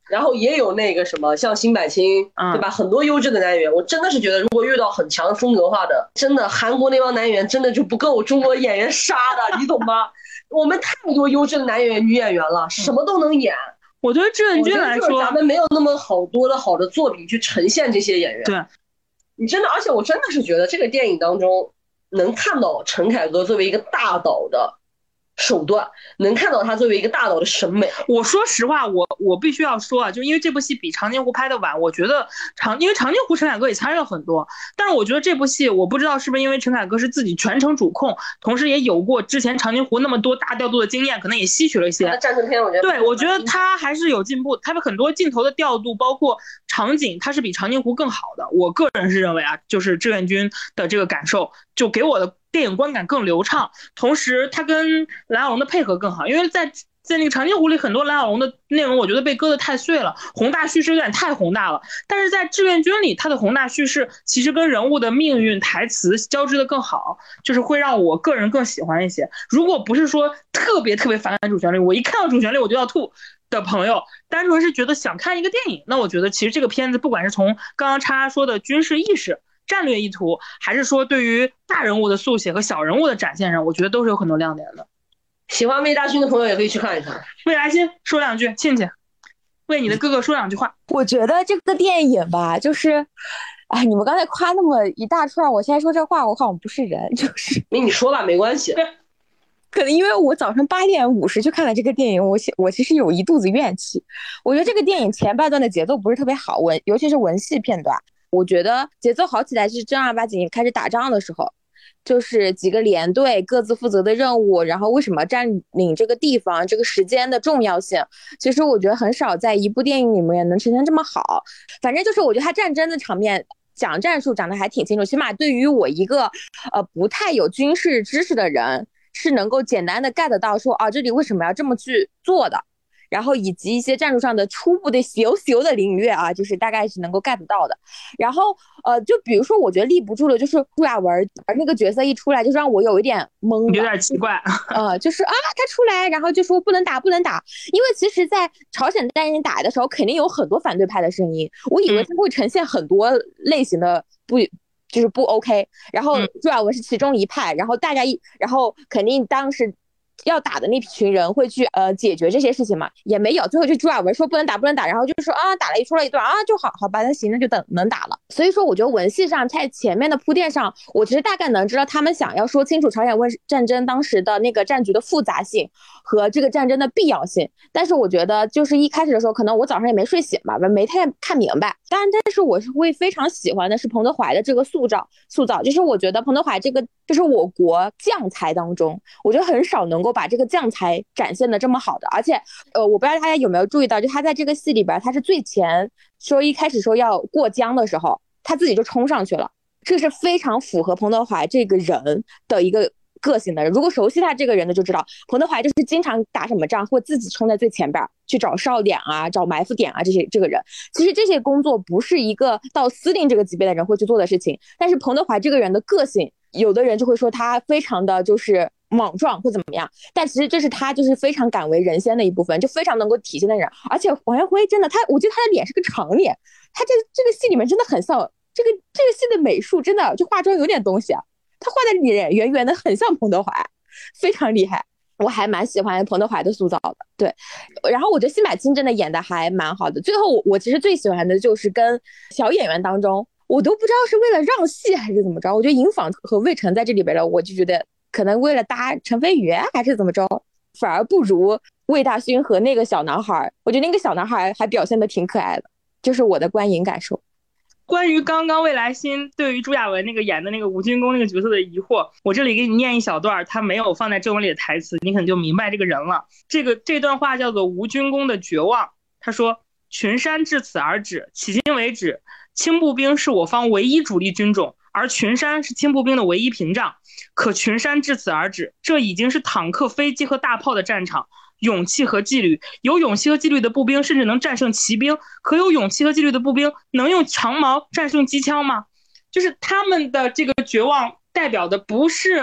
S3: 然后也有那个什么像辛柏青，对吧？很多优质的男演员，我真的是觉得，如果遇到很强的风格化的，真的韩国那帮男演员真的就不够中国演员杀的，你懂吗？我们太多优质的男演员、女演员了，什么都能演。
S2: 我对志愿军来说，
S3: 咱们没有那么好的作品去呈现这些演员。
S2: 对，
S3: 你真的，而且我真的是觉得这个电影当中能看到陈凯歌作为一个大导的手段，能看到他作为一个大导的审美。
S2: 我说实话，我必须要说啊，就因为这部戏比长津湖拍的晚，我觉得因为长津湖陈凯歌也参与了很多，但是我觉得这部戏我不知道是不是因为陈凯歌是自己全程主控，同时也有过之前长津湖那么多大调度的经验，可能也吸取了一些。
S3: 战争片我觉得
S2: 对，我觉得他还是有进步，他的很多镜头的调度，包括场景，他是比长津湖更好的。我个人是认为啊，就是志愿军的这个感受，就给我的电影观感更流畅，同时他跟蓝小龙的配合更好，因为在那个长津湖里，很多蓝小龙的内容我觉得被割得太碎了，宏大叙事有点太宏大了。但是在志愿军里，他的宏大叙事其实跟人物的命运台词交织的更好，就是会让我个人更喜欢一些。如果不是说特别反感主旋律，我一看到主旋律我就要吐的朋友，单纯是觉得想看一个电影，那我觉得其实这个片子不管是从刚刚叉说的军事意识、战略意图，还是说对于大人物的速写和小人物的展现上，我觉得都是有很多亮点的。
S3: 喜欢魏大勋的朋友也可以去看一看。
S2: 魏来欣说两句，庆庆为你的哥哥说两句话。
S1: 我觉得这个电影吧，就是，哎，你们刚才夸那么一大串，我现在说这话，我好像不是人，就是。
S3: 你说吧，没关系。
S1: 可能因为我早上8:50去看了这个电影，我其实有一肚子怨气。我觉得这个电影前半段的节奏不是特别好，尤其是文戏片段，我觉得节奏好起来是正儿八经开始打仗的时候。就是几个连队各自负责的任务，然后为什么占领这个地方，这个时间的重要性，其实我觉得很少在一部电影里面能呈现这么好。反正就是我觉得他战争的场面讲战术讲的还挺清楚，起码对于我一个不太有军事知识的人是能够简单的 get 到说这里为什么要这么去做的，然后以及一些战术上的初步的小的领略啊，就是大概是能够 get 到的。然后就比如说我觉得立不住的就是朱亚文那个角色一出来就让我有一点懵，
S2: 有点奇怪。
S1: 就是他出来然后就说不能打，因为其实在朝鲜战争打的时候肯定有很多反对派的声音，我以为他会呈现很多类型的就是不 OK， 然后朱亚文是其中一派，然后然后肯定当时要打的那群人会去解决这些事情嘛，也没有，最后就朱亚文说不能打，然后就说打了说了一段就好吧，那行，那就能打了。所以说我觉得文戏上在前面的铺垫上，我其实大概能知道他们想要说清楚朝鲜战争当时的那个战局的复杂性和这个战争的必要性，但是我觉得就是一开始的时候可能我早上也没睡醒吧，没太看明白。当然但是我是会非常喜欢的是彭德怀的这个塑造，就是我觉得彭德怀这个就是我国将才当中我觉得很少能够把这个将才展现的这么好的。而且我不知道大家有没有注意到，就他在这个戏里边他是最前说一开始说要过江的时候他自己就冲上去了，这是非常符合彭德怀这个人的一个个性的人。如果熟悉他这个人的就知道，彭德怀就是经常打什么仗会自己冲在最前边去找哨点啊，找埋伏点啊，这个人其实这些工作不是一个到司令这个级别的人会去做的事情。但是彭德怀这个人的个性，有的人就会说他非常的就是莽撞或怎么样，但其实这是他就是非常敢为人先的一部分，就非常能够体现的人。而且王元辉真的我觉得他的脸是个长脸，他这个戏里面真的很像这个戏的美术，真的就化妆有点东西啊，他画的脸圆圆的很像彭德怀，非常厉害。我还蛮喜欢彭德怀的塑造的，对。然后我觉得辛柏青真的演的还蛮好的。最后我其实最喜欢的就是跟小演员当中，我都不知道是为了让戏还是怎么着，我觉得尹昉和魏晨在这里边的，我就觉得可能为了搭陈飞宇还是怎么着，反而不如魏大勋和那个小男孩。我觉得那个小男孩还表现的挺可爱的，就是我的观影感受。
S2: 关于刚刚魏来欣对于朱亚文那个演的那个吴军公那个角色的疑惑，我这里给你念一小段他没有放在正文里的台词，你可能就明白这个人了。这段话叫做吴军公的绝望。他说：群山至此而止，迄今为止，轻步兵是我方唯一主力军种，而群山是轻步兵的唯一屏障。可群山至此而止，这已经是坦克、飞机和大炮的战场。勇气和纪律，有勇气和纪律的步兵甚至能战胜骑兵，可有勇气和纪律的步兵能用长矛战胜机枪吗？就是他们的这个绝望代表的不是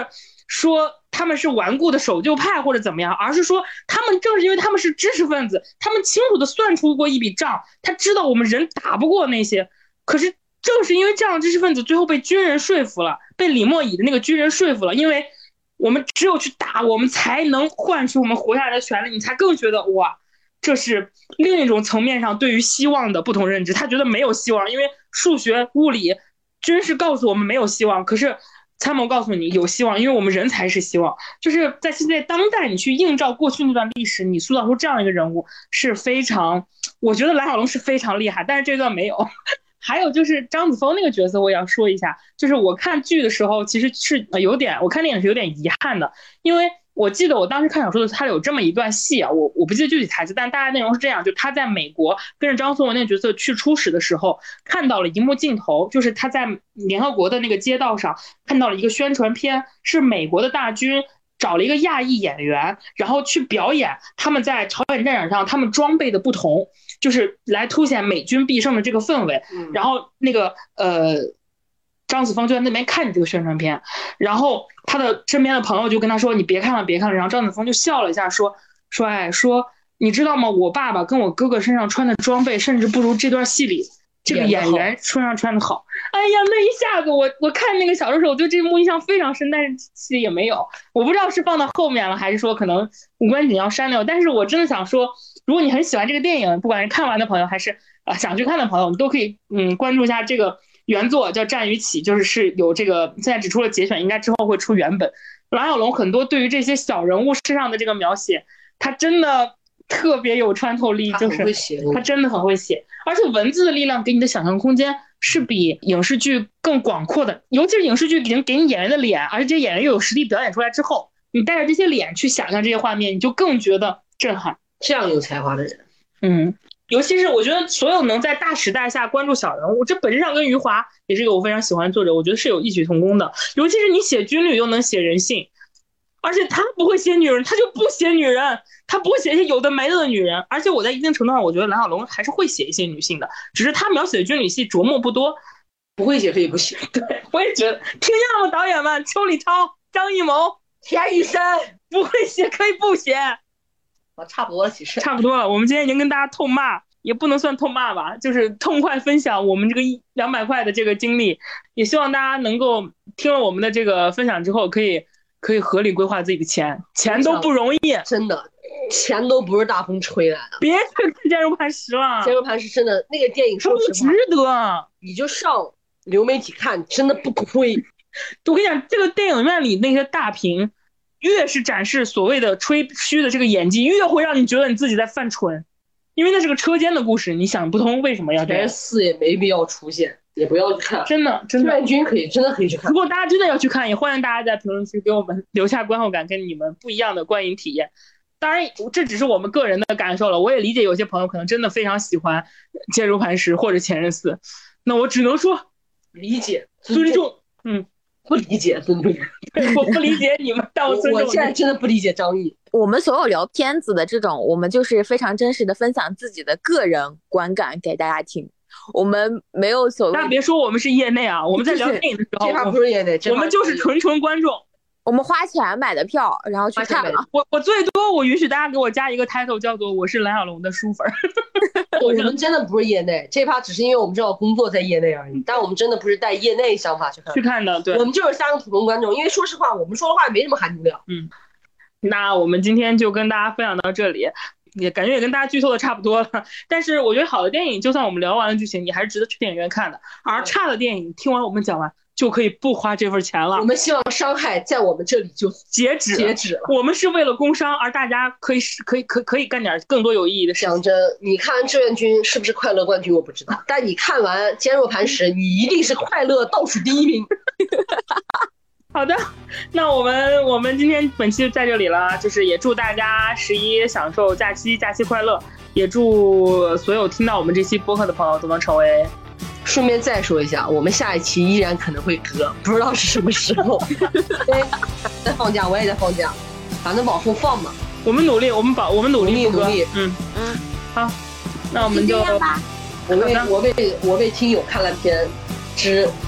S2: 说他们是顽固的守旧派或者怎么样，而是说他们正是因为他们是知识分子，他们清楚的算出过一笔账，他知道我们人打不过那些，可是正是因为这样的知识分子最后被军人说服了，被李默乙的那个军人说服了，因为我们只有去打，我们才能换取我们活下来的权利，你才更觉得哇，这是另一种层面上对于希望的不同认知。他觉得没有希望，因为数学、物理、军事告诉我们没有希望，可是参谋告诉你有希望，因为我们人才是希望。就是在现在当代，你去映照过去那段历史，你塑造出这样一个人物是非常，我觉得蓝小龙是非常厉害，但是这段没有。还有就是张子枫那个角色，我也要说一下，就是我看剧的时候其实是有点，我看电影是有点遗憾的，因为我记得我当时看小说的时候，他有这么一段戏啊，我不记得具体台词，但大概内容是这样：就他在美国跟着张颂文那个角色去出使的时候，看到了一幕镜头，就是他在联合国的那个街道上看到了一个宣传片，是美国的大军找了一个亚裔演员，然后去表演他们在朝鲜战场上他们装备的不同，就是来凸显美军必胜的这个氛围。然后那个张子枫就在那边看着这个宣传片，然后他的身边的朋友就跟他说：“你别看了，别看了。”然后张子枫就笑了一下，说你知道吗？我爸爸跟我哥哥身上穿的装备，甚至不如这段戏里这个演员身上穿的好。哎呀，那一下子我看那个小说的时候，我对这一幕印象非常深，但是戏里也没有，我不知道是放到后面了，还是说可能无关紧要删掉。但是我真的想说，如果你很喜欢这个电影，不管是看完的朋友还是想去看的朋友，你都可以关注一下这个原作叫《战与起》，就是有这个现在只出了节选，应该之后会出原本。蓝小龙很多对于这些小人物身上的这个描写，他真的特别有穿透力，就是他真的很会写，而且文字的力量给你的想象空间是比影视剧更广阔的，尤其是影视剧已经给你演员的脸，而且这些演员又有实力表演出来之后，你带着这些脸去想象这些画面，你就更觉得震撼。
S3: 这样有才华的人，
S2: 尤其是我觉得所有能在大时代下关注小人物，这本质上跟余华也是一个我非常喜欢的作者，我觉得是有异曲同工的。尤其是你写军旅又能写人性，而且他不会写女人，他就不写女人，他不会写一些有的没的女人。而且我在一定程度上，我觉得蓝小龙还是会写一些女性的，只是他描写的军旅戏琢磨不多。
S3: 不会写可以不写。
S2: 对，我也觉得。听见了吗，导演们？邱礼涛、张艺谋、
S3: 田雨生，
S2: 不会写可以不写。
S3: 差不多了，其实
S2: 差不多了。我们今天已经跟大家痛骂，也不能算痛骂吧，就是痛快分享我们这个200块的这个经历，也希望大家能够听了我们的这个分享之后，可以合理规划自己的钱都不容易，
S3: 真的，钱都不是大风吹来的。
S2: 别去看《坚如磐石》了，《
S3: 坚如磐石》真的那个电影说实话
S2: 不值得，
S3: 你就上流媒体看，真的不亏。
S2: 我跟你讲，这个电影院里那些大屏，越是展示所谓的吹嘘的这个演技，越会让你觉得你自己在犯蠢，因为那是个车间的故事，你想不通为什么要这样。
S3: 4也没必要出现，也不要去看。
S2: 真的，志
S3: 愿军真的可以去看。
S2: 如果大家真的要去看，也欢迎大家在评论区给我们留下观后感，跟你们不一样的观影体验。当然，这只是我们个人的感受了。我也理解有些朋友可能真的非常喜欢《坚如磐石》或者《前任4》，那我只能说
S3: 理解、
S2: 尊重。
S3: 不理解尊重。
S2: 对，我不理解你们，但我尊重。
S3: 我现在真的不理解张译。
S1: 我们所有聊片子的这种，我们就是非常真实的分享自己的个人观感给大家听。我们没有所谓，
S2: 但别说我们是业内啊，我们在聊电影的时候，
S3: 这趴不是业内，
S2: 我们就是纯观众。
S1: 我们花钱买的票，然后去看了。
S2: 我最多我允许大家给我加一个 title， 叫做我是蓝小龙的书粉。
S3: 我们真的不是业内，这趴只是因为我们正好工作在业内而已，但我们真的不是带业内想法去看
S2: 的。对，
S3: 我们就是3个普通观众，因为说实话，我们说的话也没什么含金量。
S2: 那我们今天就跟大家分享到这里，也感觉也跟大家剧透的差不多了。但是我觉得好的电影，就算我们聊完了剧情，你还是值得去电影院看的。而差的电影，听完我们讲完，就可以不花这份钱了。
S3: 我们希望伤害在我们这里就截止了。
S2: 我们是为了工伤，而大家可以干点更多有意义的事情。
S3: 讲真，你看志愿军是不是快乐冠军我不知道，但你看完坚若磐石，你一定是快乐倒数第1名。
S2: 好的，那我们今天本期就在这里了，就是也祝大家11享受假期快乐，也祝所有听到我们这期播客的朋友都能成为。
S3: 顺便再说一下，我们下一期依然可能会隔，不知道是什么时候。对，在放假，我也在放假，反正往后放嘛。
S2: 我们努力，我们努力。好，那我们就
S3: 我为听友看烂片之10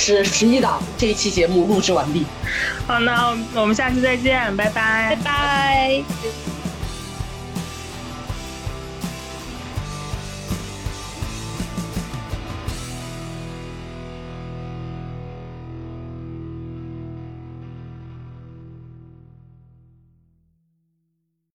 S3: 是11档这一期节目录制完毕。
S2: 好，那我们下期再见，拜拜，
S1: 拜拜。